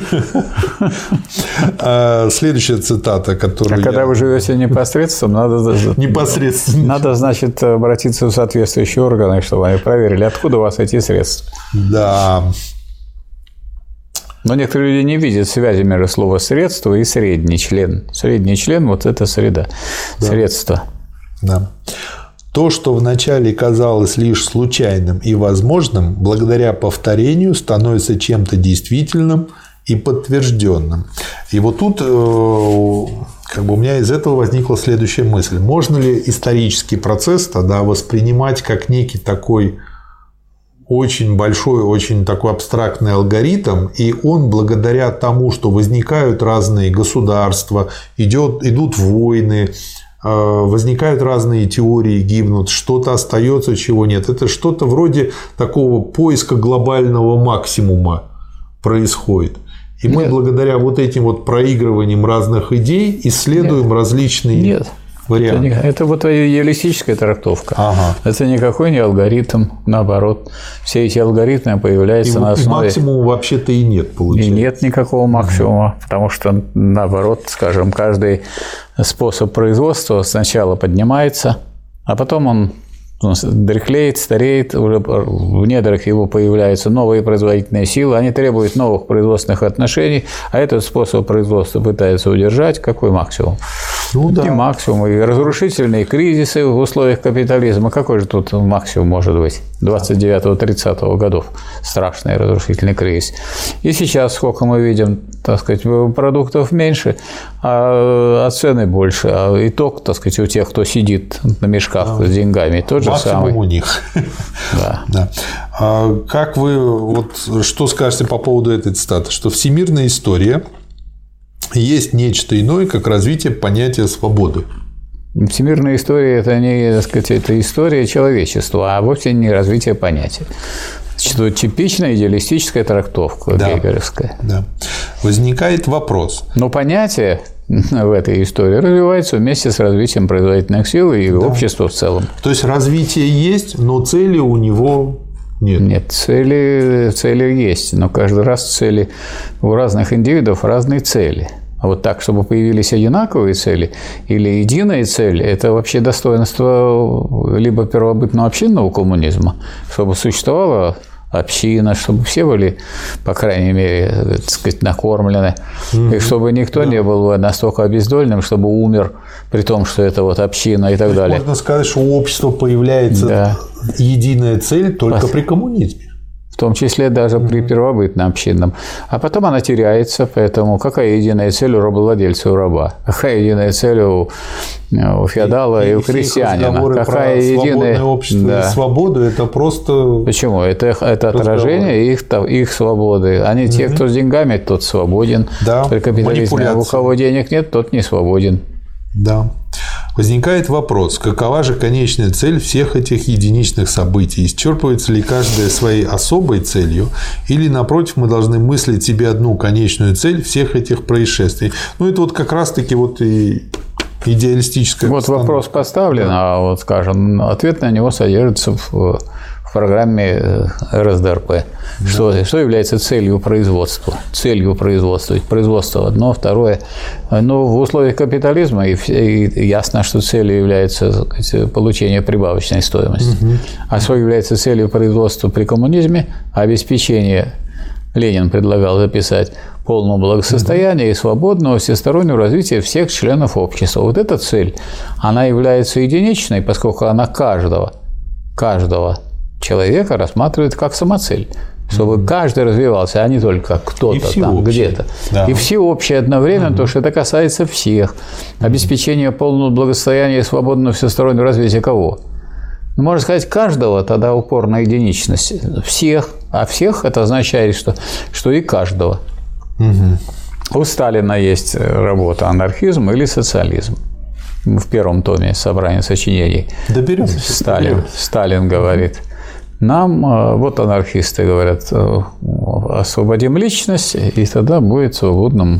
Следующая цитата, которую когда вы живете непосредством, надо, значит, обратиться в соответствующие органы, чтобы они проверили, откуда у вас эти средства. Да. Но некоторые люди не видят связи между словом «средство» и «средний член». Средний член – вот это среда, средство. Да. То, что вначале казалось лишь случайным и возможным, благодаря повторению становится чем-то действительным и подтвержденным. И вот тут как бы у меня из этого возникла следующая мысль. Можно ли исторический процесс тогда воспринимать как некий такой очень большой, очень такой абстрактный алгоритм, и он благодаря тому, что возникают разные государства, идут войны, возникают разные теории, гибнут, что-то остается, чего нет. Это что-то вроде такого поиска глобального максимума происходит. И мы благодаря вот этим вот проигрываниям разных идей исследуем различные варианты. Это вот идеалистическая трактовка. Это никакой не алгоритм, наоборот. Все эти алгоритмы появляются на основе… Максимума вообще-то и нет, получается. И нет никакого максимума, потому что, наоборот, скажем, каждый способ производства сначала поднимается, а потом он Он дряхлеет, стареет, уже в недрах его появляются новые производительные силы, они требуют новых производственных отношений, а этот способ производства пытаются удержать. Какой максимум? Ну, да. Не максимум. И разрушительные кризисы в условиях капитализма. Какой же тут максимум может быть? 29-30 годов страшный разрушительный кризис. И сейчас сколько мы видим, так сказать, продуктов меньше, а цены больше. А итог, так сказать, у тех, кто сидит на мешках с деньгами, тот же самый. Максимум у них. Да. Да. А как вы, вот, что скажете по поводу этой цитаты? Что всемирная история есть нечто иное, как развитие понятия свободы. Всемирная история – это не, так сказать, это история человечества, а вовсе не развитие понятия. Что типичная идеалистическая трактовка гегелевская. Да. Возникает вопрос. Но понятие в этой истории развивается вместе с развитием производительных сил и общества в целом. То есть развитие есть, но цели у него нет. Нет, цели есть, но каждый раз цели у разных индивидов разные цели. А вот так, чтобы появились одинаковые цели или единая цель, это вообще достоинство либо первобытного общинного коммунизма, чтобы существовала община, чтобы все были, по крайней мере, так сказать, накормлены, и чтобы никто не был настолько обездоленным, чтобы умер, при том, что это вот община и так далее. Можно сказать, что у общества появляется единая цель только при коммунизме. В том числе даже при первобытном общинном. А потом она теряется, поэтому какая единая цель у рабовладельца и у раба? Какая единая цель у феодала и у крестьянина? Какая единая общество и свободу – это просто… Почему? Это отражение их свободы. Они те, кто с деньгами, тот свободен. Да. При капитализме у кого денег нет, тот не свободен. Да. Возникает вопрос, какова же конечная цель всех этих единичных событий? Исчерпывается ли каждая своей особой целью? Или, напротив, мы должны мыслить себе одну конечную цель всех этих происшествий? Ну, это вот как раз-таки вот и идеалистическая… Вот вопрос поставлен, а вот, скажем, ответ на него содержится в программе РСДРП. Да. Что является целью производства? Целью производства. Ведь производство одно, второе. Но в условиях капитализма и ясно, что целью является, так сказать, получение прибавочной стоимости. А что является целью производства при коммунизме? Обеспечение, Ленин предлагал записать, полного благосостояния и свободного всестороннего развития всех членов общества. Вот эта цель, она является единичной, поскольку она каждого человека рассматривает как самоцель, чтобы каждый развивался, а не только кто-то там где-то. Да. И всеобщее одновременно, потому что это касается всех. Обеспечение полного благосостояния и свободного всестороннего развития кого? Ну, можно сказать, каждого, тогда упор на единичность. Всех. А всех это означает, что и каждого. У Сталина есть работа «Анархизм или социализм». В первом томе собрания сочинений. Сталин говорит, нам, вот анархисты говорят, освободим личность, и тогда будет свободным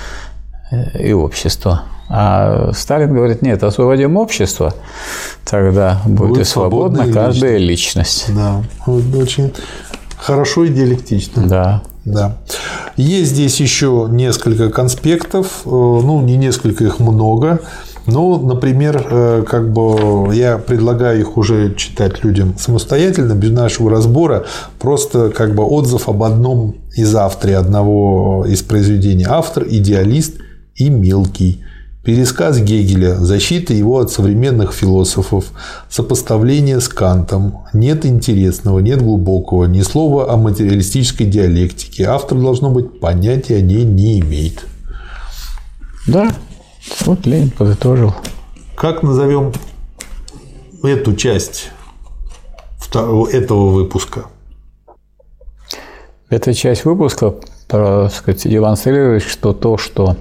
и общество. А Сталин говорит, нет, освободим общество, тогда будет свободна каждая личность. Да, очень хорошо и диалектично. Да. Да. Есть здесь еще несколько конспектов, ну, не несколько, их много. Ну, например, как бы я предлагаю их уже читать людям самостоятельно, без нашего разбора, просто как бы отзыв об одном из авторов одного из произведений. Автор – идеалист и мелкий. Пересказ Гегеля, защита его от современных философов, сопоставление с Кантом. Нет интересного, нет глубокого, ни слова о материалистической диалектике. Автор, должно быть, понятия о ней не имеет. Да. Вот Ленин подытожил. Как назовем эту часть этого выпуска? Эта часть выпуска, так сказать, демонстрирует, что то, что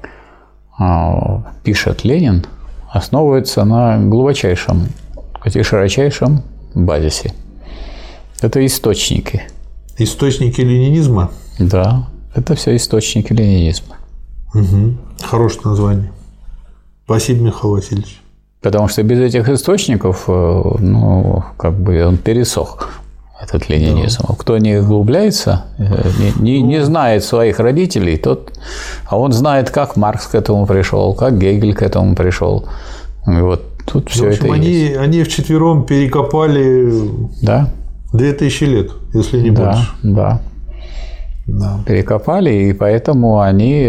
пишет Ленин, основывается на глубочайшем и широчайшем базисе. Это источники. Источники ленинизма? Да, это все источники ленинизма. Угу. Хорошее название. Спасибо, Михаил Васильевич. Потому что без этих источников, ну, как бы он пересох, этот ленинизм. Да. Кто не углубляется, не знает своих родителей, а он знает, как Маркс к этому пришел, как Гегель к этому пришел. И вот тут все это есть. Они вчетвером перекопали 2000 лет, если не больше. Да. Перекопали, и поэтому они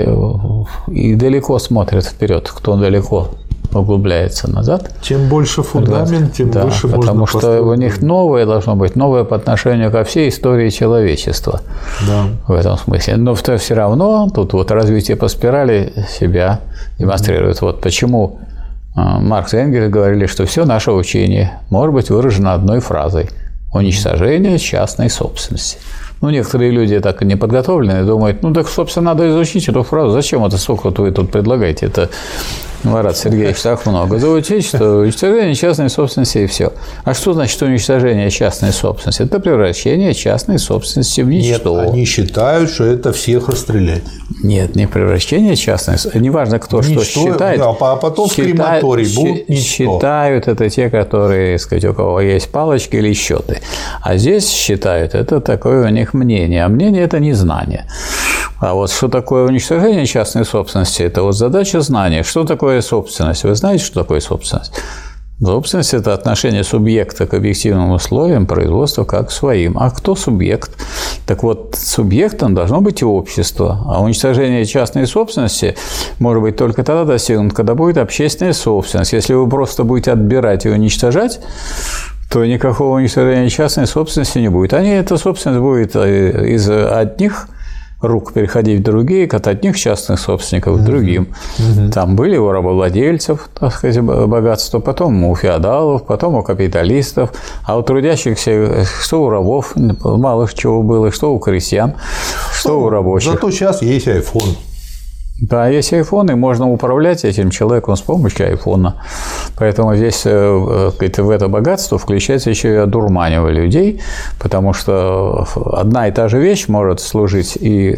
и далеко смотрят вперед, кто далеко углубляется назад. Чем больше фундамент, тем выше можно потому что у них новое должно быть, новое по отношению ко всей истории человечества. В этом смысле. Но все равно тут вот развитие по спирали себя демонстрирует. Вот почему Маркс и Энгельс говорили, что все наше учение может быть выражено одной фразой: уничтожение частной собственности. Некоторые люди так и не подготовленные думают, так, собственно, надо изучить эту фразу. Зачем это, сколько вы тут предлагаете? Это, Марат Сергеевич, так много. Заучить, что уничтожение частной собственности и все. А что значит уничтожение частной собственности? Это превращение частной собственности в ничто. Нет, они считают, что это всех расстрелять. Нет, не превращение частной собственности. Неважно, кто что считает. А потом в крематорий будут ничто. Считают это те, которые, сказать, у кого есть палочки или счеты. А здесь считают, это такое у них мнение. А мнение – это не знание. А вот что такое уничтожение частной собственности – это вот задача знания. Что такое собственность? Вы знаете, что такое собственность? Собственность – это отношение субъекта к объективным условиям производства как к своим. А кто субъект? Так вот, субъектом должно быть и общество. А уничтожение частной собственности может быть только тогда достигнуто, когда будет общественная собственность. Если вы просто будете отбирать и уничтожать, то никакого уничтожения частной собственности не будет. Эта собственность будет из одних рук переходить в другие, от одних частных собственников к другим. Там были у рабовладельцев, так сказать, богатство, потом у феодалов, потом у капиталистов, а у трудящихся, что у рабов мало чего было, что у крестьян, что у рабочих. Зато сейчас есть iPhone. Да, есть iPhone, и можно управлять этим человеком с помощью айфона. Поэтому здесь в это богатство включается еще и одурманивание людей, потому что одна и та же вещь может служить и,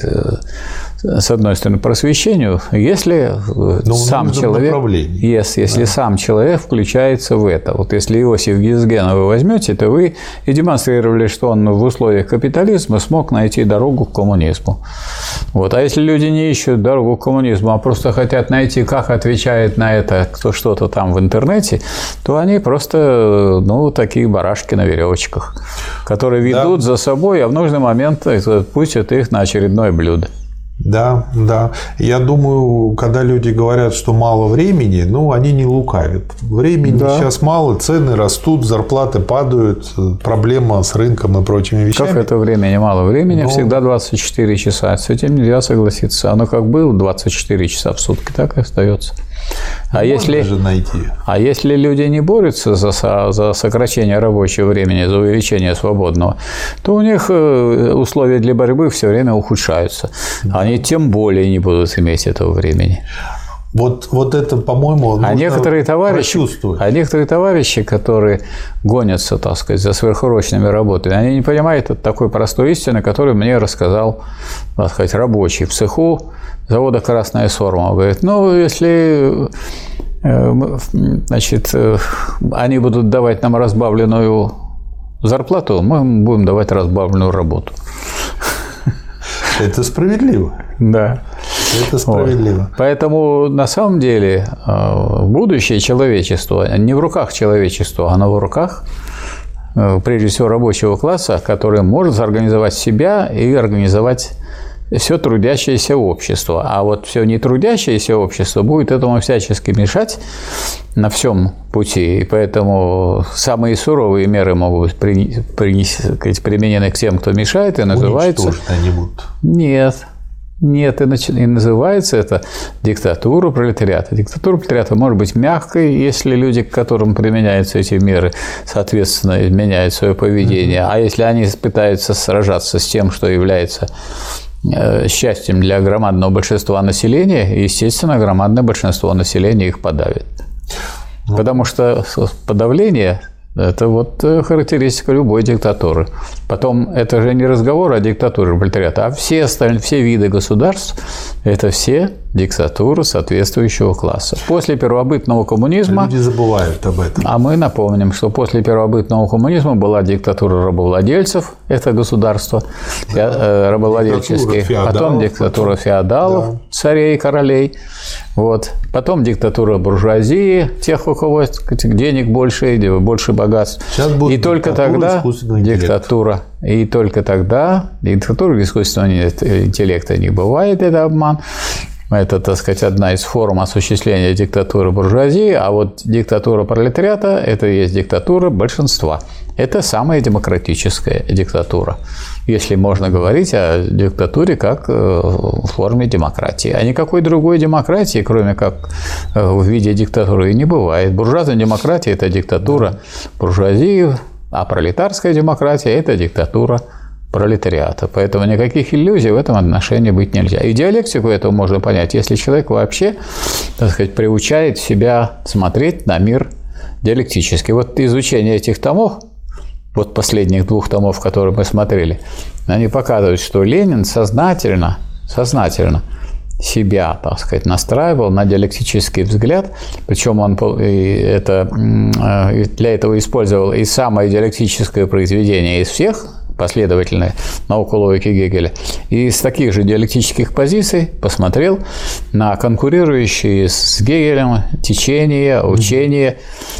с одной стороны, просвещению, если сам человек, сам человек включается в это. Вот если Иосиф Гизгена вы возьмете, то вы и демонстрировали, что он в условиях капитализма смог найти дорогу к коммунизму. Вот. А если люди не ищут дорогу к коммунизму, а просто хотят найти, как отвечает на это кто что-то там в интернете, то они просто, такие барашки на веревочках, которые ведут за собой, а в нужный момент пустят их на очередное блюдо. Да. Я думаю, когда люди говорят, что мало времени, они не лукавят. Времени сейчас мало, цены растут, зарплаты падают, проблема с рынком и прочими вещами. Как это времени мало? Времени всегда 24 часа. С этим нельзя согласиться. Оно как было 24 часа в сутки, так и остается. А если люди не борются за сокращение рабочего времени, за увеличение свободного, то у них условия для борьбы все время ухудшаются. Они тем более не будут иметь этого времени. Вот это, по-моему, нужно прочувствовать. А некоторые товарищи, которые гонятся, так сказать, за сверхурочными работами, они не понимают такой простой истины, которую мне рассказал, так сказать, рабочий в цеху завода «Красная Сорма». Говорит, если они будут давать нам разбавленную зарплату, мы будем давать разбавленную работу. Это справедливо. Да. Это справедливо. Вот. Поэтому, на самом деле, будущее человечества не в руках человечества, оно в руках, прежде всего, рабочего класса, который может организовать себя и организовать все трудящееся общество. А вот все нетрудящееся общество будет этому всячески мешать на всем пути. И поэтому самые суровые меры могут быть применены к тем, кто мешает, и называется... они будут. Нет, и называется это диктатура пролетариата. Диктатура пролетариата может быть мягкой, если люди, к которым применяются эти меры, соответственно, изменяют свое поведение. А если они пытаются сражаться с тем, что является счастьем для громадного большинства населения, естественно, громадное большинство населения их подавит. Потому что подавление – это характеристика любой диктатуры. Потом, это же не разговор о диктатуре пролетариата, а все виды государств – это все диктатуру соответствующего класса. После первобытного коммунизма... Люди забывают об этом. А мы напомним, что после первобытного коммунизма была диктатура рабовладельцев, это государство рабовладельческих, потом диктатура феодалов, царей и королей, вот. Потом диктатура буржуазии, тех, у кого денег больше, больше богатств. И только тогда диктатура. И только тогда диктатура искусственного интеллекта не бывает, это обман. Это, так сказать, одна из форм осуществления диктатуры буржуазии, а вот диктатура пролетариата – это и есть диктатура большинства. Это самая демократическая диктатура, если можно говорить о диктатуре как в форме демократии. А никакой другой демократии, кроме как в виде диктатуры, и не бывает. Буржуазная демократия – это диктатура буржуазии, а пролетарская демократия – это диктатура пролетариата. Поэтому никаких иллюзий в этом отношении быть нельзя. И диалектику этого можно понять, если человек вообще, так сказать, приучает себя смотреть на мир диалектически. Вот изучение этих томов, вот последних 2 томов, которые мы смотрели, они показывают, что Ленин сознательно себя, так сказать, настраивал на диалектический взгляд, причем он для этого использовал и самое диалектическое произведение из всех, последовательная наука логики Гегеля, и с таких же диалектических позиций посмотрел на конкурирующие с Гегелем течения, учения,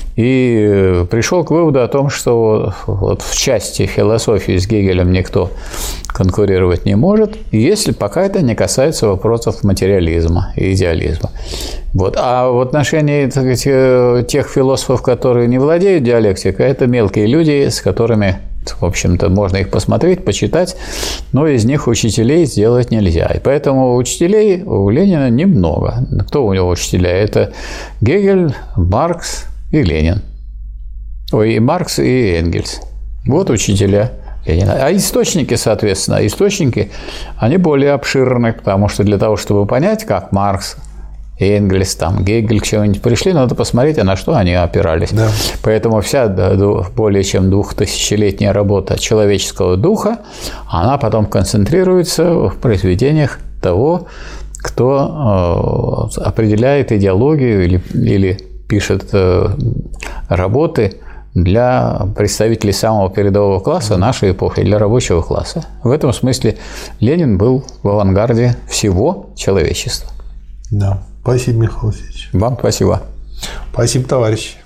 и пришел к выводу о том, что вот в части философии с Гегелем никто конкурировать не может, если пока это не касается вопросов материализма и идеализма. Вот. А в отношении, так сказать, тех философов, которые не владеют диалектикой, это мелкие люди, с которыми, в общем-то, можно их посмотреть, почитать, но из них учителей сделать нельзя. И поэтому учителей у Ленина немного. Кто у него учителя? Это Гегель, Маркс и Ленин. Ой, и Маркс, и Энгельс. Вот учителя Ленина. А источники, соответственно, они более обширны, потому что для того, чтобы понять, как Маркс, Энгельс, там, Гегель к чему-нибудь пришли, надо посмотреть, а на что они опирались. Да. Поэтому вся более чем 2000-летняя работа человеческого духа, она потом концентрируется в произведениях того, кто определяет идеологию или пишет работы для представителей самого передового класса нашей эпохи, для рабочего класса. В этом смысле Ленин был в авангарде всего человечества. Да. Спасибо, Михаил Васильевич. Вам спасибо. Спасибо, товарищи.